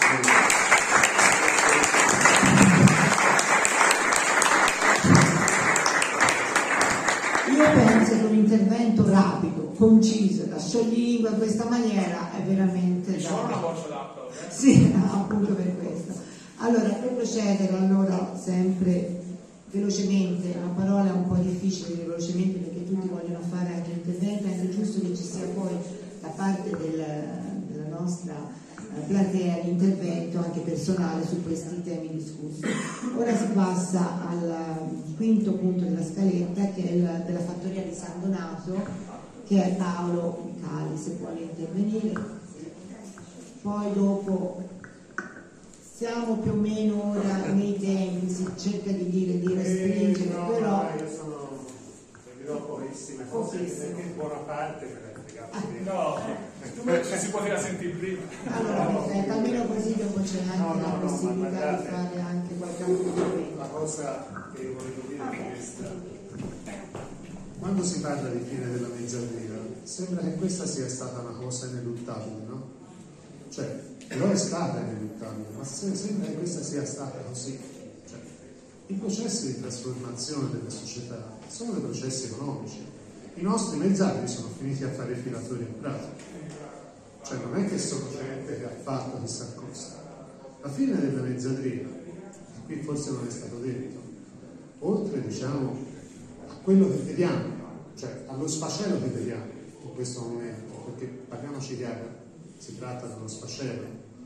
Io penso che un intervento rapido, conciso, da scioglilingua in questa maniera è veramente sono una boccia d'acqua. Sì, appunto per questo. Allora, per procedere sempre velocemente, la parola è un po' difficile dire velocemente perché tutti vogliono fare anche interventi, è anche giusto che ci sia poi da parte della nostra platea l'intervento anche personale su questi temi discussi. Ora si passa al quinto punto della scaletta, che è della fattoria di San Donato, che è Paolo Micali, se vuole intervenire. Poi dopo siamo più o meno ora nei tempi, si cerca di restringere, no, però io dirò pochissime cose perché in buona parte me l'hai spiegato bene. No, ci si poteva sentire prima. allora perfetto, almeno così dopo c'è anche la possibilità di fare anche qualche altro intervento. La cosa che volevo dire è questa: quando si parla di fine della mezzadria sembra che questa sia stata una cosa ineluttabile, no? Cioè, lo è stata ineluttabile, ma sembra che questa sia stata così. Cioè, i processi di trasformazione delle società sono dei processi economici. I nostri mezzadri sono finiti a fare i filatori in prato, cioè non è che sono gente che ha fatto chissà cosa. La fine della mezzadria, qui forse non è stato detto, oltre diciamo a quello che vediamo, cioè allo sfascello che vediamo in questo momento, perché parliamoci chiaro, si tratta di uno sfascello,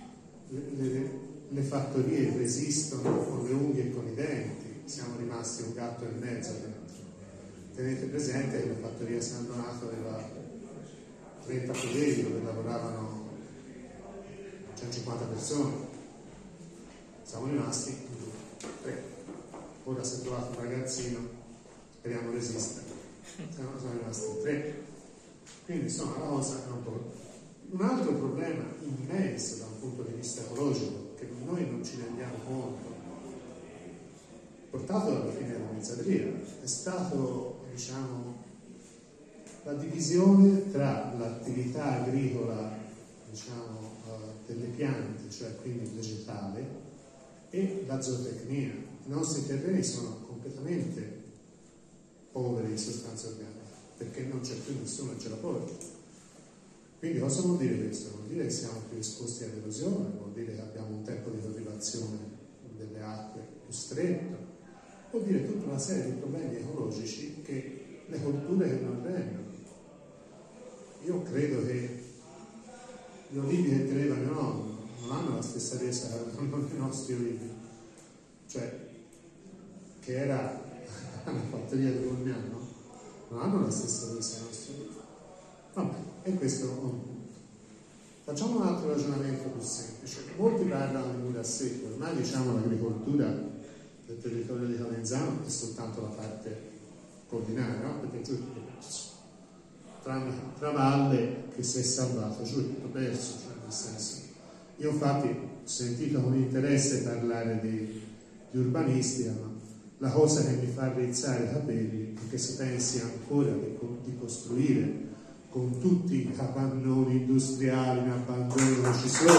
le fattorie resistono con le unghie e con i denti, siamo rimasti un gatto e mezzo dentro. Tenete presente che la fattoria San Donato aveva 30 fedeli dove lavoravano 150 persone, siamo rimasti 3. Ora si è trovato un ragazzino, speriamo resista, siamo rimasti 3. Quindi insomma la cosa è un po'. Un altro problema immenso da un punto di vista ecologico, che noi non ci rendiamo conto, portato dalla fine della mezzadria, è stato, diciamo, la divisione tra l'attività agricola, diciamo, delle piante, cioè quindi vegetale, e la zootecnia. I nostri terreni sono completamente poveri di sostanze organiche, perché non c'è più nessuno che ce la porta. Quindi cosa vuol dire questo? Vuol dire che siamo più esposti all'erosione, vuol dire che abbiamo un tempo di coltivazione delle acque più stretto, vuol dire tutta una serie di problemi ecologici che le colture che non rendono. Io credo che gli olivi che teneva mio nonno non hanno la stessa resa che avevano i nostri olivi, cioè che era una fattoria di Corniano, non hanno la stessa resa dei nostri olivi. Vabbè, e questo è un punto. Facciamo un altro ragionamento più semplice. Molti parlano di mura a secco, ormai diciamo l'agricoltura del territorio di Calenzano è soltanto la parte collinare, no? Perché giù è tutto perso. Tra valle che si è salvato, giù è tutto perso, cioè nel senso. Io infatti ho sentito con interesse parlare di urbanistica, ma la cosa che mi fa rizzare i capelli è che si pensi ancora di costruire con tutti i capannoni industriali in abbandono che ci sono,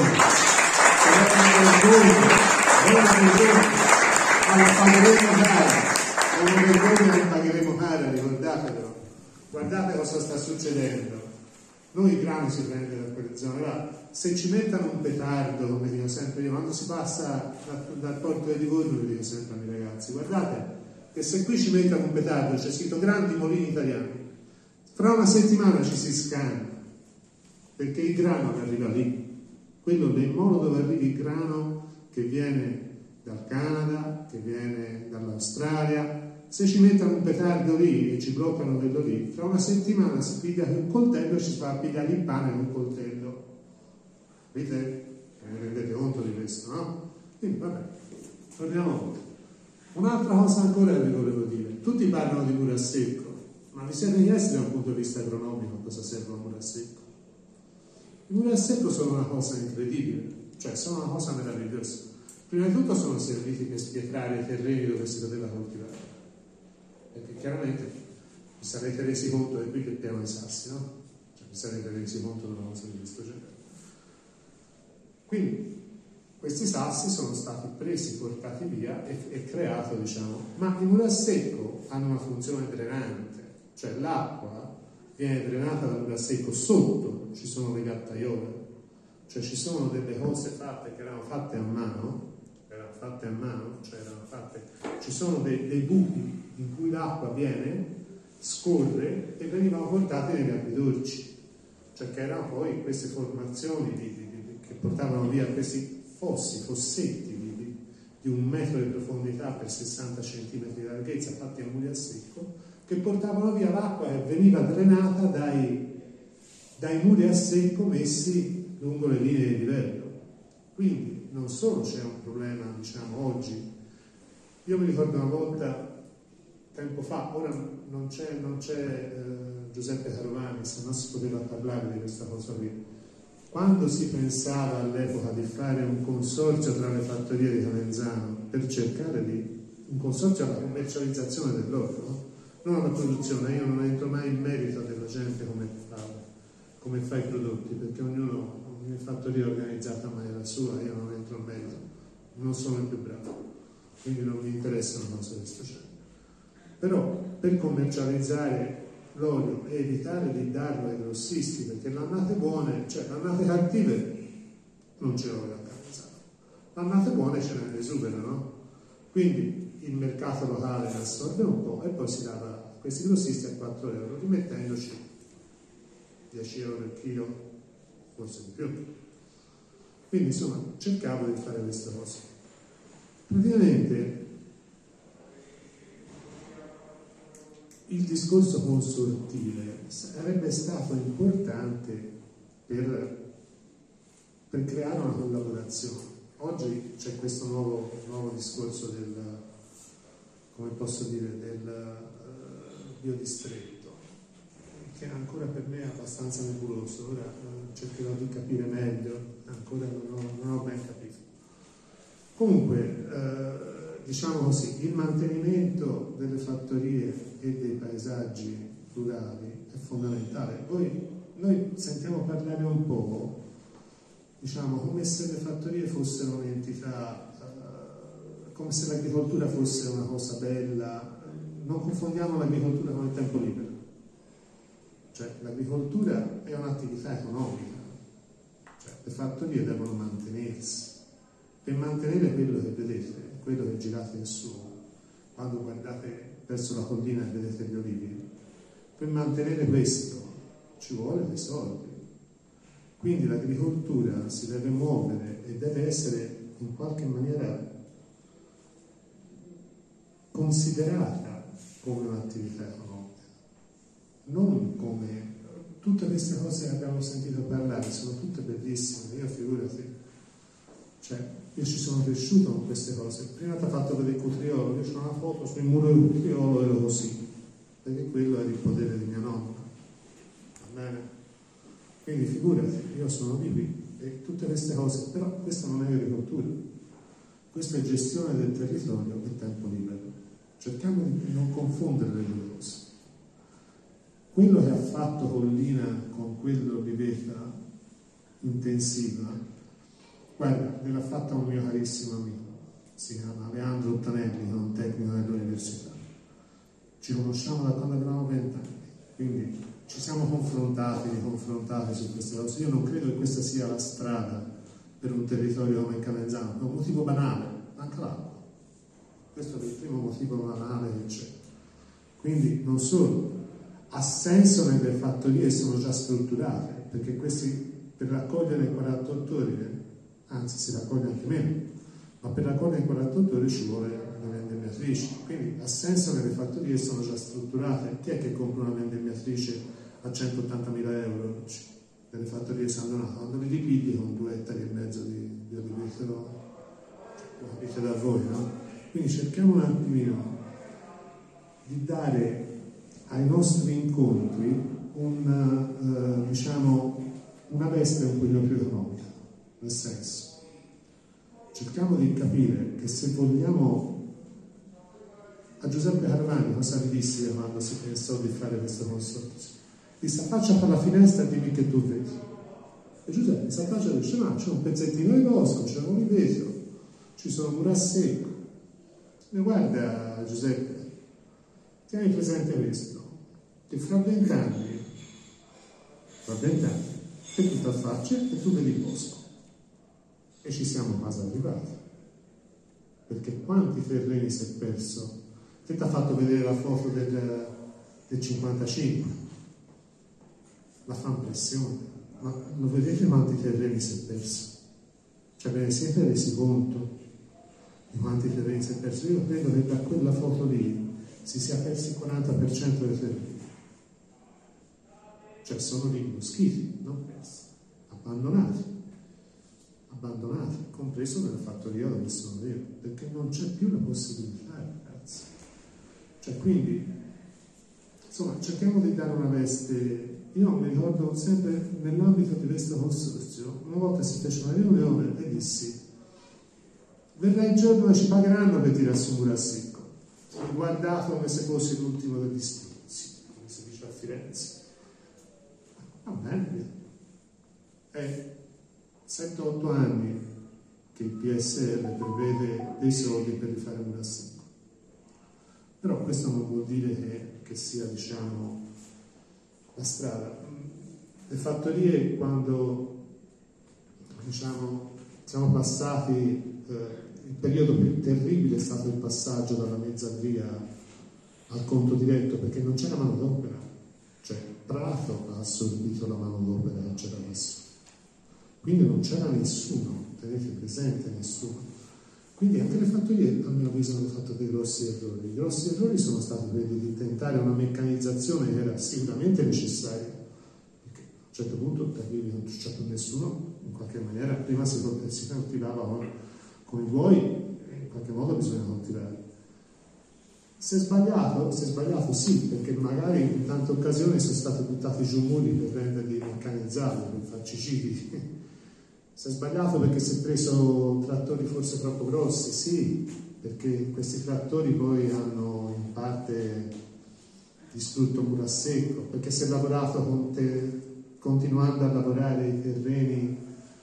è una vergogna che pagheremo cara, ricordatelo. Guardate cosa sta succedendo. Noi il grano si prende da quelle zone là. Se ci mettono un petardo, come dico sempre io, quando si passa dal porto di Livorno, lo dico sempre ai miei ragazzi, guardate che se qui ci mettono un petardo, c'è scritto Grandi Molini Italiani, fra una settimana ci si scanna, perché il grano che arriva lì, quello del modo dove arriva il grano che viene dal Canada, che viene dall'Australia, se ci mettono un petardo lì e ci bloccano quello lì, fra una settimana si piglia un coltello e ci fa pigliare il pane in un coltello. Vedete? Vi rendete conto di questo, no? Quindi vabbè, torniamo. Un'altra cosa ancora vi volevo dire. Tutti parlano di muro a secco, ma vi siete chiesti da un punto di vista agronomico a cosa serve un muro a secco? I muri a secco sono una cosa incredibile, cioè sono una cosa meravigliosa. Prima di tutto sono serviti per spietrare i terreni dove si doveva coltivare, perché chiaramente vi sarete resi conto che qui è pieno di sassi, no? Cioè vi sarete resi conto di una cosa di questo genere. Quindi questi sassi sono stati presi, portati via e creato, diciamo, ma i muri a secco hanno una funzione drenante, cioè l'acqua viene drenata dal muro a secco, sotto ci sono le gattaiole, cioè ci sono delle cose fatte che erano fatte a mano, cioè ci sono dei buchi in cui l'acqua scorre e venivano portate nei gabbitorci, cioè che erano poi queste formazioni che portavano via questi fossetti di 1 metro di profondità per 60 centimetri di larghezza, fatti a muri a secco, che portavano via l'acqua e veniva drenata dai muri a secco messi lungo le linee di livello. Quindi non solo c'è un problema, diciamo, oggi. Io mi ricordo una volta, tempo fa, ora non c'è Giuseppe Carovani, se no si poteva parlare di questa cosa qui. Quando si pensava all'epoca di fare un consorzio tra le fattorie di Calenzano per cercare un consorzio alla commercializzazione dell'olio, no? Non alla produzione, io non entro mai in merito della gente come fa i prodotti, perché ogni fattoria è organizzata mai la sua, io non entro in merito, non sono il più bravo, quindi non mi interessano cose di questo genere. Però per commercializzare l'olio e evitare di darlo ai grossisti, perché l'annate buone, cioè l'annate cattive non ce l'ho da casa, l'annate buone ce ne esuberano, quindi il mercato locale ne assorbe un po' e poi si dava a questi grossisti a 4 euro, rimettendoci 10 euro il chilo, forse di più. Quindi insomma cercavo di fare queste cose. Praticamente il discorso consortile sarebbe stato importante per creare una collaborazione. Oggi c'è questo nuovo discorso del biodistretto, che ancora per me è abbastanza nebuloso. Ora cercherò di capire meglio, ancora non ho ben capito. Comunque, diciamo così, il mantenimento delle fattorie e dei paesaggi rurali è fondamentale. Noi sentiamo parlare un po', diciamo, come se le fattorie fossero un'entità, come se l'agricoltura fosse una cosa bella. Non confondiamo l'agricoltura con il tempo libero. Cioè, l'agricoltura è un'attività economica, cioè, le fattorie devono mantenersi. Per mantenere quello che vedete, quello che girate in su, quando guardate verso la collina e vedete gli olivi, per mantenere questo ci vuole dei soldi. Quindi l'agricoltura si deve muovere e deve essere in qualche maniera considerata come un'attività economica, non come tutte queste cose che abbiamo sentito parlare, sono tutte bellissime. Io figurati, cioè io ci sono cresciuto con queste cose. Prima ti ho fatto vedere il cutriolo, io ho una foto sul muro del cutriolo, ero così, perché quello era il potere di mia nonna, va bene? Quindi figurati, io sono di qui e tutte queste cose, però questa non è agricoltura, questa è gestione del territorio e tempo libero. Cerchiamo di non confondere le due cose. quello che ha fatto Collina con quell'oliveta intensiva, guarda, me l'ha fatta un mio carissimo amico, si chiama Leandro Ottanelli, che è un tecnico dell'università. Ci conosciamo da quando avevamo 20 anni, quindi ci siamo confrontati su queste cose. Io non credo che questa sia la strada per un territorio come il Calenzano, per un motivo banale, anche l'acqua. Questo è il primo motivo banale che c'è. Quindi non solo, ha senso nelle fattorie sono già strutturate, perché questi per raccogliere 48 ore, anzi si raccoglie anche meno, ma per raccogliere 48 ore ci vuole una vendemmiatrice, quindi ha senso nelle fattorie sono già strutturate. Chi è che compra una vendemmiatrice a 180.000 euro nelle fattorie San Donato? Quando li ripigli con 2,5 ettari di olivete, lo capite da voi, no? Quindi cerchiamo un attimino di dare ai nostri incontri una veste un pochino più economica, nel senso, cerchiamo di capire che se vogliamo, a Giuseppe Carvani cosa gli dissi quando si pensò di fare questo consorzio? Disse: affaccia per la finestra e dimmi che tu vedi. E Giuseppe si affaccia e dice: ma c'è un pezzettino di bosco, c'è un oliveto, ci sono mura a secco. E guarda Giuseppe, tieni presente questo, che fra 20 anni che tu ti affacci e tu vedi il bosco. E ci siamo quasi arrivati, perché quanti terreni si è perso? Te ti ha fatto vedere la foto del 55, la fa impressione, ma lo vedete quanti terreni si è perso? Cioè ve ne siete resi conto di quanti terreni si è perso? Io credo che da quella foto lì si sia persi il 40% dei terreni, cioè sono rimboschiti, non persi, abbandonati, compreso nella fattoria dove sono io, perché non c'è più la possibilità, ragazzi. Cioè, quindi, insomma, cerchiamo di dare una veste. Io mi ricordo sempre, nell'ambito di questo consorzio, una volta si fece una riunione e dissi: verrà il giorno che ci pagheranno per tirare su mura a secco. Sono guardato come se fosse l'ultimo degli stronzi, come si dice a Firenze. Va bene, è 7-8 anni che il PSR prevede dei soldi per rifare mura a secco. Però questo non vuol dire che sia, diciamo, la strada. Le fattorie, quando, diciamo, siamo passati, il periodo più terribile è stato il passaggio dalla mezzadria al conto diretto, perché non c'era manodopera. Cioè Prato ha assorbito la manodopera che c'era lassù, quindi non c'era nessuno, tenete presente, nessuno. Quindi anche le fattorie, a mio avviso, hanno fatto dei grossi errori. I grossi errori sono stati quelli di tentare una meccanizzazione che era sicuramente necessaria, perché a un certo punto capivi non c'è più nessuno, in qualche maniera prima si coltivava con i buoi, in qualche modo bisogna coltivare. Se è sbagliato sì, perché magari in tante occasioni sono stati buttati giù muri per renderli meccanizzati, per farci cibi. Se è sbagliato perché si è preso trattori forse troppo grossi, sì, perché questi trattori poi hanno in parte distrutto mura a secco, perché si è lavorato continuando a lavorare i terreni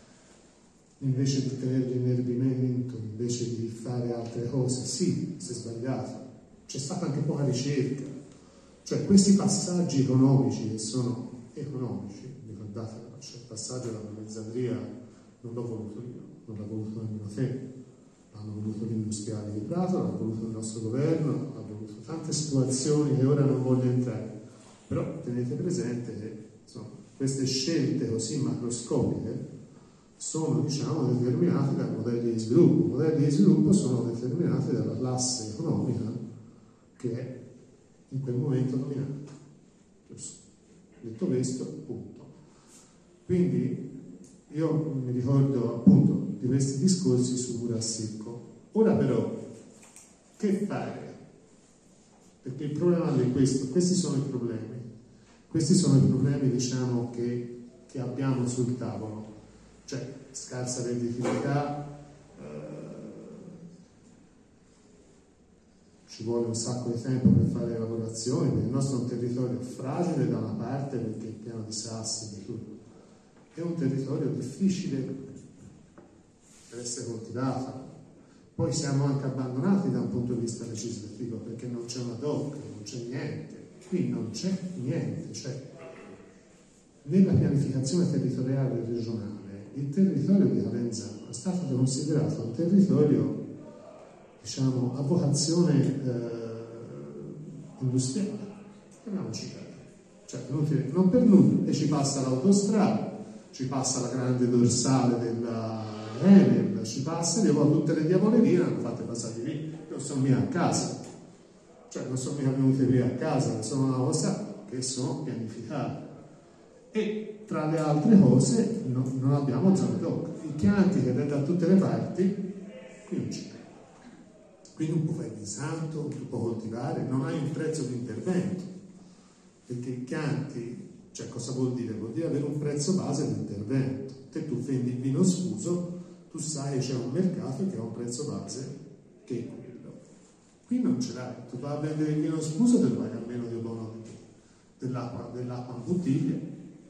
invece di tenerli in erbimento, invece di fare altre cose, sì, si è sbagliato. C'è stata anche poca ricerca, cioè questi passaggi economici che sono economici, ricordate, c'è il passaggio dalla mezzadria, non l'ho voluto io, non l'ha voluto nemmeno te, l'hanno voluto gli industriali di Prato, l'ha voluto il nostro governo, ha voluto tante situazioni che ora non voglio entrare, però tenete presente che insomma, queste scelte così macroscopiche sono, diciamo, determinate dai modelli di sviluppo. I modelli di sviluppo sono determinati dalla classe economica che è in quel momento dominante. Giusto? Detto questo, punto. Quindi io mi ricordo appunto di questi discorsi su mura a secco. Ora però, che fare? Perché il problema è questo, questi sono i problemi, diciamo, che abbiamo sul tavolo, cioè scarsa redditività, ci vuole un sacco di tempo per fare le lavorazioni, perché il nostro è un territorio fragile da una parte perché è pieno di sassi, di tutto. È un territorio difficile per essere coltivato. Poi siamo anche abbandonati da un punto di vista legislativo perché non c'è una DOC, non c'è niente. Qui non c'è niente. Cioè, nella pianificazione territoriale regionale il territorio di Calenzano è stato considerato un territorio, diciamo, a vocazione industriale. Cioè, non per nulla, e ci passa l'autostrada, ci passa la grande dorsale della Enel, ci passa, e poi tutte le diavolerie hanno fatte passare lì, non sono mica a casa, cioè non sono mica venute qui a casa, sono una cosa che sono pianificate. E tra le altre cose non abbiamo zone DOC, il Chianti che è da tutte le parti, qui non c'è. Qui non puoi fare il santo, non tu puoi coltivare, non hai un prezzo di intervento, perché il Chianti, cioè cosa vuol dire? Vuol dire avere un prezzo base di intervento. Se tu vendi il vino sfuso, tu sai che c'è un mercato che ha un prezzo base che è quello. Qui non ce l'hai, tu vai a vendere il vino sfuso te lo vai a meno di buono dell'acqua in bottiglia.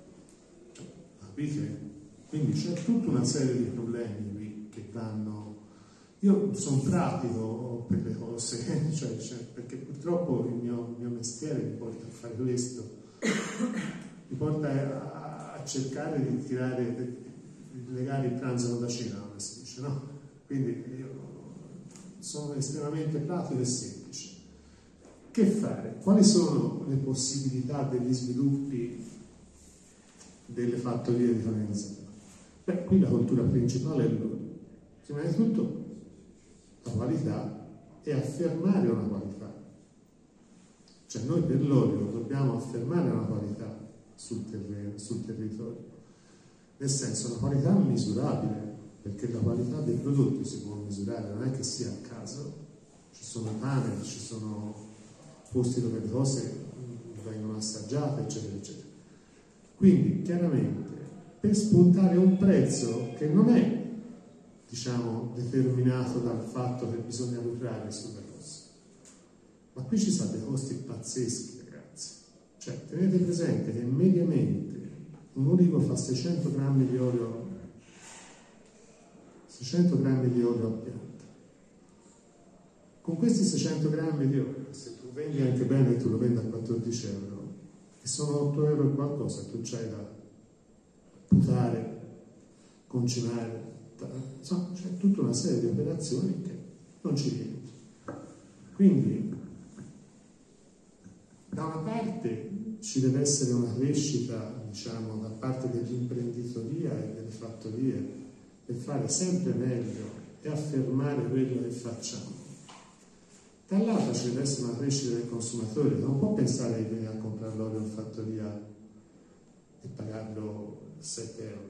Capite? Quindi c'è tutta una serie di problemi qui che vanno. Io sono pratico per le cose, cioè, perché purtroppo il mio mestiere mi porta a fare questo, mi porta a cercare di di legare il pranzo da cena, come si dice, no? Quindi io sono estremamente pratico e semplice. Che fare? Quali sono le possibilità degli sviluppi delle fattorie di Calenzano? Beh, qui la cultura principale è l'olio. Prima di tutto la qualità e affermare una qualità. Cioè noi per l'olio dobbiamo affermare una qualità sul territorio. Nel senso, una qualità misurabile, perché la qualità dei prodotti si può misurare, non è che sia a caso. Ci sono panel, ci sono posti dove le cose vengono assaggiate, eccetera, eccetera. Quindi, chiaramente, per spuntare un prezzo che non è, diciamo, determinato dal fatto che bisogna lucrare sulle cose, ma qui ci sono dei costi pazzeschi, ragazzi. Cioè, tenete presente che mediamente un ulivo fa 600 grammi di olio a pianta. Con questi 600 grammi di olio, se tu vendi anche bene, tu lo vendi a 14 euro, e sono 8 euro e qualcosa, tu c'hai da putare, concimare, insomma, c'è tutta una serie di operazioni che non ci rientri. Quindi, da una parte ci deve essere una crescita, diciamo, da parte dell'imprenditoria e delle fattorie per fare sempre meglio e affermare quello che facciamo. Dall'altra ci deve essere una crescita del consumatore, non può pensare di venire a comprare l'olio in fattoria e pagarlo 7 euro,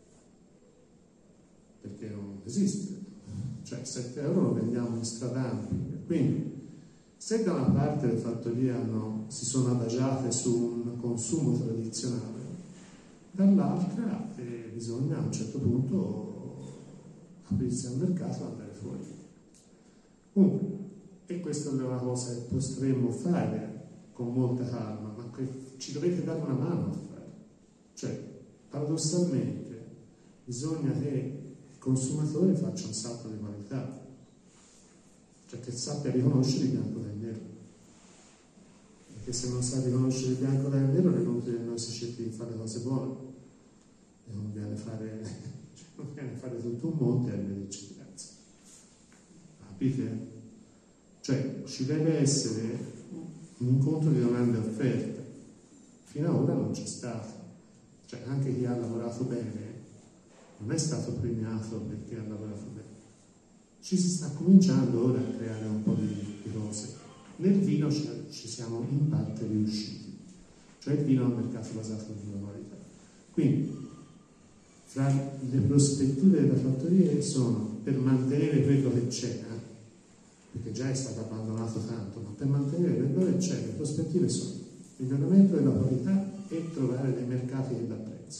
perché non esiste. Cioè 7 euro lo vendiamo in stradamping. Quindi se da una parte le fattorie si sono adagiate su un consumo tradizionale, dall'altra bisogna a un certo punto aprirsi al mercato e andare fuori. Comunque, e questa è una cosa che potremmo fare con molta calma, ma che ci dovete dare una mano a fare. Cioè, paradossalmente, bisogna che il consumatore faccia un salto di qualità, cioè che sappia riconoscere il bianco dal nero, perché se non sa riconoscere il bianco dal nero è inutile che noi si cerchi di fare cose buone e non viene a fare tutto un monte e arrivederci, grazie. Capite? Cioè ci deve essere un incontro di domanda e offerta. Fino ad ora non c'è stato, cioè anche chi ha lavorato bene non è stato premiato perché ha lavorato bene. Ci si sta cominciando ora a creare un po' di cose. Nel vino ci siamo in parte riusciti, cioè il vino è un mercato basato sulla qualità. Quindi, fra le prospettive delle fattorie sono per mantenere quello che c'è, perché già è stato abbandonato tanto, ma per mantenere quello che c'è, le prospettive sono miglioramento della qualità e trovare dei mercati che dà prezzo.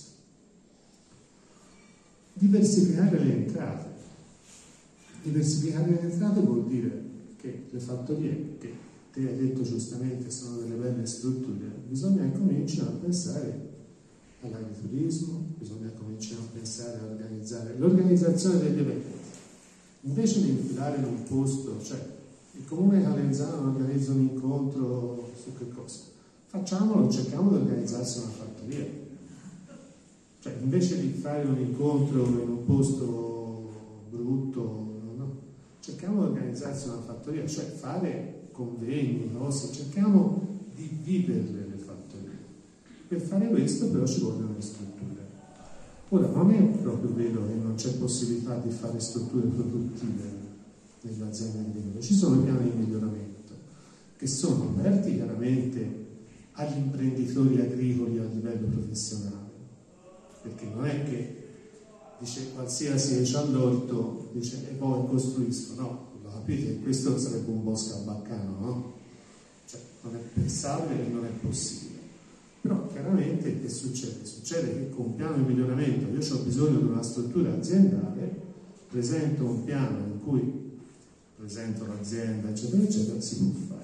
Diversificare le entrate. Diversificare le entrate vuol dire che le fattorie che te hai detto giustamente sono delle belle strutture, bisogna cominciare a pensare all'agriturismo, bisogna cominciare a pensare a organizzare l'organizzazione degli eventi. Invece di infilare in un posto, cioè il comune calenzano organizza un incontro su che cosa? Facciamolo, cerchiamo di organizzarsi una fattoria. Cioè invece di fare un incontro in un posto brutto, no? Cerchiamo di organizzarsi una fattoria, cioè fare convegni, cose, cerchiamo di viverle le fattorie. Per fare questo però ci vogliono le strutture. Ora, non è proprio vero che non c'è possibilità di fare strutture produttive nelle aziende agricole, ci sono piani di miglioramento che sono aperti chiaramente agli imprenditori agricoli a livello professionale, perché non è che dice qualsiasi c'ha l'orto dice e poi costruisco, no, lo capite che questo sarebbe un bosco baccano, no? Cioè non è pensabile e non è possibile. Però chiaramente che succede? Succede che con un piano di miglioramento io ho bisogno di una struttura aziendale, presento un piano in cui presento l'azienda, eccetera, eccetera, si può fare.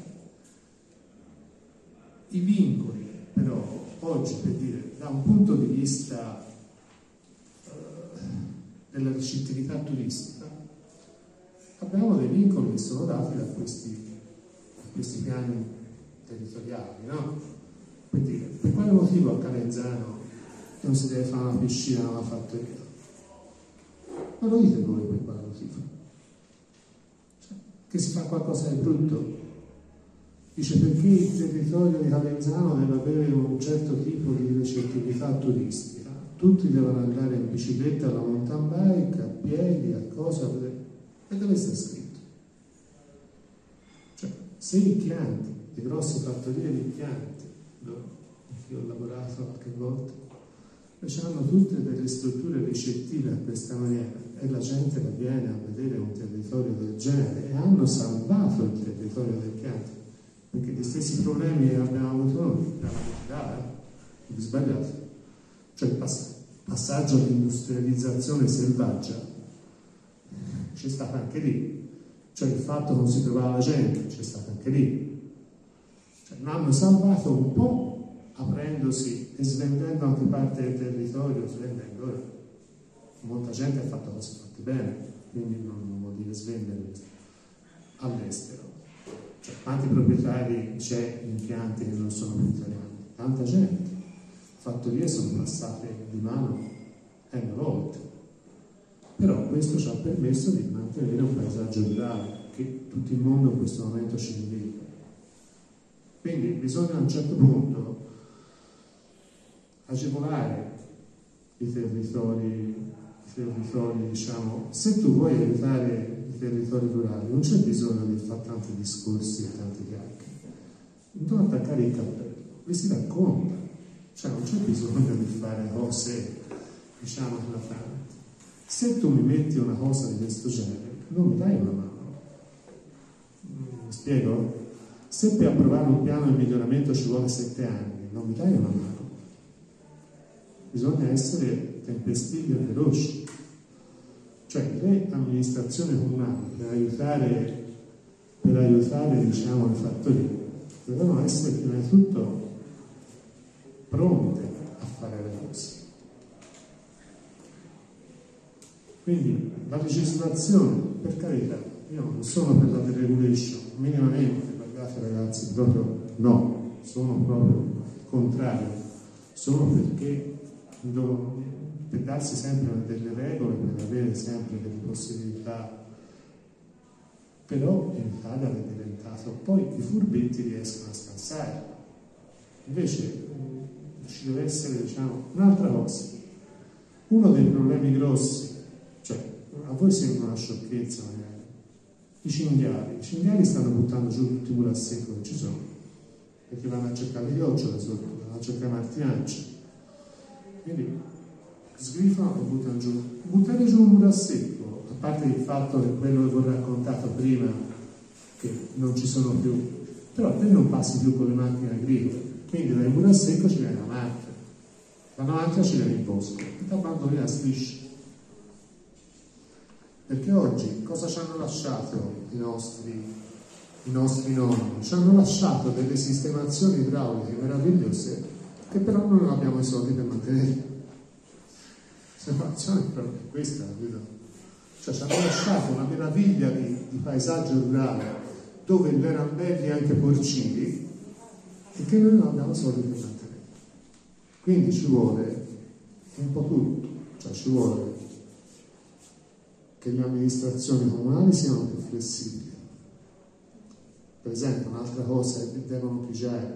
I vincoli, però, oggi, per dire, da un punto di vista della ricettività turistica, abbiamo dei vincoli che sono dati da questi piani territoriali, no? Quindi, per quale motivo a Calenzano non si deve fare una piscina o una fattoria? Ma lo dite voi per quale motivo? Cioè, che si fa qualcosa di brutto? Dice perché il territorio di Calenzano deve avere un certo tipo di ricettività turistica. Tutti devono andare in bicicletta, alla mountain bike, a piedi, a cosa. E dove sta scritto? Cioè, se i pianti, le grosse fattorie di pianti, io ho lavorato qualche volta, hanno tutte delle strutture ricettive a questa maniera e la gente va viene a vedere un territorio del genere e hanno salvato il territorio dei pianti, perché gli stessi problemi che abbiamo avuto noi sbagliato, cioè il passaggio all'industrializzazione selvaggia c'è stato anche lì, cioè il fatto che non si trovava la gente c'è stato anche lì, cioè l'hanno salvato un po' aprendosi e svendendo anche parte del territorio, svendendo ora. Molta gente ha fatto cose fatte bene, quindi non vuol dire svendere all'estero. Cioè, quanti proprietari c'è in impianti che non sono più italiani? Tanta gente. Fattorie sono passate di mano N volte. Però questo ci ha permesso di mantenere un paesaggio rurale che tutto il mondo in questo momento ci invidia. Quindi bisogna a un certo punto agevolare i territori, diciamo, se tu vuoi aiutare i territori rurali non c'è bisogno di fare tanti discorsi e tante chiacchiere, non attaccare il cappello, vi si racconta, cioè non c'è bisogno di fare cose, diciamo, eclatanti. Se tu mi metti una cosa di questo genere non mi dai una mano, mi spiego? Se per approvare un piano di miglioramento ci vuole 7 anni non mi dai una mano. Bisogna essere tempestivi e veloci, cioè le amministrazioni comunali per aiutare diciamo, le fattorie devono essere prima di tutto pronte a fare le cose. Quindi la legislazione, per carità, io non sono per la deregulation minimamente, guardate ragazzi, proprio no, sono proprio contrario, sono perché per darsi sempre delle regole, per avere sempre delle possibilità, però in Italia è diventato, poi i furbetti riescono a scansare, invece ci deve essere, diciamo, un'altra cosa. Uno dei problemi grossi, cioè a voi sembra una sciocchezza magari, i cinghiali stanno buttando giù tutti i muri a secco che ci sono, perché vanno a cercare le ghiocciole sotto, vanno a cercare martinacci. Quindi sgrifano e buttano giù. Buttare giù un muro a secco, a parte il fatto che quello che vi ho raccontato prima, che non ci sono più, però te non passi più con le macchine agricole, quindi dal muro a secco ci viene la macchina, la macchina ci viene il bosco, e ti abbandoni la striscia. Perché oggi cosa ci hanno lasciato i nostri i nostri nonni, ci hanno lasciato delle sistemazioni idrauliche meravigliose che però non abbiamo i soldi per mantenere. La situazione è proprio questa, capito? Cioè ci hanno lasciato una meraviglia di paesaggio rurale dove erano belli anche porcini e che noi non abbiamo soldi per mantenere. Quindi ci vuole un po' tutto, cioè ci vuole che le amministrazioni comunali siano più flessibili. Per esempio, un'altra cosa è che devono pigiare.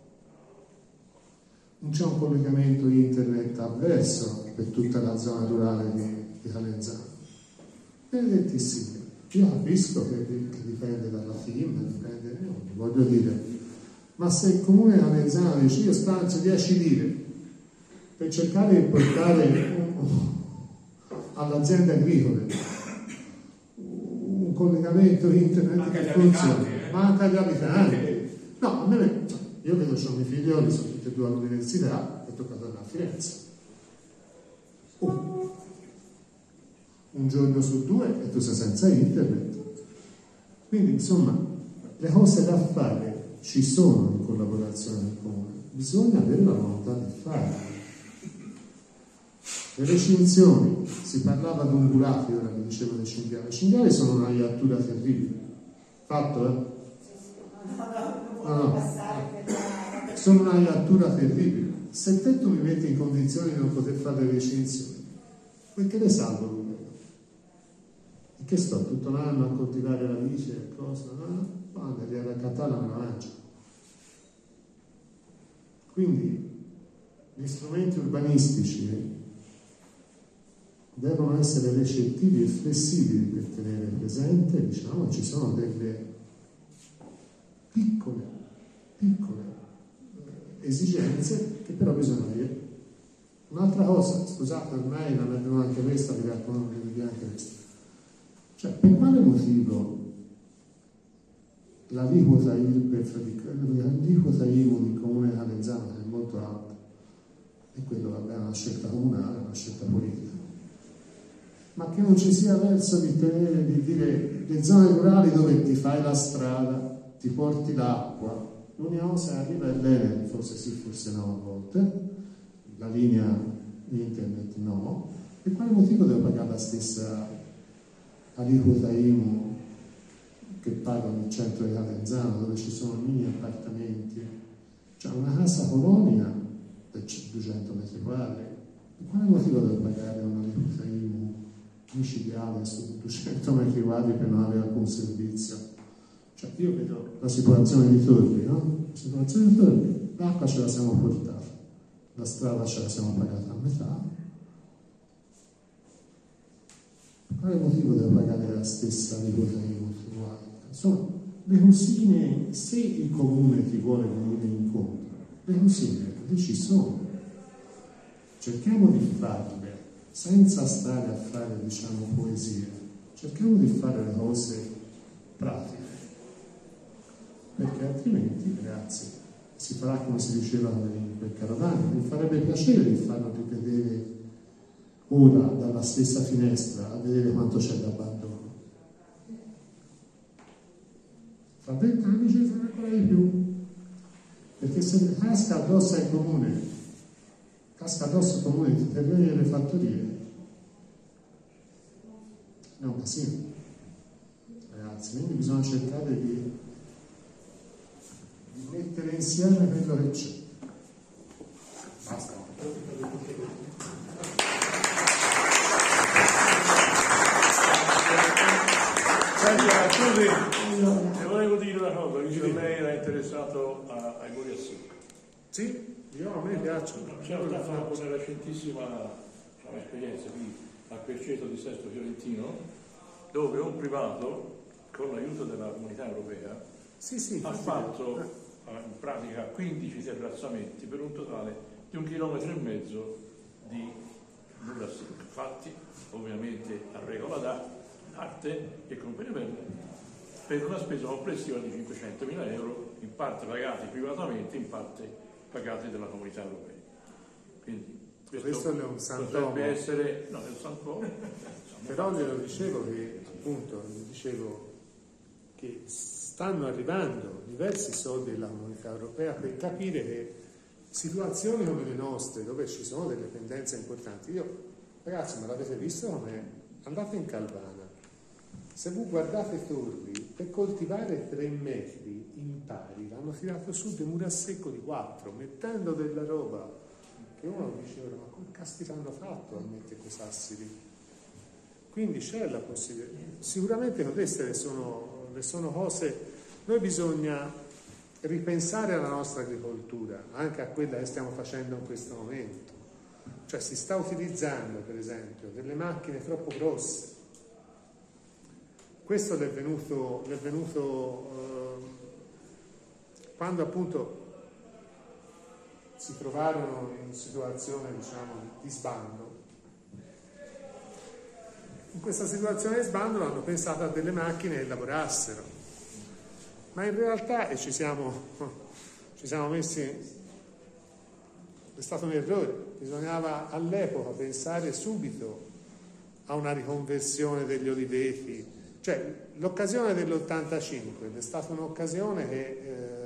Non c'è un collegamento internet avverso per tutta la zona rurale di Calenzano. Benedettissimi, io capisco che dipende dalla FIM, dipende, voglio dire, ma se il comune Calenzano dice io stanzio 10 lire per cercare di portare all'azienda agricola un collegamento internet che funziona, manca agli abitanti. No, a me, io vedo che i miei figlioli sono tutti e due all'università e tocca tornare a Firenze. Un giorno su 2 e tu sei senza internet. Quindi insomma le cose da fare ci sono in collaborazione del comune, bisogna avere la volontà di fare. Le recinzioni, si parlava di ungulati, ora vi dicevo dei cinghiali. I cinghiali sono una iattura terribile. Fatto, No. Sono una iattura terribile. Se te tu mi metti in condizioni di non poter fare le recinzioni, perché le salvo lui? E che sto tutto l'anno a coltivare radici e cose? Quando arriva a Catalla me la mangio. Quindi gli strumenti urbanistici devono essere recettivi e flessibili per tenere presente, diciamo, ci sono delle piccole esigenze che però bisogna avere. Un'altra cosa, scusate, ormai non abbiamo anche questa, vi racconto anche questa. Cioè, per quale motivo l'aliquota IRPEF, l'aliquota IMU di Comune Calenzano è molto alta? E quello, vabbè, è una scelta comunale, una scelta politica. Ma che non ci sia verso di tenere, di dire, le zone rurali dove ti fai la strada, ti porti l'acqua, l'unica cosa che arriva è l'Enel, forse sì, forse no a volte, la linea internet no, per quale motivo devo pagare la stessa aliquota IMU che pago nel centro di Calenzano, dove ci sono mini appartamenti, cioè una casa colonia per 200 metri quadri, per quale motivo devo pagare una aliquota IMU micidiale su 200 metri quadri per non avere alcun servizio? Cioè io vedo la situazione di Torri, no? La situazione di Torri, l'acqua ce la siamo portata, la strada ce la siamo pagata a metà. Per quale motivo devo pagare la stessa aliquota IMU? Insomma, le cosine, se il comune ti vuole venire incontro, le cosine ci sono. Cerchiamo di farle senza stare a fare, diciamo, poesie. Cerchiamo di fare le cose pratiche. Perché altrimenti, ragazzi, si farà come si diceva per Carovani. Mi farebbe piacere di farlo rivedere ora dalla stessa finestra a vedere quanto c'è d'abbandono. Fra 20 anni ce ne sarà ancora di più, perché se casca addosso al comune, casca addosso al comune di terreni delle fattorie, è un casino, ragazzi. Quindi bisogna cercare di mettere insieme quello che c'è. Basta. E volevo dire una cosa, visto che lei era interessato ai voli a secco. Sì, a me piacciono. C'è stata una recentissima esperienza qui a Querceto di Sesto Fiorentino, dove un privato, con l'aiuto della Comunità Europea, ha fatto in pratica 15 terrazzamenti per un totale di 1,5 km di nulla secco, fatti ovviamente a regola d'arte e con benevento, per una spesa complessiva di 500.000 euro, in parte pagati privatamente, in parte pagati dalla Comunità Europea. Quindi questo è un Sant'Uomo. potrebbe essere, no, è un Sant'Uomo. Però glielo dicevo che appunto che stanno arrivando diversi soldi della Comunità Europea per capire che situazioni come le nostre, dove ci sono delle pendenze importanti, ragazzi, ma l'avete visto com'è? Andate in Calvana, se voi guardate Torri, per coltivare 3 metri in pari l'hanno tirato su dei muri a secco di 4, mettendo della roba che uno diceva, ma come caspita hanno fatto a mettere quei sassi lì? Quindi c'è la possibilità, sicuramente queste le sono cose, noi bisogna ripensare alla nostra agricoltura, anche a quella che stiamo facendo in questo momento, cioè si sta utilizzando per esempio delle macchine troppo grosse. Questo è venuto quando appunto si trovarono in situazione, diciamo, di sbando. In questa situazione di sbando hanno pensato a delle macchine che lavorassero, ma in realtà ci siamo messi, è stato un errore, bisognava all'epoca pensare subito a una riconversione degli oliveti, cioè l'occasione dell'85 è stata un'occasione che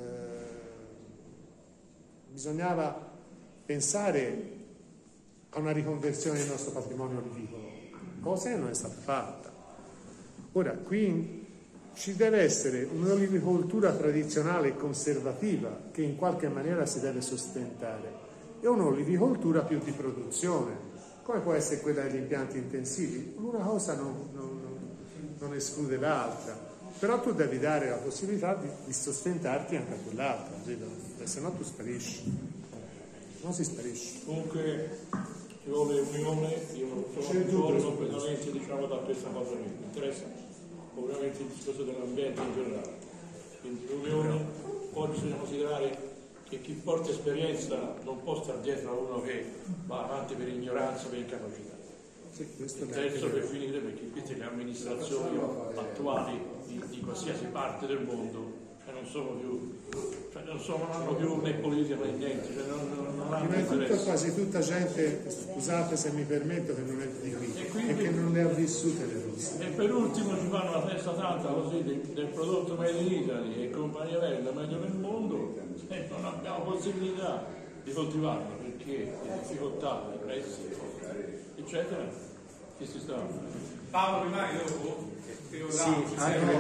bisognava pensare a una riconversione del nostro patrimonio olivicolo, cosa che non è stata fatta. Ora, qui ci deve essere un'olivicoltura tradizionale e conservativa che in qualche maniera si deve sostentare e un'olivicoltura più di produzione, come può essere quella degli impianti intensivi. Una cosa non esclude l'altra, però tu devi dare la possibilità di sostentarti anche a quell'altra, se no tu sparisci, non si sparisce. Comunque ci vuole unione, io non sono completamente da questa cosa qui, mi interessa ovviamente il discorso dell'ambiente in generale, quindi l'unione. Poi bisogna considerare che chi porta esperienza non può stare dietro a uno che va avanti per ignoranza, per incapacità. Sì, il terzo per finire, perché queste le amministrazioni attuali di qualsiasi parte del mondo non sono più, non hanno più né politica né niente, non hanno interesse. Quasi tutta gente, scusate se mi permetto, che non è di qui e che non le ha vissute le cose. E per ultimo ci fanno la testa tanta così del prodotto made in Italy e compagnia bella meglio nel mondo e non abbiamo possibilità di coltivarlo perché le difficoltà, i prezzi, eccetera, che si sta. Paolo rimani dopo? Sì, anche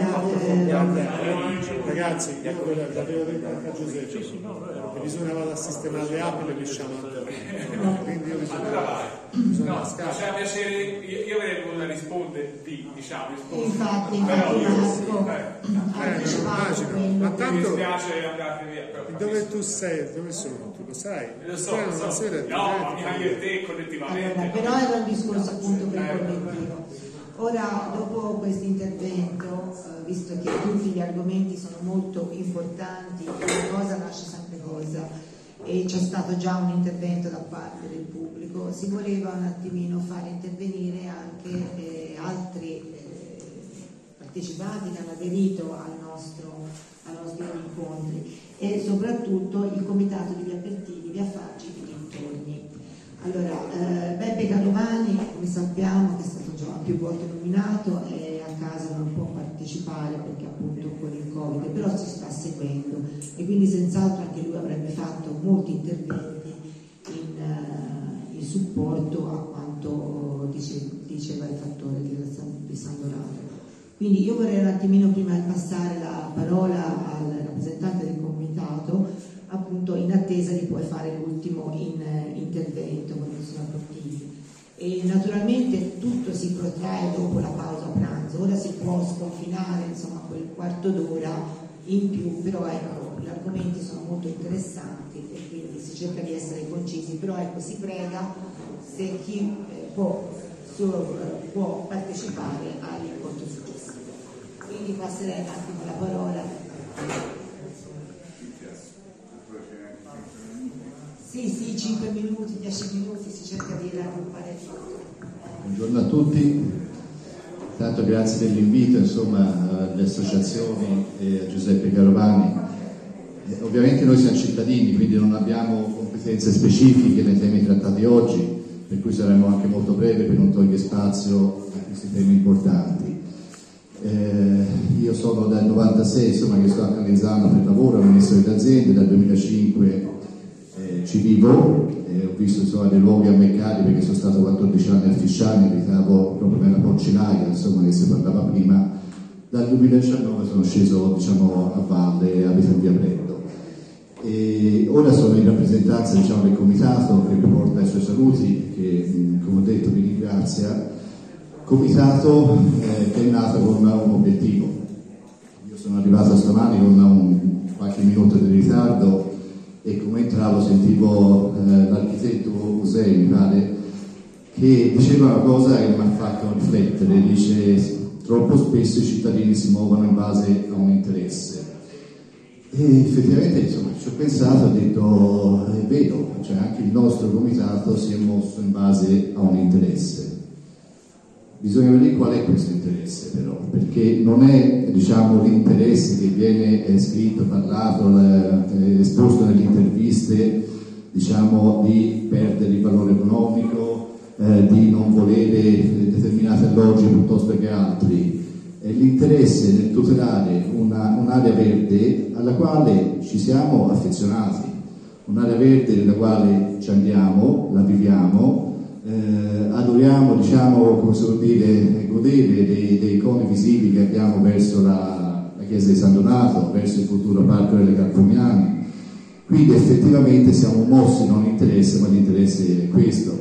ragazzi, io l'avevo detto anche a Giuseppe, che bisognava sistemare le app e le lisciamo quindi io bisogna faceva piacere, io avrei voluto rispondervi, infatti immagino, ma tanto mi dispiace andare via, dove tu sei, dove sono, tu lo sai? Lo so, no, mi cambio te collettivamente. Però era un discorso appunto per il collettivo. Ora, dopo questo intervento, visto che tutti gli argomenti sono molto importanti, una cosa nasce sempre cosa, e c'è stato già un intervento da parte del pubblico, si voleva un attimino fare intervenire anche altri partecipanti che hanno aderito ai nostri incontri e soprattutto il comitato di Via Pertini, Via Faggi e dintorni. Allora, Beppe Carovani, come sappiamo, che è stato già più volte nominato, è a casa, non può partecipare perché appunto con il Covid, però ci sta seguendo e quindi senz'altro anche lui avrebbe fatto molti interventi in supporto a quanto diceva il fattore di San Donato. Quindi io vorrei un attimino prima di passare la parola al rappresentante del comitato, appunto in attesa di poi fare l'ultimo intervento con il signor Portini. E naturalmente tutto si protrae dopo la pausa pranzo, ora si può sconfinare insomma quel quarto d'ora in più, però ecco, gli argomenti sono molto interessanti e quindi si cerca di essere concisi, però ecco, si prega se chi può partecipare all'incontro successivo. Quindi passerei un attimo la parola. Sì, 5 minuti, 10 minuti, si cerca di raggruppare tutto. Buongiorno a tutti, tanto grazie dell'invito alle associazioni e a Giuseppe Carovani. Ovviamente noi siamo cittadini, quindi non abbiamo competenze specifiche nei temi trattati oggi, per cui saremo anche molto brevi per non togliere spazio a questi temi importanti. Io sono dal 96, insomma, che sto a Calenzano per lavoro, amministratore d'aziende, dal 2005 ci vivo, ho visto insomma dei luoghi ammeccati perché sono stato 14 anni a Fisciani, abitavo proprio nella porcinaia, insomma, che si parlava prima. Dal 2019 sono sceso, diciamo, a valle, abito in via Brendo. E ora sono in rappresentanza, diciamo, del comitato che mi porta ai suoi saluti, che come ho detto vi ringrazia. Comitato che è nato con un obiettivo. Io sono arrivato stamani con qualche minuto di ritardo e come entravo sentivo l'architetto Musei, mi pare, che diceva una cosa che mi ha fatto riflettere. Dice: troppo spesso i cittadini si muovono in base a un interesse. E effettivamente, insomma, ci ho pensato, ho detto è vero, cioè anche il nostro comitato si è mosso in base a un interesse. Bisogna vedere qual è questo interesse, però, perché non è, diciamo, l'interesse che viene scritto, parlato, esposto nelle interviste, diciamo, di perdere il valore economico, di non volere determinati alloggi piuttosto che altri. È l'interesse nel tutelare un'area verde alla quale ci siamo affezionati, un'area verde nella quale ci andiamo, la viviamo, adoriamo, diciamo, come si può dire, godere dei coni visivi che abbiamo verso la chiesa di San Donato, verso il futuro parco delle Carpomiane. Quindi effettivamente siamo mossi non interesse, ma l'interesse è questo.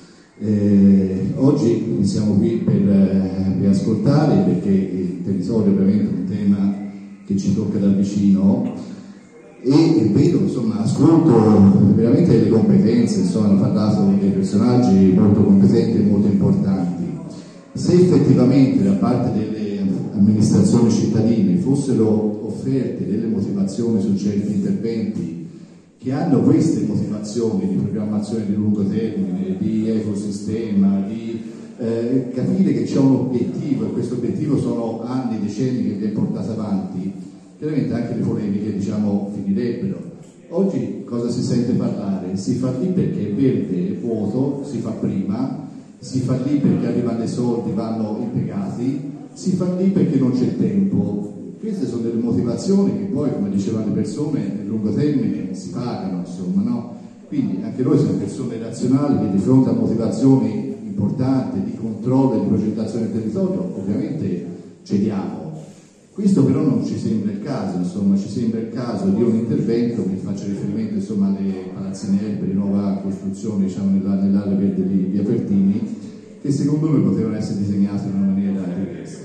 Oggi siamo qui per ascoltare, perché il territorio è ovviamente un tema che ci tocca da vicino. E vedo, insomma, ascolto veramente delle competenze, insomma, hanno parlato dei personaggi molto competenti e molto importanti. Se effettivamente da parte delle amministrazioni cittadine fossero offerte delle motivazioni su certi interventi che hanno queste motivazioni di programmazione di lungo termine, di ecosistema, di capire che c'è un obiettivo, e questo obiettivo sono anni, decenni che viene portato avanti, chiaramente anche le polemiche, diciamo, finirebbero. Oggi cosa si sente parlare? Si fa lì perché è verde e vuoto, si fa prima, si fa lì perché arrivano dei soldi, vanno impiegati, si fa lì perché non c'è tempo. Queste sono delle motivazioni che poi, come dicevano le persone, nel lungo termine si pagano, insomma, no? Quindi anche noi siamo persone razionali che di fronte a motivazioni importanti di controllo e di progettazione del territorio ovviamente cediamo. Questo però non ci sembra il caso, insomma, ci sembra il caso di un intervento che faccia riferimento, insomma, alle palazzine per nuova costruzione, diciamo, nell'area verde di Via Pertini, che secondo noi potevano essere disegnate in una maniera diversa.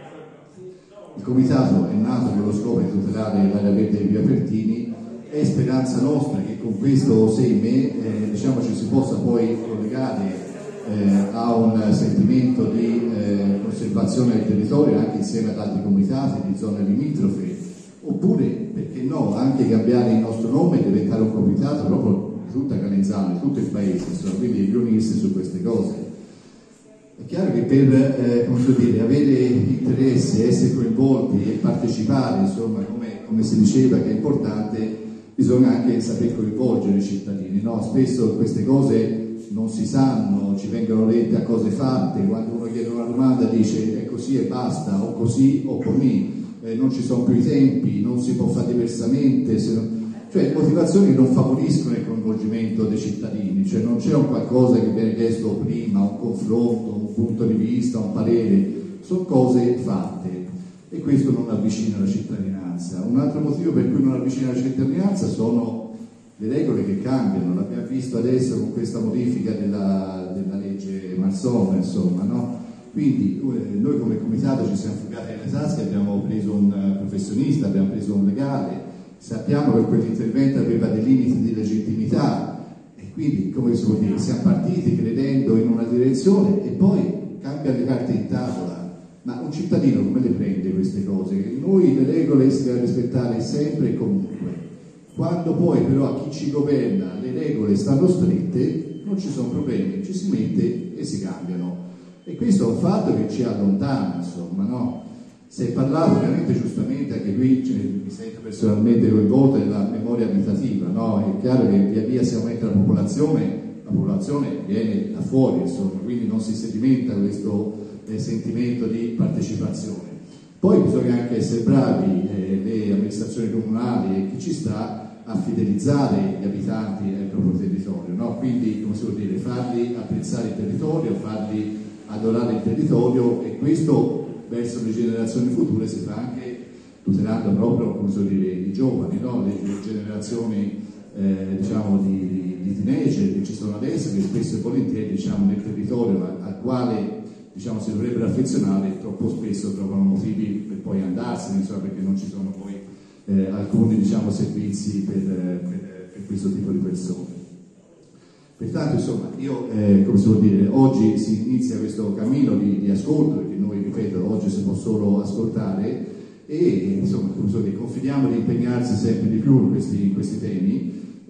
Il comitato è nato con lo scopo di tutelare l'area verde di Via Pertini. È speranza nostra che con questo seme diciamo, ci si possa poi collegare a un sentimento di conservazione del territorio anche insieme ad altri comitati di zone limitrofe, oppure, perché no, anche cambiare il nostro nome e diventare un comitato proprio di tutta Calenzano, di tutto il paese, insomma, quindi riunirsi su queste cose. È chiaro che per come dire, avere interesse, essere coinvolti e partecipare, insomma, come si diceva che è importante, bisogna anche saper coinvolgere i cittadini, no? Spesso queste cose non si sanno, ci vengono lette a cose fatte, quando uno chiede una domanda dice è così e basta, o così o così, non ci sono più i tempi, non si può fare diversamente, cioè motivazioni che non favoriscono il coinvolgimento dei cittadini, cioè non c'è un qualcosa che viene chiesto prima, un confronto, un punto di vista, un parere, sono cose fatte e questo non avvicina la cittadinanza. Un altro motivo per cui non avvicina la cittadinanza sono le regole che cambiano, l'abbiamo visto adesso con questa modifica della legge Marzone, insomma, no? Quindi noi come comitato ci siamo fugati nelle tasche, abbiamo preso un professionista, abbiamo preso un legale, sappiamo che quell'intervento aveva dei limiti di legittimità e quindi, come si può dire, siamo partiti credendo in una direzione e poi cambiano le carte in tavola. Ma un cittadino come le prende queste cose? Noi le regole si deve rispettare sempre e comunque. Quando poi però a chi ci governa le regole stanno strette, non ci sono problemi, ci si mette e si cambiano. E questo è un fatto che ci allontana, insomma, no? Si è parlato veramente giustamente, anche qui mi sento personalmente coinvolto nella memoria abitativa, no? È chiaro che via via si aumenta la popolazione viene da fuori, insomma, quindi non si sedimenta questo sentimento di partecipazione. Poi bisogna anche essere bravi, le amministrazioni comunali e chi ci sta, a fidelizzare gli abitanti al proprio territorio, no? Quindi, come si vuol dire, farli apprezzare il territorio, farli adorare il territorio, e questo verso le generazioni future si fa anche tutelando proprio, come si vuol dire, i giovani, no? Le generazioni diciamo di teenager che ci sono adesso, che spesso e volentieri, diciamo, nel territorio al quale, diciamo, si dovrebbero affezionare, troppo spesso trovano motivi per poi andarsene, insomma, perché non ci sono poi alcuni, diciamo, servizi per questo tipo di persone. Pertanto, insomma, io, come si vuol dire, oggi si inizia questo cammino di ascolto, perché noi, ripeto, oggi si può solo ascoltare, e insomma, come si vuol dire, confidiamo di impegnarsi sempre di più in questi temi.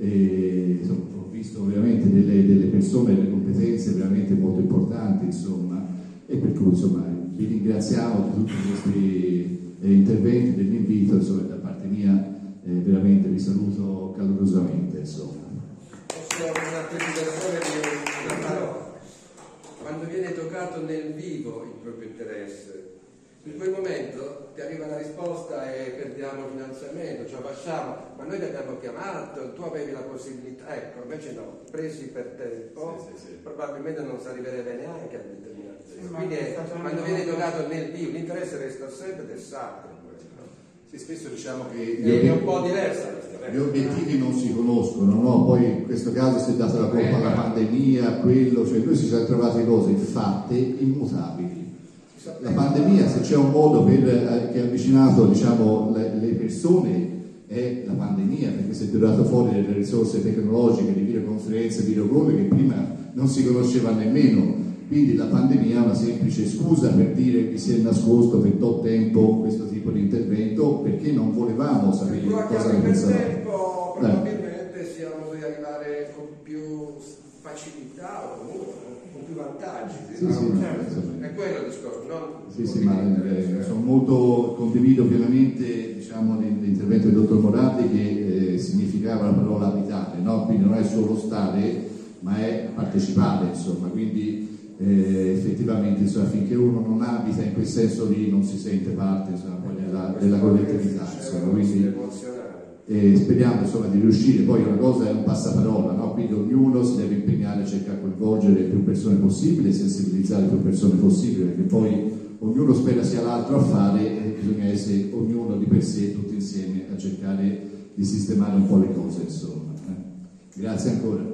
E, insomma, ho visto ovviamente delle persone, delle competenze veramente molto importanti, insomma, e per cui, insomma, vi ringraziamo di tutti questi interventi, dell'invito, insomma, da parte mia veramente vi saluto calorosamente, insomma. Posso una precisazione di una parola? Quando viene toccato nel vivo il proprio interesse, in quel momento ti arriva la risposta e perdiamo finanziamento, ce la facciamo, ma noi ti abbiamo chiamato, tu avevi la possibilità, ecco, invece no, presi per tempo, probabilmente non si arriverebbe neanche a determinazione. Quindi quando viene toccato nel vivo, l'interesse resta sempre del sacro. Sì, spesso diciamo che è un po' diversa gli obiettivi non si conoscono, no? Poi in questo caso si è data la colpa alla pandemia, a quello, cioè noi ci siamo trovati cose fatte immutabili. La pandemia, se c'è un modo che ha avvicinato, diciamo, le persone, è la pandemia, perché si è tirato fuori delle risorse tecnologiche di videoconferenze, videocall che prima non si conosceva nemmeno. Quindi la pandemia è una semplice scusa per dire che si è nascosto per tot tempo questo tipo di intervento, perché non volevamo sapere cosa ne pensavamo. Probabilmente siamo dovuti arrivare con più facilità o comunque con più vantaggi. È quello il discorso, no? Sì, ma sono molto, condivido pienamente, diciamo, l'intervento del dottor Morati, che significava la parola abitare, no? Quindi non è solo stare, ma è partecipare, insomma, quindi effettivamente, insomma, finché uno non abita in quel senso lì non si sente parte, insomma, poi della collettività, insomma, quindi speriamo, insomma, di riuscire. Poi una cosa è un passaparola, no? Quindi ognuno si deve impegnare a cercare di coinvolgere più persone possibile, sensibilizzare più persone possibile, perché poi ognuno spera sia l'altro a fare e bisogna essere ognuno di per sé, tutti insieme, a cercare di sistemare un po' le cose, insomma. Grazie ancora.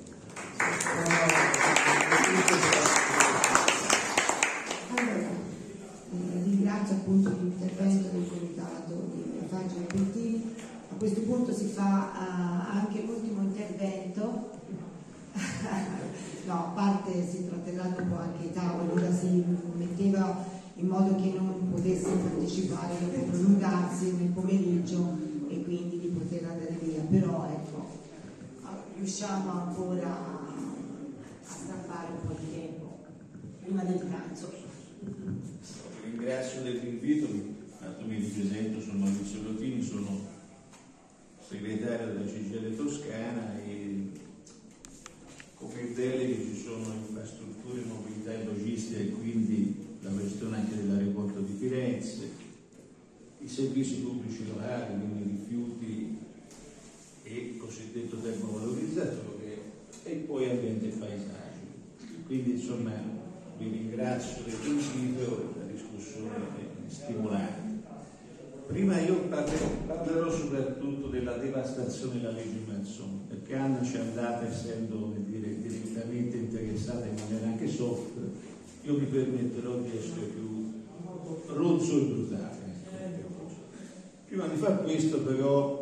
Ringrazio appunto l'intervento del comitato di Fangio Bettini. A questo punto si fa anche l'ultimo intervento. No, a parte si tratterà dopo anche i tavoli, ora si metteva in modo che non potesse partecipare dopo prolungarsi nel pomeriggio e quindi di poter andare via, però ecco, riusciamo ancora a strappare un po' di tempo prima del pranzo. Ringrazio dell'invito, mi ripresento, sono Maurizio Lotini, sono segretario della CGIL Toscana e come deleghe ci sono infrastrutture, mobilità e logistica e quindi la questione anche dell'aeroporto di Firenze, i servizi pubblici locali, quindi rifiuti e cosiddetto termovalorizzatore e poi ambiente e paesaggio. Quindi insomma vi ringrazio dell'invito, la discussione è stimolante. Prima io parlerò soprattutto della devastazione della legge Mazzone, perché Anna ci è andata, essendo, come dire, direttamente interessata in maniera anche soft, io mi permetterò di essere più rozzo e brutale. Prima di far questo però,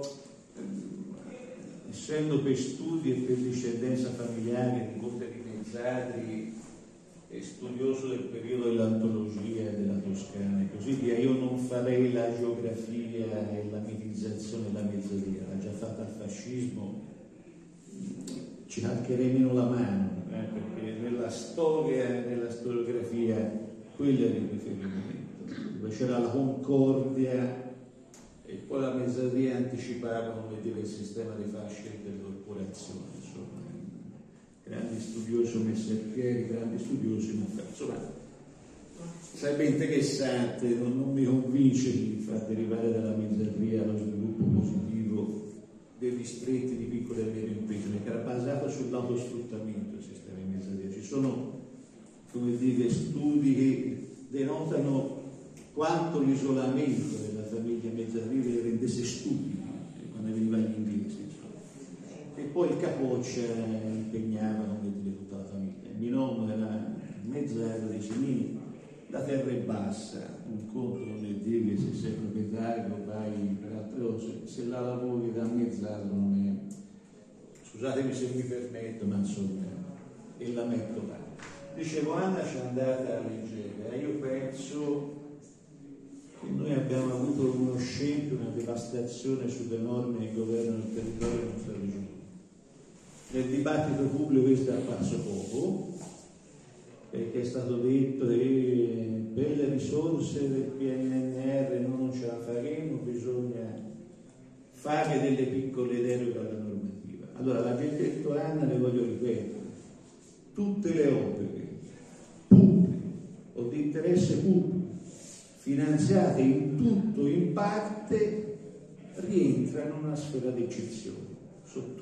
essendo per studi e per discendenza familiare, incontri dimezzati, e studioso del periodo dell'antologia e della Toscana e così via, io non farei la geografia e la mitizzazione della mezzadria, l'ha già fatta il fascismo, ci calcherei meno la mano, perché nella storia e nella storiografia quella è di riferimento, dove c'era la concordia e poi la mezzadria anticipava, come dire, il sistema di fasce e delle corporazioni, insomma. Grandi studiosi Messerpieri, grandi studiosi, insomma, sarebbe interessante, non mi convince di far derivare dalla mezzadria lo sviluppo positivo dei distretti di piccole e medie imprese, perché era basato sull'autosfruttamento il sistema di mezzadria. Ci sono, come dire, studi che denotano quanto l'isolamento della famiglia mezzadria le rendesse stupidi quando veniva agli inglesi, e poi il capoccia impegnava, come dire, tutta la famiglia. Mio nonno era mezzaio di Simini, la terra è bassa, un conto non è dire che se sei proprietario vai per altre cose, se la lavori da mezzaio non è, scusatemi se mi permetto, ma insomma, e la metto là. Dicevo, Anna ci è andata a leggere, io penso che noi abbiamo avuto uno scempio, una devastazione sulle norme del governo del territorio della nostra regione. Nel dibattito pubblico questo è apparso poco, perché è stato detto che per le risorse del PNRR non ce la faremo, bisogna fare delle piccole deroghe alla normativa. Allora, l'abbiamo detto Anna, le voglio ripetere, tutte le opere pubbliche o di interesse pubblico finanziate in tutto o in parte rientrano in una sfera di eccezione, sono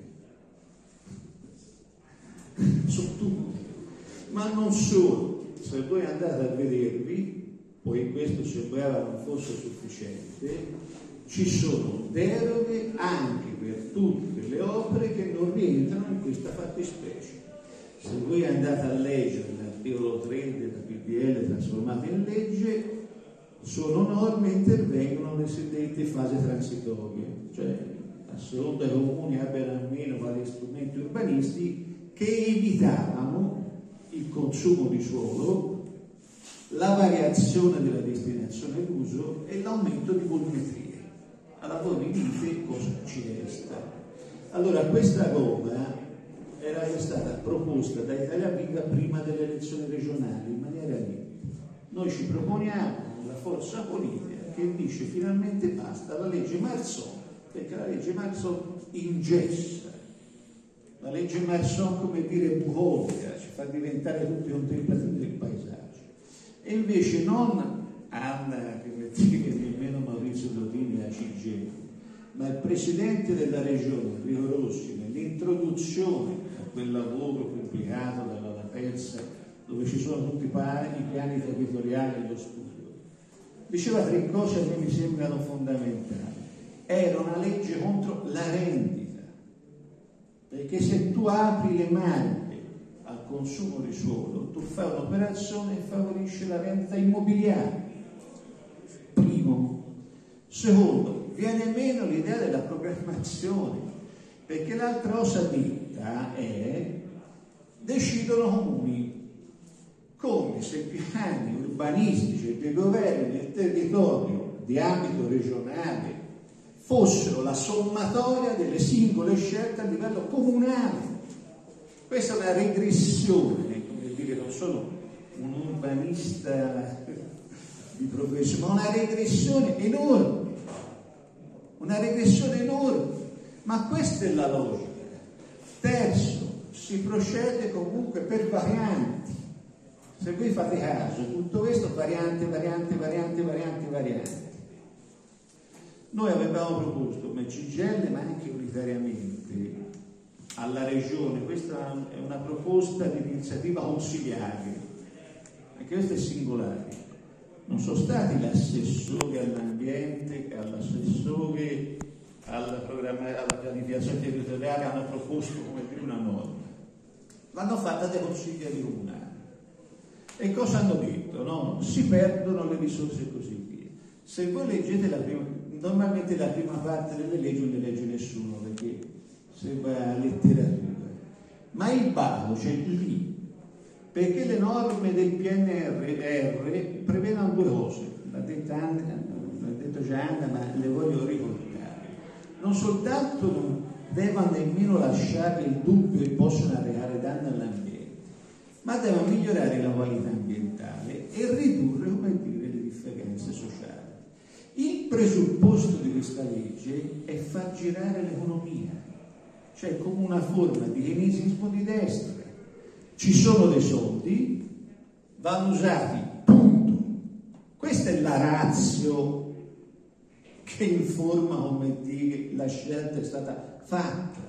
tutte, ma non solo. Se voi andate a vedervi, poi questo sembrava non fosse sufficiente, ci sono deroghe anche per tutte le opere che non rientrano in questa fattispecie. Se voi andate a leggere l'articolo 3 della PDL trasformato in legge, sono norme che intervengono nelle sedette fasi transitorie, cioè a seconda che i comuni abbiano almeno vari strumenti urbanistici che evitavano il consumo di suolo, la variazione della destinazione d'uso e l'aumento di volumetrie. Allora voi dite cosa ci resta. Allora questa roba era stata proposta da Italia Viva prima delle elezioni regionali in maniera libera. Noi ci proponiamo la forza politica che dice finalmente basta la legge Marson, perché la legge Marson ingessa. La legge Marson, come dire, bucolica, ci fa diventare tutti contemplativi del paesaggio. E invece non Anna, che nemmeno Maurizio Dotini e la CGIL, ma il presidente della regione, Enrico Rossi, nell'introduzione a quel lavoro pubblicato dalla Terza, dove ci sono tutti i piani territoriali dello studio, diceva tre cose che mi sembrano fondamentali. Era una legge contro la rendita, perché se tu apri le mani al consumo di suolo, tu fai un'operazione che favorisce la rendita immobiliare. Primo. Secondo, viene meno l'idea della programmazione, perché l'altra cosa detta è decidono comuni, come se i piani urbanistici e dei governi del territorio di ambito regionale fossero la sommatoria delle singole scelte a livello comunale. Questa è una regressione, come dire, non sono un urbanista di professione, ma una regressione enorme, ma questa è la logica. Terzo, si procede comunque per varianti. Se voi fate caso, tutto questo variante. Noi avevamo proposto come CGIL, ma anche unitariamente alla Regione, questa è una proposta di iniziativa consiliare, anche questa è singolare. Non sono stati l'assessore all'ambiente e l'assessore alla pianificazione territoriale hanno proposto come dire una norma, l'hanno fatta dai consiglieri comunali. E cosa hanno detto? No? Si perdono le risorse e così via. Se voi leggete normalmente la prima parte delle leggi non le legge nessuno, perché sembra letteratura, ma il bago c'è lì, perché le norme del PNRR prevedono due cose, l'ha detto già Anna, ma le voglio ricordare. Non soltanto non devono nemmeno lasciare il dubbio che possono arrecare danno all'ambiente, ma devono migliorare la qualità ambientale e ridurre, come dire, le differenze sociali. Il presupposto di questa legge è far girare l'economia, cioè come una forma di keynesismo di destra. Ci sono dei soldi, vanno usati, punto. questa è la ratio che informa, come dire, la scelta è stata fatta.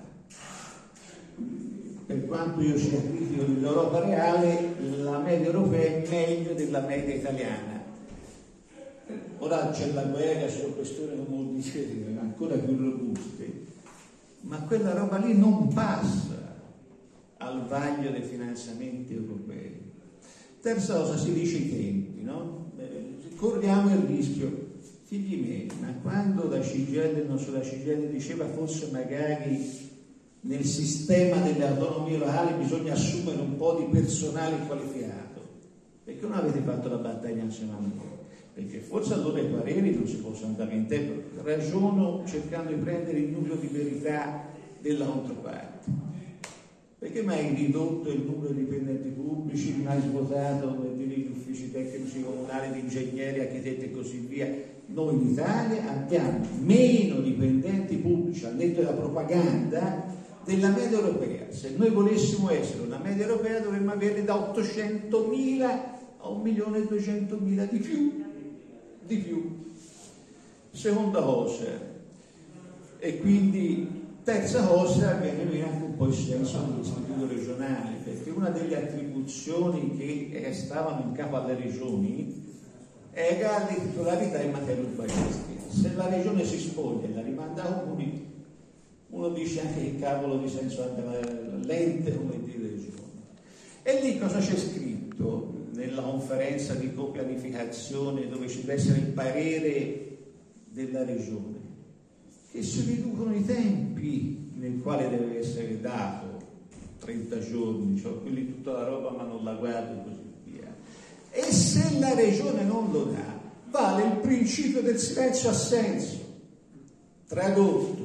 Per quanto io sia critico dell'Europa reale, la media europea è meglio della media italiana. Ora c'è la guerra, c'è questioni, come dicevo, ancora più robuste, ma quella roba lì non passa al vaglio dei finanziamenti europei. Terza cosa, si dice i tempi, no? Corriamo il rischio, figli miei, ma quando la CGIL, non so, la CGIL diceva forse magari nel sistema delle autonomie locali bisogna assumere un po' di personale qualificato, perché non avete fatto la battaglia nazionale? Perché forse allora i pareri non si possono andare in tempo, ragiono cercando di prendere il nucleo di verità della controparte. Perché mai ridotto il numero di dipendenti pubblici, mai svuotato gli uffici tecnici comunali, di ingegneri, architetti e così via? Noi in Italia abbiamo meno dipendenti pubblici, al netto della propaganda, della media europea. Se noi volessimo essere una media europea dovremmo avere da 800.000 a 1.200.000 di più. Seconda cosa, e quindi terza cosa, viene anche un po' il senso dell'istituto regionale, perché una delle attribuzioni che stavano in capo alle regioni era la titolarità in materia urbanistica. Se la regione si spoglia e la rimanda a comuni, uno dice anche che cavolo di senso anche l'ente, come dire, regione. E lì cosa c'è scritto nella conferenza di copianificazione, dove ci deve essere il parere della regione? Che si riducono i tempi nel quale deve essere dato, 30 giorni, cioè quelli tutta la roba ma non la guardo e così via. E se la regione non lo dà, vale il principio del silenzio assenso. Tradotto,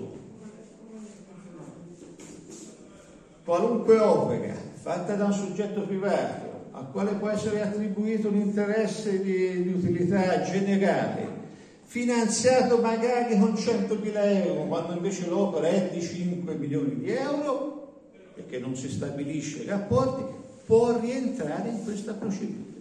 qualunque opera fatta da un soggetto privato al quale può essere attribuito un interesse di utilità generale, finanziato magari con 100.000 euro, quando invece l'opera è di 5 milioni di euro, perché non si stabilisce i rapporti, può rientrare in questa procedura.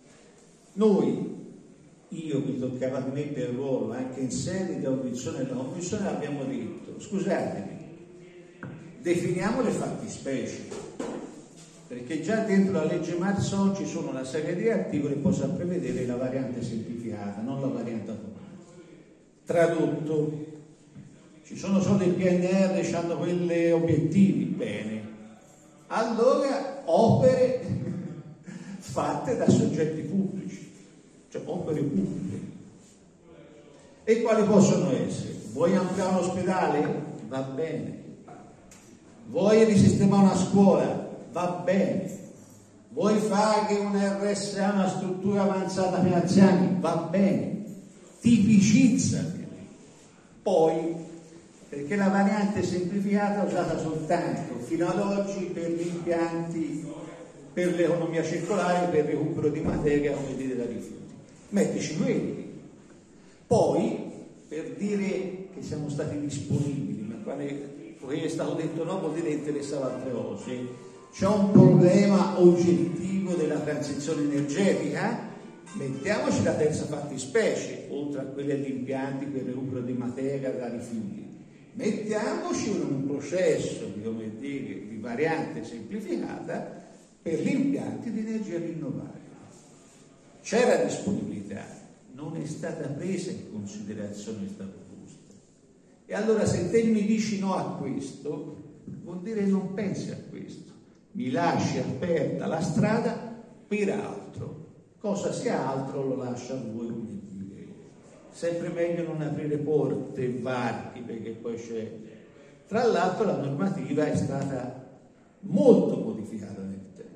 Io mi toccava di mettere il ruolo anche in sede di audizione della Commissione, abbiamo detto, scusatemi, definiamo le fattispecie, perché già dentro la legge Marzon ci sono una serie di articoli che possono prevedere la variante semplificata, non la variante automatica. Tradotto, ci sono solo i PNR, hanno quelle obiettivi, bene, allora opere fatte da soggetti pubblici, cioè opere pubbliche. E quali possono essere? Vuoi ampliare un ospedale? Va bene. Vuoi risistemare una scuola? Va bene. Vuoi fare un RSA, una struttura avanzata per anziani? Va bene. Tipicizzati. Poi, perché la variante semplificata è usata soltanto fino ad oggi per gli impianti per l'economia circolare, per il recupero di materia, come dire, da rifiuti. Mettici quelli. Poi, per dire che siamo stati disponibili, ma quando è stato detto no, vuol dire che interessava altre cose, c'è un problema oggettivo della transizione energetica, mettiamoci la terza fattispecie, oltre a quelle degli impianti per il recupero di materia da rifiuti, mettiamoci un processo di variante semplificata per gli impianti di energia rinnovabile. C'era disponibilità, non è stata presa in considerazione questa proposta. E allora se te mi dici no a questo, vuol dire non pensi a questo, mi lasci aperta la strada per altro. Cosa sia altro lo lascia a voi, come dire. Sempre meglio non aprire porte e varchi, perché poi c'è. Tra l'altro la normativa è stata molto modificata nel tempo.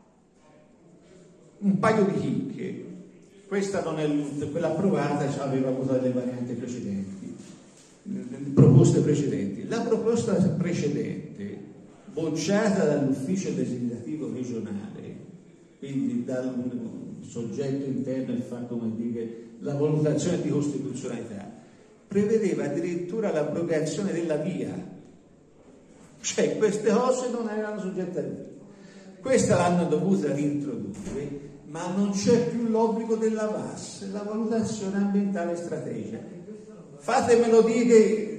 Un paio di chicche. Questa non è quella approvata, aveva avuto delle varianti precedenti, proposte precedenti. La proposta precedente, bocciata dall'ufficio desiderativo regionale, quindi dal soggetto interno e fa, come dire, la valutazione di costituzionalità, prevedeva addirittura l'abrogazione della via, cioè queste cose non erano soggette a via. Questa l'hanno dovuta reintrodurre, ma non c'è più l'obbligo della VAS, la valutazione ambientale strategica. Fatemelo dire,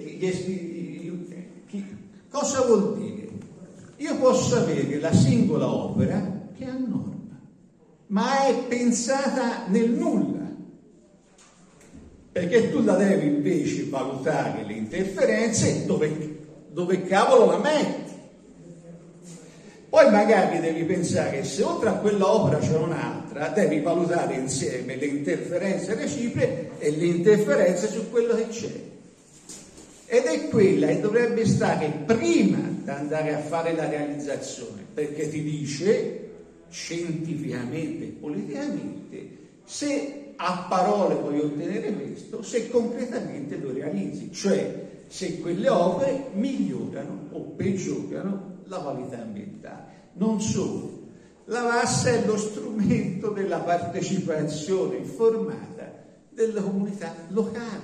cosa vuol dire? Io posso avere la singola opera che è a norma, ma è pensata nel nulla, perché tu la devi invece valutare le interferenze dove cavolo la metti. Poi magari devi pensare, se oltre a quella opera c'è un'altra, devi valutare insieme le interferenze reciproche e le interferenze su quello che c'è. Ed è quella che dovrebbe stare prima di andare a fare la realizzazione, perché ti dice scientificamente e politicamente se a parole puoi ottenere questo, se concretamente lo realizzi, cioè se quelle opere migliorano o peggiorano la qualità ambientale. Non solo, la VAS è lo strumento della partecipazione informata delle comunità locali,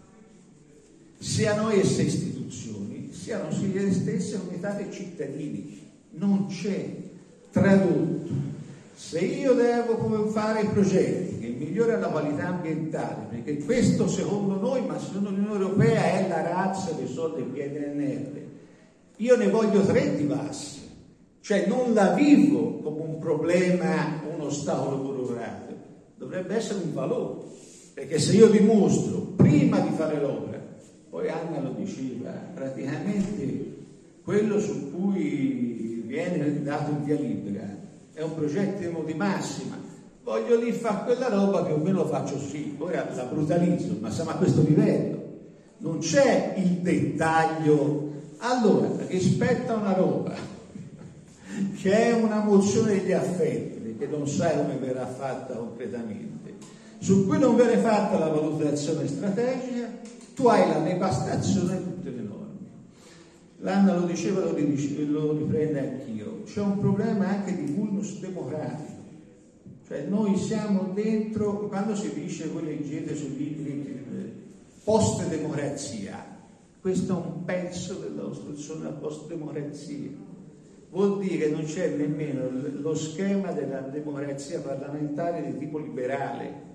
siano esse istituzioni, siano le stesse comunità dei cittadini. Non c'è tradotto. Se io devo fare progetti che migliorano la qualità ambientale, perché questo secondo noi, ma secondo l'Unione Europea, è la razza che sono del PNRR, io ne voglio 3 di VAS, cioè non la vivo come un problema, un ostacolo burocratico, dovrebbe essere un valore, perché se io dimostro prima di fare l'opera, poi Anna lo diceva, praticamente quello su cui viene dato in via libera è un progetto di massima, voglio lì fare quella roba, più o meno lo faccio sì, ora la brutalizzo, ma siamo a questo livello, non c'è il dettaglio. Allora, rispetto a una roba che è una mozione degli affetti, perché non sai come verrà fatta concretamente, su cui non viene fatta la valutazione strategica, tu hai la devastazione di tutte le norme. L'Anna lo diceva, lo riprende anch'io, c'è un problema anche di vulnus democratico, cioè noi siamo dentro, quando si dice, voi leggete sui libri post-democrazia, questo è un pezzo della costruzione della post-democrazia, vuol dire non c'è nemmeno lo schema della democrazia parlamentare di tipo liberale.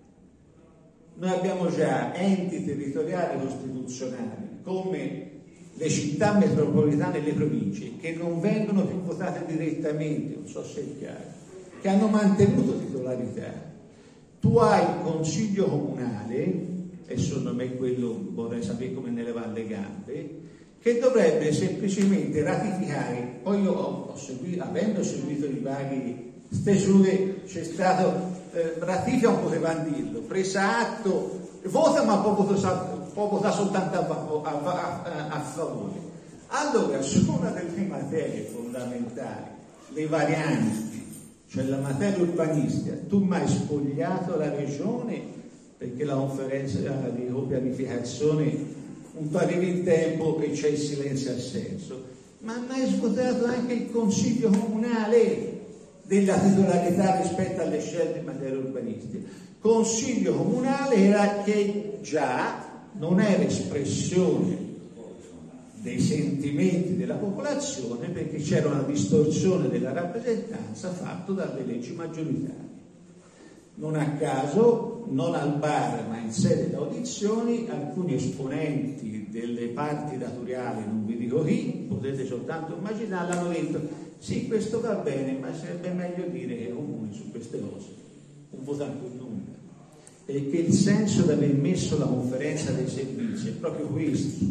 Noi abbiamo già enti territoriali costituzionali come le città metropolitane e le province che non vengono più votate direttamente, non so se è chiaro, che hanno mantenuto titolarità. Tu hai il consiglio comunale, e secondo me quello vorrei sapere come ne leva le gambe, che dovrebbe semplicemente ratificare. Poi io ho seguito, avendo seguito i vari stesure, c'è stato ratifica, non potevano dirlo, presa atto, vota ma può votare soltanto a favore. Allora, su una delle materie fondamentali, le varianti, cioè la materia urbanistica, tu mi hai spogliato la regione perché la conferenza di copianificazione un po' arrivi in tempo e c'è il silenzio assenso, ma mi hai svuotato anche il consiglio comunale della titolarità rispetto alle scelte in materia urbanistica. Consiglio comunale era che già non era espressione dei sentimenti della popolazione, perché c'era una distorsione della rappresentanza fatta dalle leggi maggioritarie. Non a caso, non al bar ma in sede di audizioni, alcuni esponenti delle parti datoriali, non vi dico chi, potete soltanto immaginare, hanno detto sì, questo va bene, ma sarebbe meglio dire che i comuni su queste cose non votano più nulla, perché il senso di aver messo la conferenza dei servizi è proprio questo: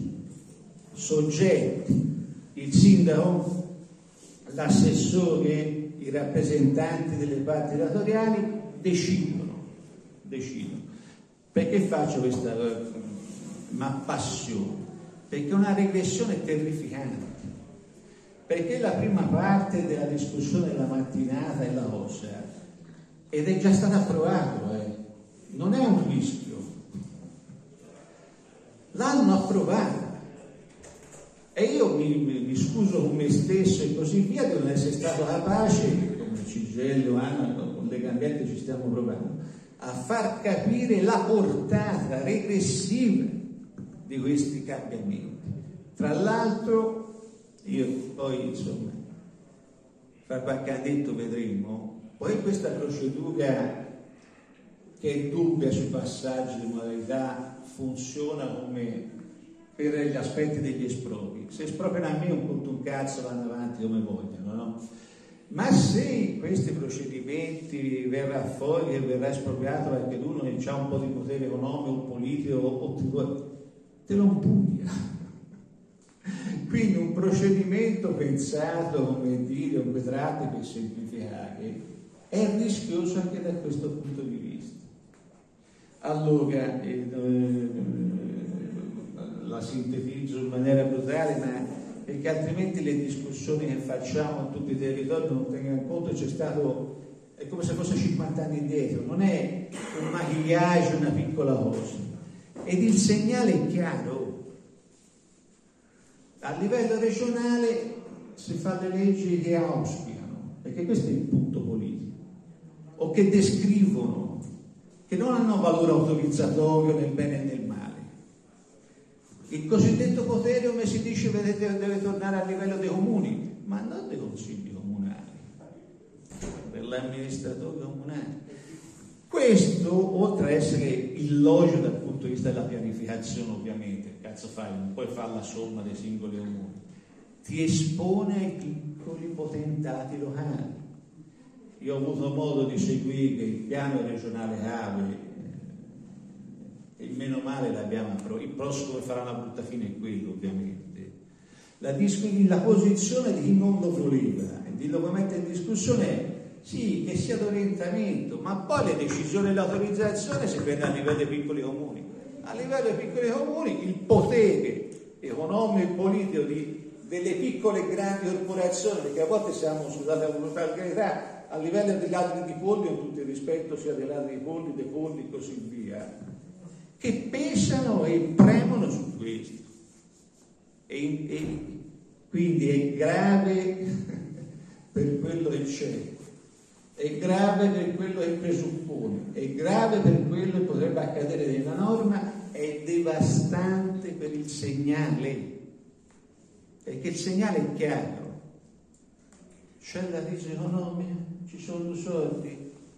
soggetti, il sindaco, l'assessore, i rappresentanti delle parti datoriali decidono. Perché faccio questa passione? Perché è una regressione terrificante, perché la prima parte della discussione della mattinata è la cosa, ed è già stato approvato, non è un rischio, l'hanno approvato, e io mi scuso con me stesso e così via di non essere stato capace, come CGL o Anna, con Legambiente ci stiamo provando, a far capire la portata regressiva di questi cambiamenti. Tra l'altro, io poi insomma, fra qualche annetto vedremo, Poi questa procedura che è dubbia sui passaggi di modalità funziona come per gli aspetti degli espropri. Se espropriano a me un conto un cazzo, vanno avanti come vogliono, no? Ma se questi procedimenti verrà fuori e verrà espropriato perché uno ha un po' di potere economico o politico o te lo impugna. Quindi un procedimento pensato, come dire, un due tratti per semplificare, è rischioso anche da questo punto di vista. Allora, la sintetizzo in maniera brutale, ma perché altrimenti le discussioni che facciamo in tutti i territori non tengono conto, c'è stato, è come se fosse 50 anni indietro, non è un maquillage, una piccola cosa, ed il segnale è chiaro. A livello regionale si fa le leggi che auspicano, perché questo è il punto politico, o che descrivono, che non hanno valore autorizzatorio nel bene e nel male. Il cosiddetto potere, come si dice, vedete, deve tornare a livello dei comuni, ma non dei consigli comunali, dell'amministratore comunale. Questo, oltre a essere illogico dal punto di vista della pianificazione, ovviamente, cazzo fai, non puoi fare la somma dei singoli comuni, ti espone ai piccoli potentati locali. Io ho avuto modo di seguire il piano regionale Cave, e meno male l'abbiamo approvato, il prossimo che farà una brutta fine è quello, ovviamente. La posizione di chi non lo voleva e di lo che mette in discussione è sì, che sia d'orientamento, ma poi le decisioni e l'autorizzazione si prende a livello dei piccoli comuni. A livello dei piccoli comuni il potere economico e politico delle piccole e grandi corporazioni, perché a volte siamo, scusate la volgarità, a livello dei ladri di polli, con tutto il rispetto sia dei ladri di polli, dei polli e così via, che pesano e premono su questo. E quindi è grave per quello che c'è, è grave per quello che presuppone, è grave per quello che potrebbe accadere nella norma, è devastante per il segnale, perché il segnale è chiaro: c'è la crisi economica, ci sono soldi,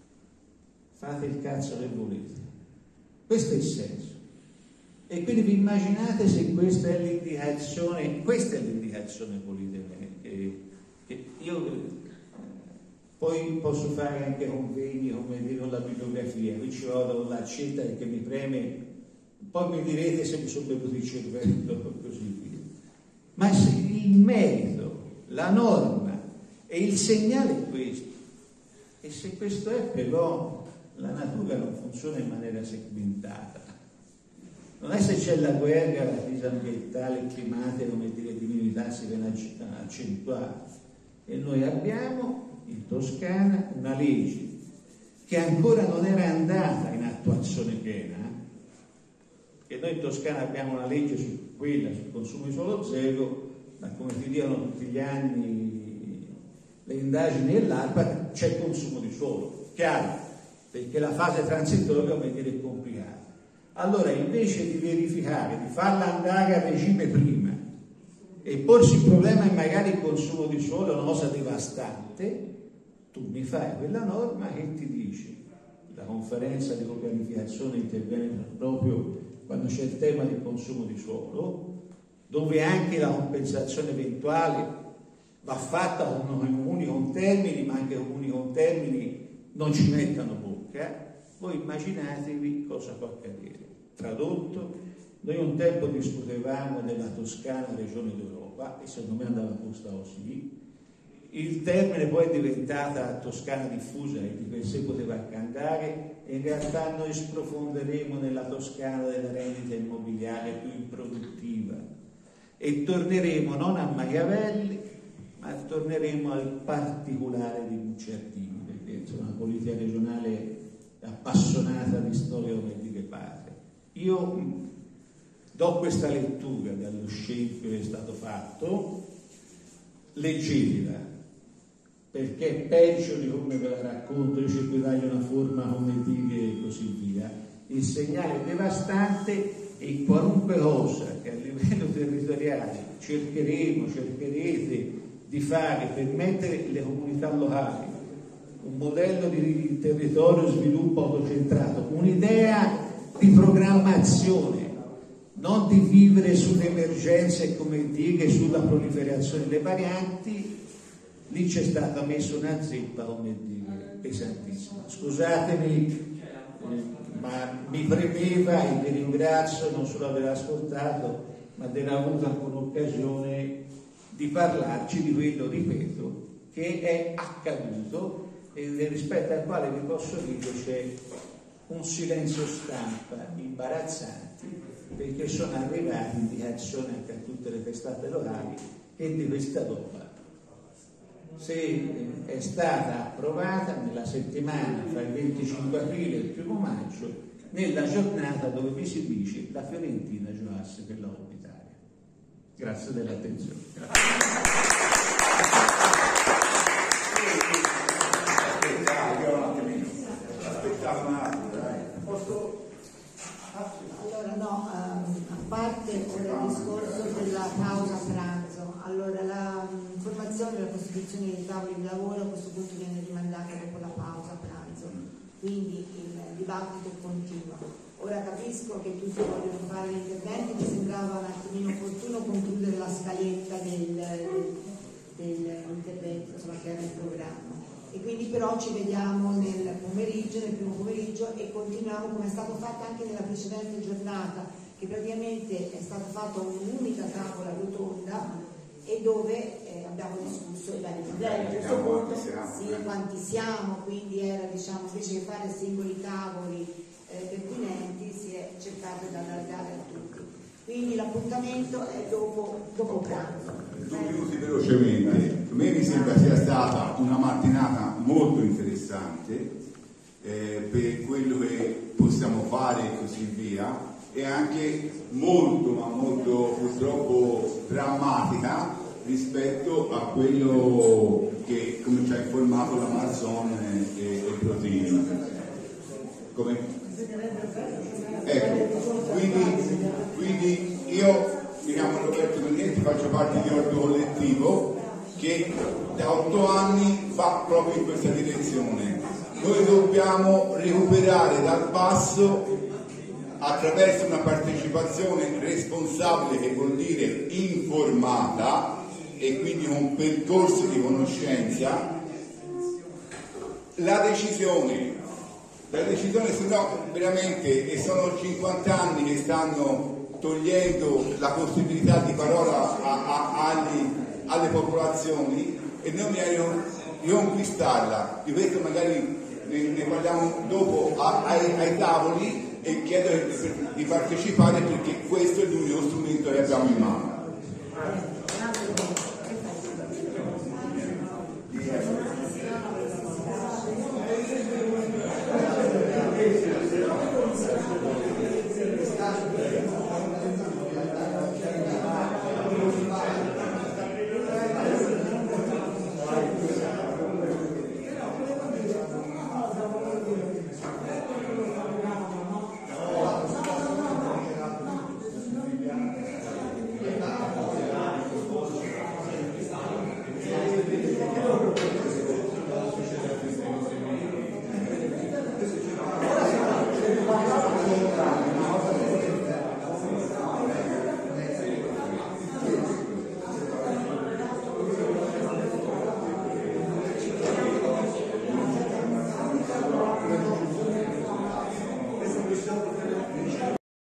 fate il cazzo che volete. Questo è il senso. E quindi vi immaginate se questa è l'indicazione politica che io poi posso fare anche convegni, come dire, con la bibliografia, qui ci vado con l'accetta perché mi preme, poi mi direte se mi sono bevuto il cervello così via. Ma se il merito, la norma e il segnale è questo, e se questo è, però la natura non funziona in maniera segmentata. Non è se c'è la guerra, la crisi ambientale, climatica, come dire, diminuità si viene accentuata. E noi abbiamo in Toscana una legge che ancora non era andata in attuazione piena, che noi in Toscana abbiamo una legge sul consumo di suolo zero, ma come ti dicono tutti gli anni le indagini e l'ARPA, c'è consumo di suolo, chiaro, perché la fase transitoria, come dire, è complicata. Allora, invece di verificare, di farla andare a regime prima e porsi il problema che magari il consumo di suolo è una cosa devastante, tu mi fai quella norma che ti dice: la conferenza di pianificazione interviene proprio quando c'è il tema del consumo di suolo, dove anche la compensazione eventuale va fatta con comuni con termini, ma anche comuni con termini non ci mettano bocca. Voi immaginatevi cosa può accadere. Tradotto, noi un tempo discutevamo della Toscana regione d'Europa e secondo me andava posta così. Il termine poi è diventata Toscana diffusa e di per sé poteva anche andare, e in realtà noi sprofonderemo nella Toscana della rendita immobiliare più improduttiva e torneremo non a Machiavelli, ma torneremo al particolare di Bucciardini, perché insomma la politica regionale è appassionata di storia come di che parte. Io do questa lettura dallo scempio che è stato fatto, leggetela, perché è peggio di come ve la racconto, io cerco di dargli una forma come dire e così via. Il segnale è devastante e qualunque cosa che a livello territoriale cercherete di fare per mettere le comunità locali un modello di territorio sviluppo autocentrato, un'idea di programmazione, non di vivere sulle emergenze come dighe, sulla proliferazione delle varianti. Lì c'è stata messa una zeppa, come dire, pesantissima. Scusatemi, ma mi premeva, e vi ringrazio non solo aver ascoltato, ma di aver avuto anche un'occasione di parlarci di quello, ripeto, che è accaduto e rispetto al quale vi posso dire c'è un silenzio stampa imbarazzante, perché sono arrivate indicazioni anche a tutte le testate locali che di questa roba, se è stata approvata nella settimana fra il 25 aprile e il 1 maggio, nella giornata dove vi si dice la Fiorentina giocasse per la Coppa Italia. Grazie dell'attenzione. Allora no, a parte il discorso della pausa pranzo, allora la formazione e la costituzione dei tavoli di lavoro a questo punto viene rimandata dopo la pausa pranzo, quindi il dibattito continua. Ora capisco che tutti vogliono fare gli interventi, mi sembrava un attimino opportuno concludere la scaletta dell'intervento, insomma, che era il programma. E quindi però ci vediamo nel primo pomeriggio, e continuiamo come è stato fatto anche nella precedente giornata, che praticamente è stata fatta un'unica tavola rotonda e dove abbiamo discusso i vari problemi. A questo punto quanti siamo, quindi era, diciamo, invece che fare singoli tavoli pertinenti, si è cercato di allargare a tutti. Quindi l'appuntamento è dopo pranzo. 2 minuti velocemente. A me mi sembra sia stata una mattinata molto interessante per quello che possiamo fare e così via, e anche molto, ma molto purtroppo drammatica rispetto a quello che, come ci ha informato la Marzon e Protini. Ecco, quindi io mi chiamo Roberto Mennetti, faccio parte di Orto Collettivo che da 8 anni va proprio in questa direzione. Noi dobbiamo recuperare dal basso, attraverso una partecipazione responsabile, che vuol dire informata e quindi un percorso di conoscenza, la decisione, se no veramente, e sono 50 anni che stanno togliendo la possibilità di parola alle popolazioni, e noi dobbiamo riconquistarla. Di questo magari ne parliamo dopo ai tavoli, e chiedo di partecipare, perché questo è l'unico strumento che abbiamo in mano.